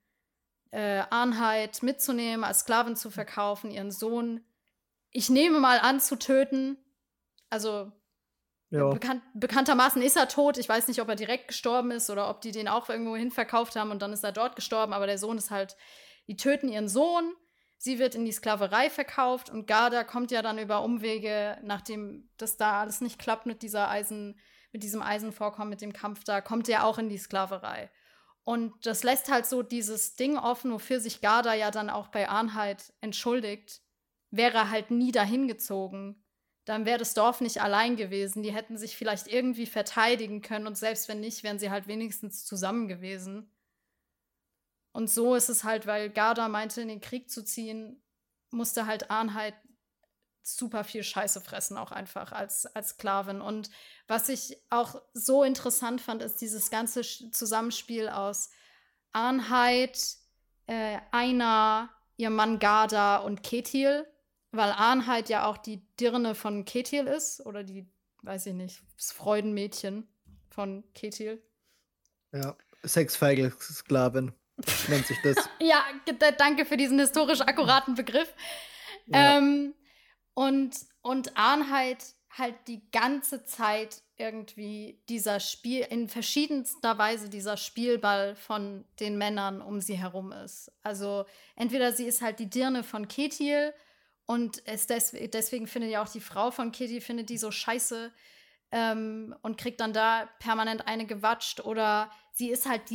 Arnheid mitzunehmen, als Sklavin zu verkaufen, ihren Sohn, ich nehme mal an, zu töten. Also bekanntermaßen ist er tot. Ich weiß nicht, ob er direkt gestorben ist oder ob die den auch irgendwo hin verkauft haben und dann ist er dort gestorben. Aber der Sohn ist halt, die töten ihren Sohn. Sie wird in die Sklaverei verkauft und Garda kommt ja dann über Umwege, nachdem das da alles nicht klappt mit diesem Eisenvorkommen, mit dem Kampf da, kommt er auch in die Sklaverei. Und das lässt halt so dieses Ding offen, wofür sich Garda ja dann auch bei Arnheid entschuldigt. Wäre er halt nie dahin gezogen, dann wäre das Dorf nicht allein gewesen. Die hätten sich vielleicht irgendwie verteidigen können und selbst wenn nicht, wären sie halt wenigstens zusammen gewesen. Und so ist es halt, weil Garda meinte, in den Krieg zu ziehen, musste halt Arnheid super viel Scheiße fressen, auch einfach als Sklavin. Und was ich auch so interessant fand, ist dieses ganze Zusammenspiel aus Arnheid, Einar, ihr Mann Garda und Ketill, weil Arnheid ja auch die Dirne von Ketill ist, oder die, weiß ich nicht, das Freudenmädchen von Ketill. Ja, Sexfeigel-Sklavin nennt sich das. Ja, danke für diesen historisch akkuraten Begriff. Ja. Und Arnheid halt die ganze Zeit irgendwie in verschiedenster Weise dieser Spielball von den Männern um sie herum ist. Also entweder sie ist halt die Dirne von Ketill und deswegen findet ja auch die Frau von Ketill, findet die so scheiße und kriegt dann da permanent eine gewatscht, oder sie ist halt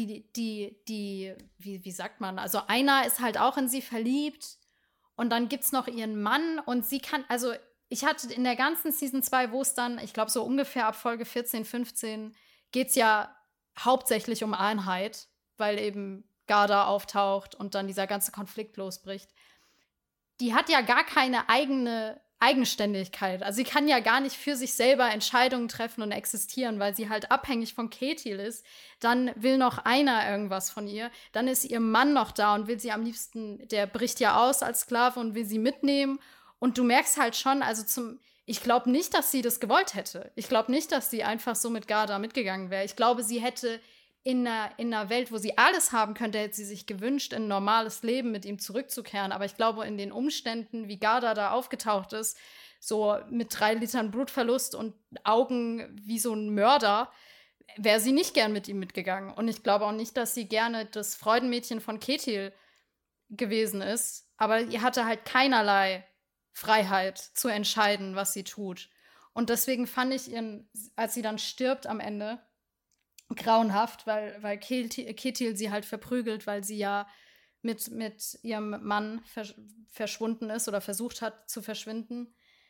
wie sagt man, also Einar ist halt auch in sie verliebt und dann gibt's noch ihren Mann und sie kann, also ich hatte in der ganzen Season 2, wo es dann, ich glaube so ungefähr ab Folge 14, 15, geht's ja hauptsächlich um Einheit, weil eben Garda auftaucht und dann dieser ganze Konflikt losbricht. Die hat ja gar keine eigene Eigenständigkeit. Also sie kann ja gar nicht für sich selber Entscheidungen treffen und existieren, weil sie halt abhängig von Ketill ist. Dann will noch einer irgendwas von ihr. Dann ist ihr Mann noch da und will sie am liebsten, der bricht ja aus als Sklave und will sie mitnehmen. Und du merkst halt schon, ich glaube nicht, dass sie das gewollt hätte. Ich glaube nicht, dass sie einfach so mit Garda mitgegangen wäre. Ich glaube, sie hätte in einer Welt, wo sie alles haben könnte, hätte sie sich gewünscht, in ein normales Leben mit ihm zurückzukehren. Aber ich glaube, in den Umständen, wie Garda da aufgetaucht ist, so mit 3 Litern Blutverlust und Augen wie so ein Mörder, wäre sie nicht gern mit ihm mitgegangen. Und ich glaube auch nicht, dass sie gerne das Freudenmädchen von Ketill gewesen ist. Aber ihr hatte halt keinerlei Freiheit zu entscheiden, was sie tut. Und deswegen fand ich als sie dann stirbt am Ende, grauenhaft, weil Ketill sie halt verprügelt, weil sie ja mit ihrem Mann verschwunden ist oder versucht hat zu verschwinden.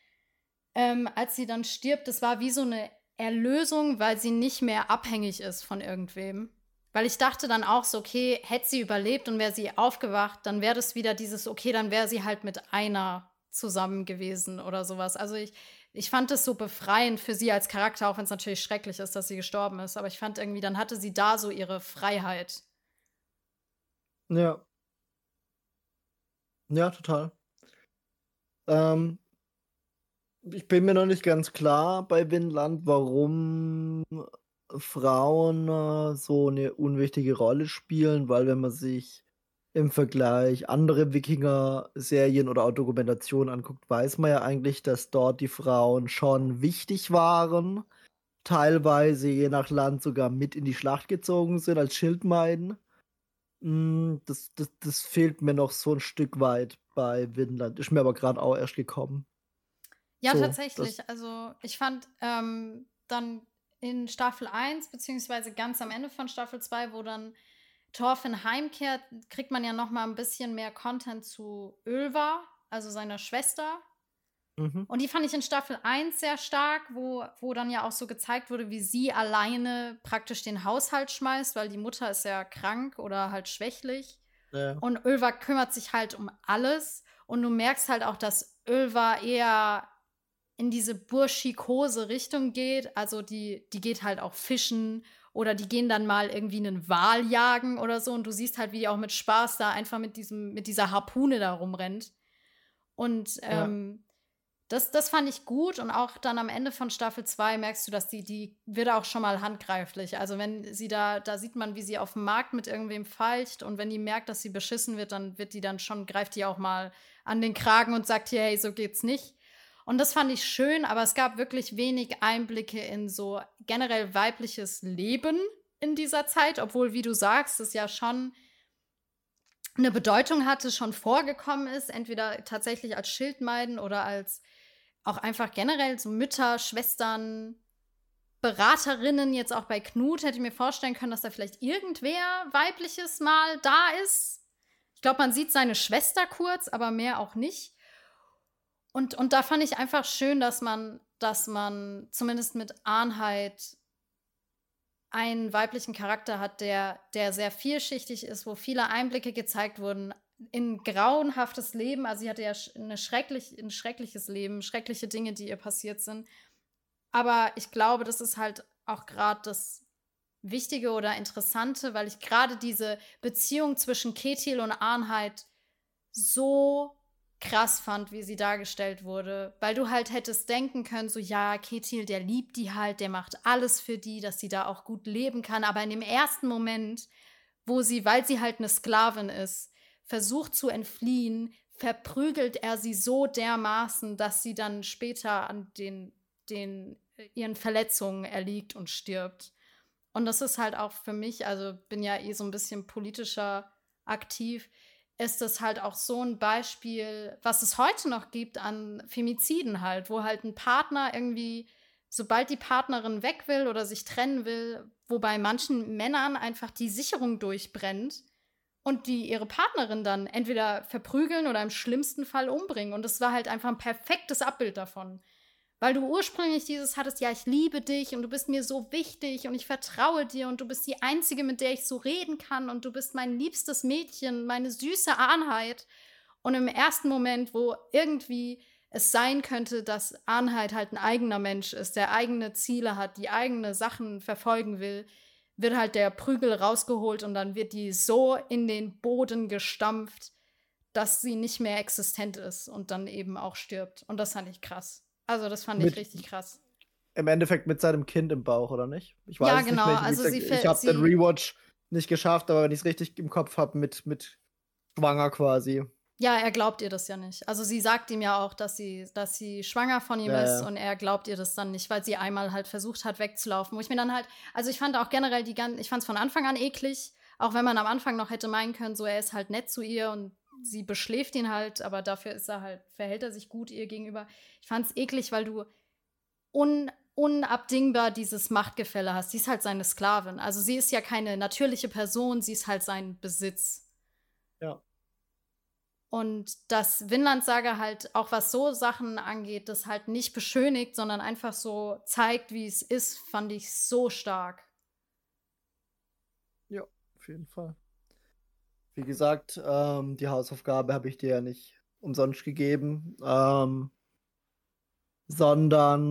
Als sie dann stirbt, das war wie so eine Erlösung, weil sie nicht mehr abhängig ist von irgendwem. Weil ich dachte dann auch so, okay, hätte sie überlebt und wäre sie aufgewacht, dann wäre das wieder dieses, okay, dann wäre sie halt mit einer zusammen gewesen oder sowas. Also ich fand es so befreiend für sie als Charakter, auch wenn es natürlich schrecklich ist, dass sie gestorben ist. Aber ich fand irgendwie, dann hatte sie da so ihre Freiheit. Ja. Ja, total. Ich bin mir noch nicht ganz klar bei Vinland, warum Frauen so eine unwichtige Rolle spielen, weil wenn man sich im Vergleich andere Wikinger-Serien oder auch Dokumentationen anguckt, weiß man ja eigentlich, dass dort die Frauen schon wichtig waren, teilweise je nach Land sogar mit in die Schlacht gezogen sind als Schildmeiden. Das fehlt mir noch so ein Stück weit bei Vinland. Ist mir aber gerade auch erst gekommen. Ja, So, das tatsächlich. Also, ich fand, dann in Staffel 1 beziehungsweise ganz am Ende von Staffel 2, wo dann Thorfinn heimkehrt, kriegt man ja noch mal 'n bisschen mehr Content zu Ylva, also seiner Schwester. mhm, Und die fand ich in Staffel 1 sehr stark, wo dann ja auch so gezeigt wurde, wie sie alleine praktisch den Haushalt schmeißt, weil die Mutter ist ja krank oder halt schwächlich. ja, Und Ylva kümmert sich halt um alles. Und du merkst halt auch, dass Ylva eher in diese burschikose Richtung geht. Also die geht halt auch fischen oder die gehen dann mal irgendwie einen Wal jagen oder so. Und du siehst halt, wie die auch mit Spaß da einfach mit dieser Harpune da rumrennt. Und ja. das fand ich gut. Und auch dann am Ende von Staffel 2 merkst du, dass die wird auch schon mal handgreiflich. Also wenn sie da sieht man, wie sie auf dem Markt mit irgendwem feilt. Und wenn die merkt, dass sie beschissen wird, dann wird die dann schon, greift die auch mal an den Kragen und sagt hier, hey, so geht's nicht. Und das fand ich schön, aber es gab wirklich wenig Einblicke in so generell weibliches Leben in dieser Zeit, obwohl, wie du sagst, es ja schon eine Bedeutung hatte, schon vorgekommen ist, entweder tatsächlich als Schildmeiden oder als auch einfach generell so Mütter, Schwestern, Beraterinnen. Jetzt auch bei Knut hätte ich mir vorstellen können, dass da vielleicht irgendwer Weibliches mal da ist. Ich glaube, man sieht seine Schwester kurz, aber mehr auch nicht. Und da fand ich einfach schön, dass man zumindest mit Arnheit einen weiblichen Charakter hat, der sehr vielschichtig ist, wo viele Einblicke gezeigt wurden in grauenhaftes Leben. Also sie hatte ja ein schreckliches Leben, schreckliche Dinge, die ihr passiert sind. Aber ich glaube, das ist halt auch gerade das Wichtige oder Interessante, weil ich gerade diese Beziehung zwischen Kethil und Arnheit so krass fand, wie sie dargestellt wurde. Weil du halt hättest denken können, so ja, Kethil, der liebt die halt, der macht alles für die, dass sie da auch gut leben kann. Aber in dem ersten Moment, wo sie, weil sie halt eine Sklavin ist, versucht zu entfliehen, verprügelt er sie so dermaßen, dass sie dann später an den ihren Verletzungen erliegt und stirbt. Und das ist halt auch für mich, also bin ja eh so ein bisschen politischer aktiv, ist das halt auch so ein Beispiel, was es heute noch gibt an Femiziden halt, wo halt ein Partner irgendwie, sobald die Partnerin weg will oder sich trennen will, wo bei manchen Männern einfach die Sicherung durchbrennt und die ihre Partnerin dann entweder verprügeln oder im schlimmsten Fall umbringen. Und das war halt einfach ein perfektes Abbild davon. Weil du ursprünglich dieses hattest, ja, ich liebe dich und du bist mir so wichtig und ich vertraue dir und du bist die Einzige, mit der ich so reden kann und du bist mein liebstes Mädchen, meine süße Ahnheit. Und im ersten Moment, wo irgendwie es sein könnte, dass Ahnheit halt ein eigener Mensch ist, der eigene Ziele hat, die eigene Sachen verfolgen will, wird halt der Prügel rausgeholt und dann wird die so in den Boden gestampft, dass sie nicht mehr existent ist und dann eben auch stirbt. Und das fand ich krass. Also, das fand ich Mit, richtig krass. im Endeffekt mit seinem Kind im Bauch, oder nicht? Ich Ja, weiß es nicht genau. mehr. Wie Also gesagt, ich habe den sie Rewatch nicht geschafft, aber wenn ich es richtig im Kopf habe, mit schwanger quasi. ja, er glaubt ihr das ja nicht. Also, sie sagt ihm ja auch, dass sie schwanger von ihm Ja, ist ja. und er glaubt ihr das dann nicht, weil sie einmal halt versucht hat, wegzulaufen. Wo ich mir dann halt also, ich fand auch generell ich fand es von Anfang an eklig, auch wenn man am Anfang noch hätte meinen können, so er ist halt nett zu ihr und sie beschläft ihn halt, aber dafür verhält er sich gut ihr gegenüber. Ich fand es eklig, weil du unabdingbar dieses Machtgefälle hast. Sie ist halt seine Sklavin. Also, sie ist ja keine natürliche Person, sie ist halt sein Besitz. Ja. Und dass Vinland Saga halt auch was so Sachen angeht, das halt nicht beschönigt, sondern einfach so zeigt, wie es ist, fand ich so stark. Ja, auf jeden Fall. Wie gesagt, die Hausaufgabe habe ich dir ja nicht umsonst gegeben, sondern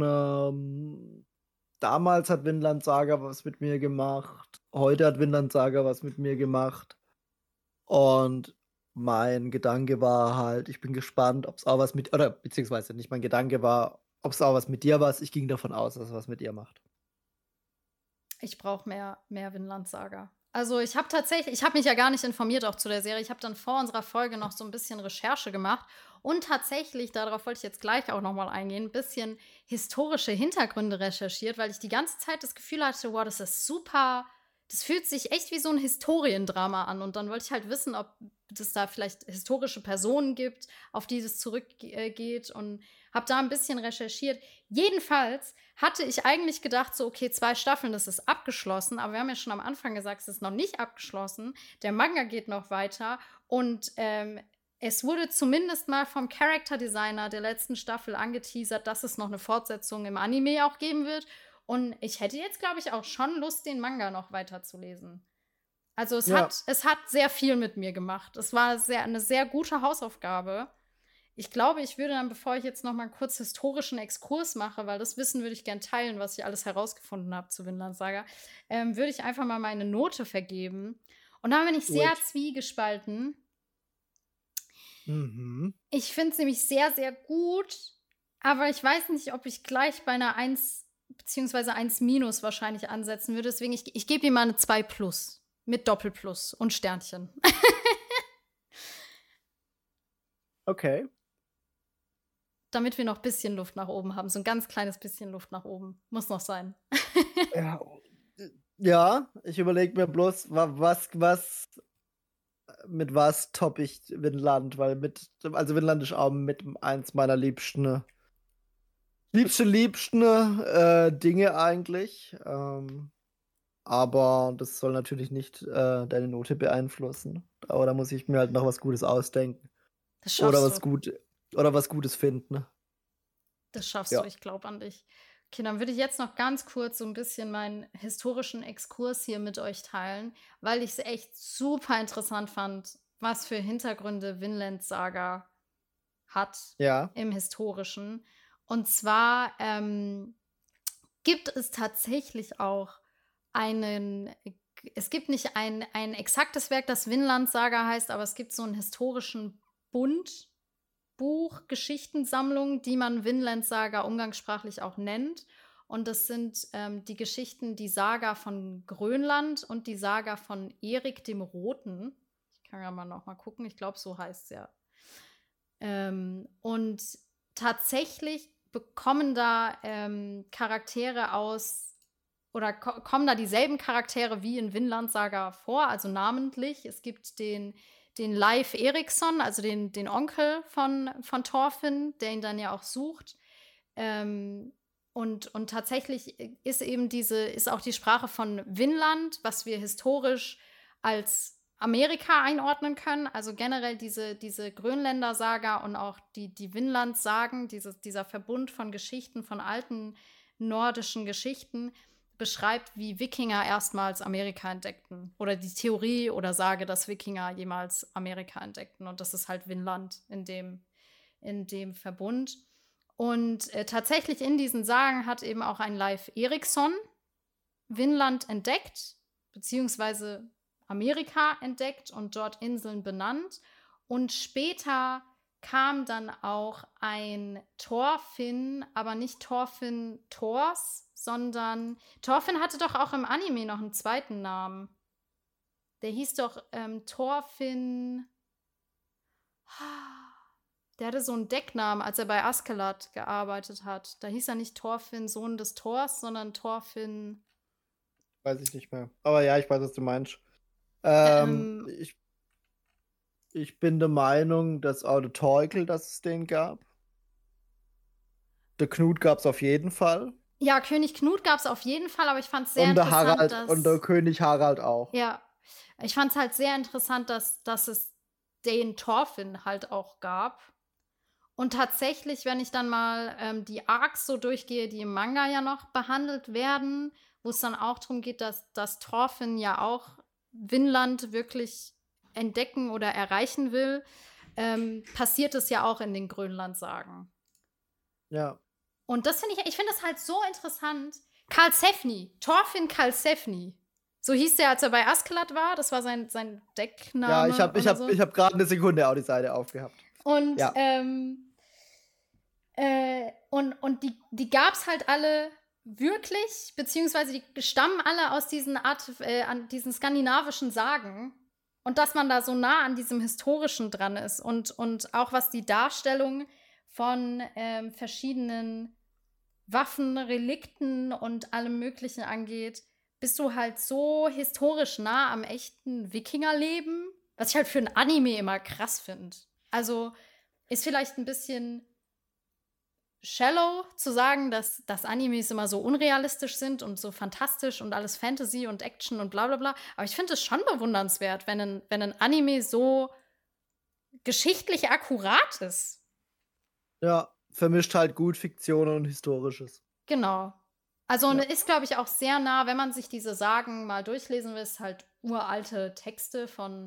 damals hat Vinland Saga was mit mir gemacht. Heute hat Vinland Saga was mit mir gemacht. Und mein Gedanke war halt, ich bin gespannt, ob es auch was mit, oder beziehungsweise nicht mein Gedanke war, ob es auch was mit dir was. Ich ging davon aus, dass es was mit ihr macht. Ich brauche mehr Vinland Saga. Also, ich habe mich ja gar nicht informiert auch zu der Serie. Ich habe dann vor unserer Folge noch so ein bisschen Recherche gemacht und tatsächlich, darauf wollte ich jetzt gleich auch noch mal eingehen, ein bisschen historische Hintergründe recherchiert, weil ich die ganze Zeit das Gefühl hatte: „Wow, das fühlt sich echt wie so ein Historiendrama an. Und dann wollte ich halt wissen, ob es da vielleicht historische Personen gibt, auf die das zurückgeht, und habe da ein bisschen recherchiert. Jedenfalls hatte ich eigentlich gedacht, so, okay, 2 Staffeln, das ist abgeschlossen, aber wir haben ja schon am Anfang gesagt, es ist noch nicht abgeschlossen. Der Manga geht noch weiter und es wurde zumindest mal vom Character Designer der letzten Staffel angeteasert, dass es noch eine Fortsetzung im Anime auch geben wird. Und ich hätte jetzt, glaube ich, auch schon Lust, den Manga noch weiterzulesen. Also Ja, es hat sehr viel mit mir gemacht. Es war eine sehr gute Hausaufgabe. Ich glaube, ich würde dann, bevor ich jetzt noch mal einen kurz historischen Exkurs mache, weil das Wissen würde ich gern teilen, was ich alles herausgefunden habe zu Vinland Saga, würde ich einfach mal meine Note vergeben. Und da bin ich do sehr it. zwiegespalten. Mhm. Ich finde es nämlich sehr, sehr gut, aber ich weiß nicht, ob ich gleich bei einer 1 beziehungsweise 1 minus wahrscheinlich ansetzen würde. Deswegen, ich gebe ihm mal eine 2 plus mit Doppelplus und Sternchen. Okay. Damit wir noch ein bisschen Luft nach oben haben. So ein ganz kleines bisschen Luft nach oben. Muss noch sein. Ja, ja, ich überlege mir bloß, mit was toppe ich Vinland, weil also Vinland ist auch mit eins meiner liebsten Dinge eigentlich. Aber das soll natürlich nicht deine Note beeinflussen. Aber da muss ich mir halt noch was Gutes ausdenken. Das Oder schaffst du. was Gutes finden. Das schaffst du. Ja. Ich glaube an dich. Okay, dann würde ich jetzt noch ganz kurz so ein bisschen meinen historischen Exkurs hier mit euch teilen, weil ich es echt super interessant fand, was für Hintergründe Vinland Saga hat Ja. im Historischen. Und zwar gibt es tatsächlich auch es gibt nicht ein exaktes Werk, das Vinland Saga heißt, aber es gibt so einen historischen Bund, Buch, Geschichtensammlung, die man Vinland Saga umgangssprachlich auch nennt. Und das sind die Geschichten, die Saga von Grönland und die Saga von Erik dem Roten. Ich kann ja mal noch mal gucken, ich glaube, so heißt es ja. Und tatsächlich bekommen da Charaktere aus, oder kommen da dieselben Charaktere wie in Vinland Saga vor, also namentlich. Es gibt den Leif Eriksson, also den Onkel von Thorfinn, der ihn dann ja auch sucht. Und tatsächlich ist auch die Sprache von Vinland, was wir historisch als Amerika einordnen können. Also generell diese Grönländer Saga und auch die Vinland-Sagen, dieser Verbund von Geschichten, von alten nordischen Geschichten, beschreibt, wie Wikinger erstmals Amerika entdeckten. Oder die Theorie oder Sage, dass Wikinger jemals Amerika entdeckten. Und das ist halt Vinland in dem Verbund. Und tatsächlich in diesen Sagen hat eben auch ein Leif Eriksson Vinland entdeckt, beziehungsweise Amerika entdeckt und dort Inseln benannt. Und später kam dann auch ein Thorfinn, aber nicht Thorfinn Thors, sondern Thorfinn hatte doch auch im Anime noch einen zweiten Namen. Der hieß doch Thorfinn. Der hatte so einen Decknamen, als er bei Askeladd gearbeitet hat. Da hieß er nicht Thorfinn, Sohn des Thors, sondern Thorfinn. Weiß ich nicht mehr. Aber ja, ich weiß, was du meinst. Ähm, Ich bin der Meinung, dass auch der Teufel, dass es den gab. Der Knut gab es auf jeden Fall. ja, König Knut gab es auf jeden Fall, aber ich fand es sehr Und der interessant, Harald dass. und der König Harald auch. Ja, ich fand es halt sehr interessant, dass es den Thorfinn halt auch gab. Und tatsächlich, wenn ich dann mal die Arcs so durchgehe, die im Manga ja noch behandelt werden, wo es dann auch darum geht, dass Thorfinn ja auch Vinland wirklich entdecken oder erreichen will, passiert es ja auch in den Grönland-Sagen. Ja. Und das ich finde das halt so interessant. Karlsefni, Thorfinn Karlsefni. So hieß der, als er bei Askeladd war. Das war sein Deckname. Ja, ich hab gerade eine Sekunde auch die Seite aufgehabt. Und, ja. Und die gab es halt alle wirklich, beziehungsweise die stammen alle aus diesen diesen skandinavischen Sagen. Und dass man da so nah an diesem Historischen dran ist. Und auch was die Darstellung von verschiedenen Waffen, Relikten und allem Möglichen angeht, bist du halt so historisch nah am echten Wikingerleben, was ich halt für ein Anime immer krass finde. Also ist vielleicht ein bisschen shallow zu sagen, dass Animes immer so unrealistisch sind und so fantastisch und alles Fantasy und Action und bla bla bla. Aber ich finde es schon bewundernswert, wenn ein Anime so geschichtlich akkurat ist. Ja, vermischt halt gut Fiktion und Historisches. Genau. Also und Ja. ist, glaube ich, auch sehr nah, wenn man sich diese Sagen mal durchlesen will, ist halt uralte Texte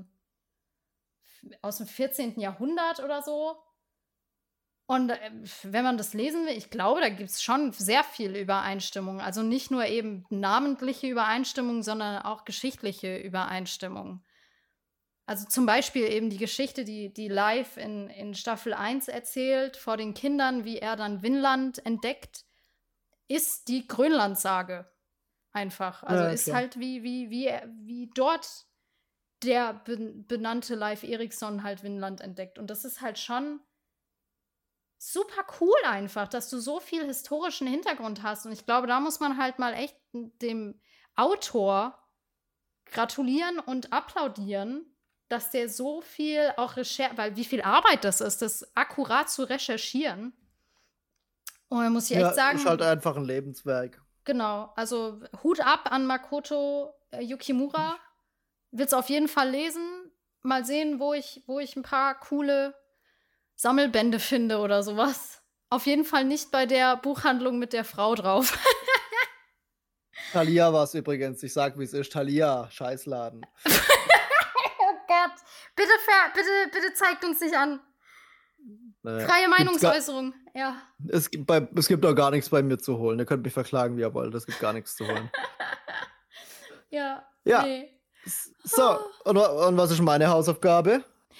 aus dem 14. Jahrhundert oder so. Und wenn man das lesen will, ich glaube, da gibt es schon sehr viel Übereinstimmung. Also nicht nur eben namentliche Übereinstimmung, sondern auch geschichtliche Übereinstimmung. Also zum Beispiel eben die Geschichte, die Live in Staffel 1 erzählt, vor den Kindern, wie er dann Vinland entdeckt, ist die Grönlandsage einfach. Also Ja, ist klar. halt wie dort der benannte Live Eriksson halt Vinland entdeckt. Und das ist halt schon super cool einfach, dass du so viel historischen Hintergrund hast. Und ich glaube, da muss man halt mal echt dem Autor gratulieren und applaudieren, dass der so viel auch weil wie viel Arbeit das ist, das akkurat zu recherchieren. Und da muss ich echt sagen, ist halt einfach ein Lebenswerk. genau, also Hut ab an Makoto Yukimura. Will's auf jeden Fall lesen. Mal sehen, wo ich ein paar coole Sammelbände finde oder sowas. Auf jeden Fall nicht bei der Buchhandlung mit der Frau drauf. Thalia war es übrigens. Ich sag, wie es ist. Thalia, Scheißladen. Oh Gott. Bitte zeigt uns nicht an. Freie Meinungsäußerung, ja. Es gibt auch gar nichts bei mir zu holen. Ihr könnt mich verklagen, wie ihr wollt. Es gibt gar nichts zu holen. Ja. Nee. So, und was ist meine Hausaufgabe?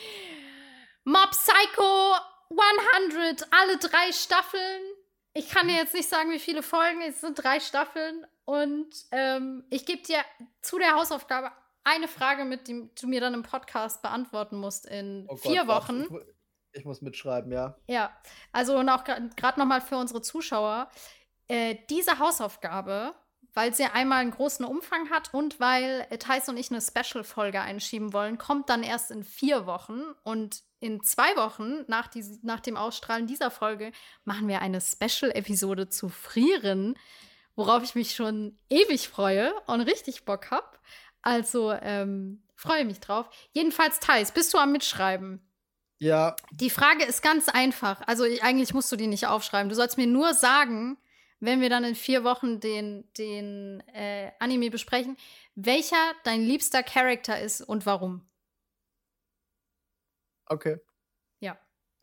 Mob Psycho 100, alle 3 Staffeln. Ich kann dir jetzt nicht sagen, wie viele Folgen, es sind 3 Staffeln. Und ich gebe dir zu der Hausaufgabe eine Frage mit, die du mir dann im Podcast beantworten musst in 4 Wochen. Ich muss mitschreiben, ja. Ja, also und auch gerade nochmal für unsere Zuschauer. Diese Hausaufgabe, weil sie einmal einen großen Umfang hat und weil Thais und ich eine Special-Folge einschieben wollen, kommt dann erst in 4 Wochen. Und in 2 Wochen nach dem Ausstrahlen dieser Folge machen wir eine Special-Episode zu Frieren, worauf ich mich schon ewig freue und richtig Bock habe. Also freue mich drauf. Jedenfalls, Thais, bist du am Mitschreiben? Ja. Die Frage ist ganz einfach. Also eigentlich musst du die nicht aufschreiben. Du sollst mir nur sagen, wenn wir dann in 4 Wochen den Anime besprechen, welcher dein liebster Charakter ist und warum. Okay. Ja.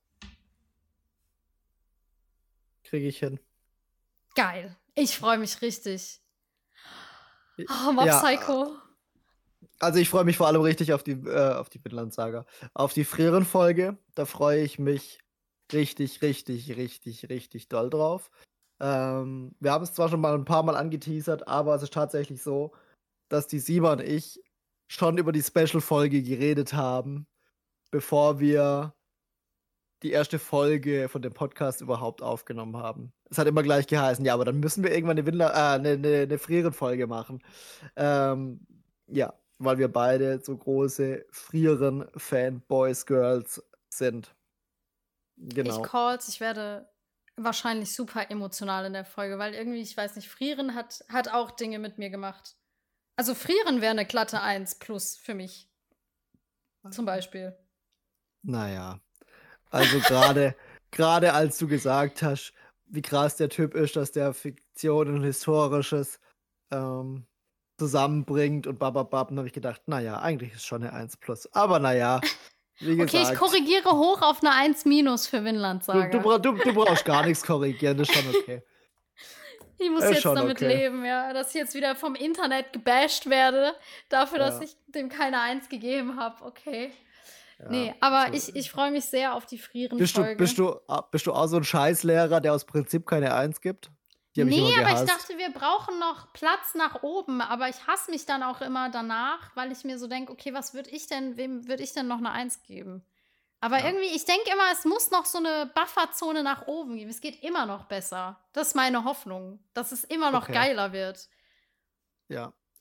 Kriege ich hin. Geil. Ich freue mich richtig. Oh, Mob Psycho. Also ich freue mich vor allem richtig auf die Vinland-Saga. Auf die Frieren-Folge, da freue ich mich richtig, richtig, richtig, richtig doll drauf. Wir haben es zwar schon mal ein paar Mal angeteasert, aber es ist tatsächlich so, dass die Sima und ich schon über die Special-Folge geredet haben, bevor wir die erste Folge von dem Podcast überhaupt aufgenommen haben. Es hat immer gleich geheißen, ja, aber dann müssen wir irgendwann eine Frieren-Folge machen. Ja, weil wir beide so große Frieren-Fanboys, Girls sind. Genau. Ich call's, ich werde wahrscheinlich super emotional in der Folge, weil irgendwie, ich weiß nicht, Frieren hat auch Dinge mit mir gemacht. Also Frieren wäre eine glatte 1+ für mich. Zum Beispiel. Naja. Also gerade als du gesagt hast, wie krass der Typ ist, dass der Fiktion und Historisches zusammenbringt und bababab, dann habe ich gedacht, naja, eigentlich ist schon eine 1+. Aber naja, wie gesagt. Okay, ich korrigiere hoch auf eine 1- für Vinland-Saga. Du brauchst gar nichts korrigieren, das ist schon okay. Ich muss jetzt damit leben, ja, dass ich jetzt wieder vom Internet gebasht werde, dafür, dass ich dem keine 1 gegeben habe. Okay. Ja, nee, aber so. ich freue mich sehr auf die Frieren-Folge. Bist du auch so ein Scheißlehrer, der aus Prinzip keine 1 gibt? Nee, aber ich dachte, wir brauchen noch Platz nach oben. Aber ich hasse mich dann auch immer danach, weil ich mir so denke, okay, wem würde ich denn noch eine 1 geben? Aber irgendwie, ich denke immer, es muss noch so eine Bufferzone nach oben geben. Es geht immer noch besser. Das ist meine Hoffnung, dass es immer noch geiler wird. Ja,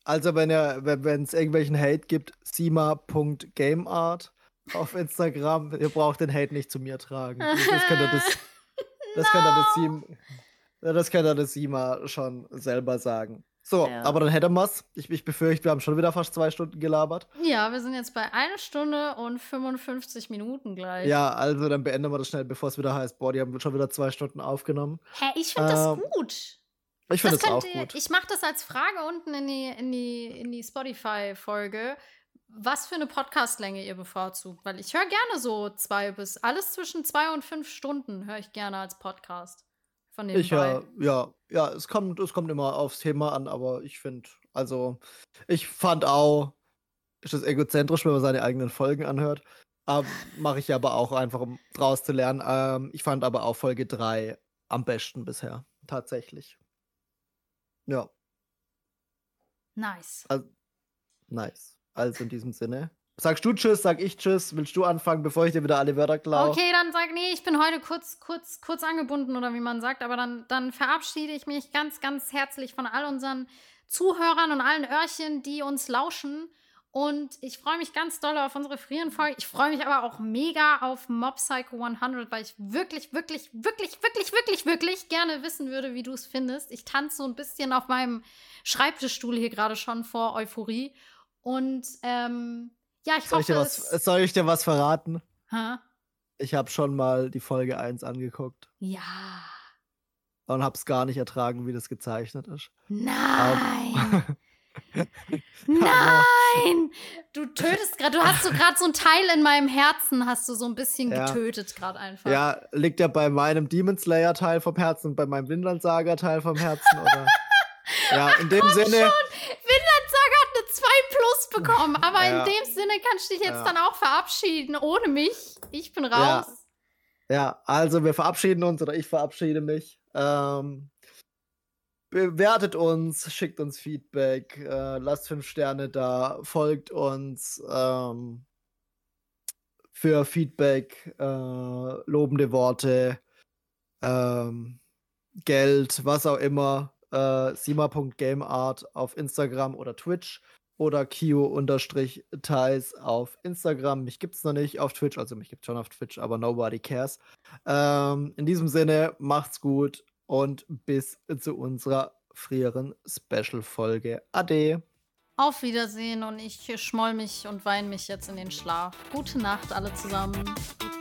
Also, wenn es irgendwelchen Hate gibt, sima.gameart auf Instagram. Ihr braucht den Hate nicht zu mir tragen. Das könnt ihr das könnt ihr das No. Sim das könnt ihr das Sima schon selber sagen. So, Ja. aber dann hätten wir's. Ich befürchte, wir haben schon wieder fast 2 Stunden gelabert. Ja, wir sind jetzt bei 1 Stunde und 55 Minuten gleich. Ja, also dann beenden wir das schnell, bevor es wieder heißt, boah, die haben schon wieder 2 Stunden aufgenommen. Hä, ich finde das Ähm, gut. Ich finde Das es auch könnt ihr, gut. ich mache das als Frage unten in die Spotify-Folge, was für eine Podcastlänge ihr bevorzugt. Weil ich höre gerne so alles zwischen 2 und 5 Stunden höre ich gerne als Podcast. Von Ich nebenbei. ja, es kommt immer aufs Thema an, aber ich finde, also, ich fand auch, ist das egozentrisch, wenn man seine eigenen Folgen anhört. Mache ich aber auch einfach, um draus zu lernen. Ich fand aber auch Folge 3 am besten bisher, tatsächlich. Ja, Nice. nice. Also in diesem Sinne. Sagst du Tschüss, sag ich Tschüss. Willst du anfangen, bevor ich dir wieder alle Wörter klaue? Okay, dann sag, nee, ich bin heute kurz angebunden oder wie man sagt, aber dann verabschiede ich mich ganz, ganz herzlich von all unseren Zuhörern und allen Öhrchen, die uns lauschen. Und ich freue mich ganz doll auf unsere Frieren-Folge. Ich freue mich aber auch mega auf Mob Psycho 100, weil ich wirklich, wirklich, wirklich, wirklich, wirklich, wirklich gerne wissen würde, wie du es findest. Ich tanze so ein bisschen auf meinem Schreibtischstuhl hier gerade schon vor Euphorie. Und ja, ich hoffe, Soll ich dir was verraten? Hä? Ich habe schon mal die Folge 1 angeguckt Ja. und hab's gar nicht ertragen, wie das gezeichnet ist. Nein. Nein! Du tötest gerade, du hast so gerade so ein Teil in meinem Herzen, hast du so ein bisschen getötet gerade einfach. Ja, liegt ja bei meinem Demon Slayer Teil vom Herzen und bei meinem Vinland Saga Teil vom Herzen, oder? Ja, in dem Sinne. Vinland Saga hat eine 2 plus bekommen, aber in dem Sinne kannst du dich jetzt dann auch verabschieden, ohne mich. Ich bin raus. Ja, also wir verabschieden uns, oder ich verabschiede mich. Bewertet uns, schickt uns Feedback, lasst 5 Sterne da, folgt uns für Feedback, lobende Worte, Geld, was auch immer. sima.gameart auf Instagram oder Twitch oder kio_tais auf Instagram. Mich gibt's noch nicht auf Twitch, also mich gibt's schon auf Twitch, aber nobody cares. In diesem Sinne, macht's gut und bis zu unserer früheren Special-Folge. Ade. Auf Wiedersehen und ich schmoll mich und weine mich jetzt in den Schlaf. Gute Nacht alle zusammen.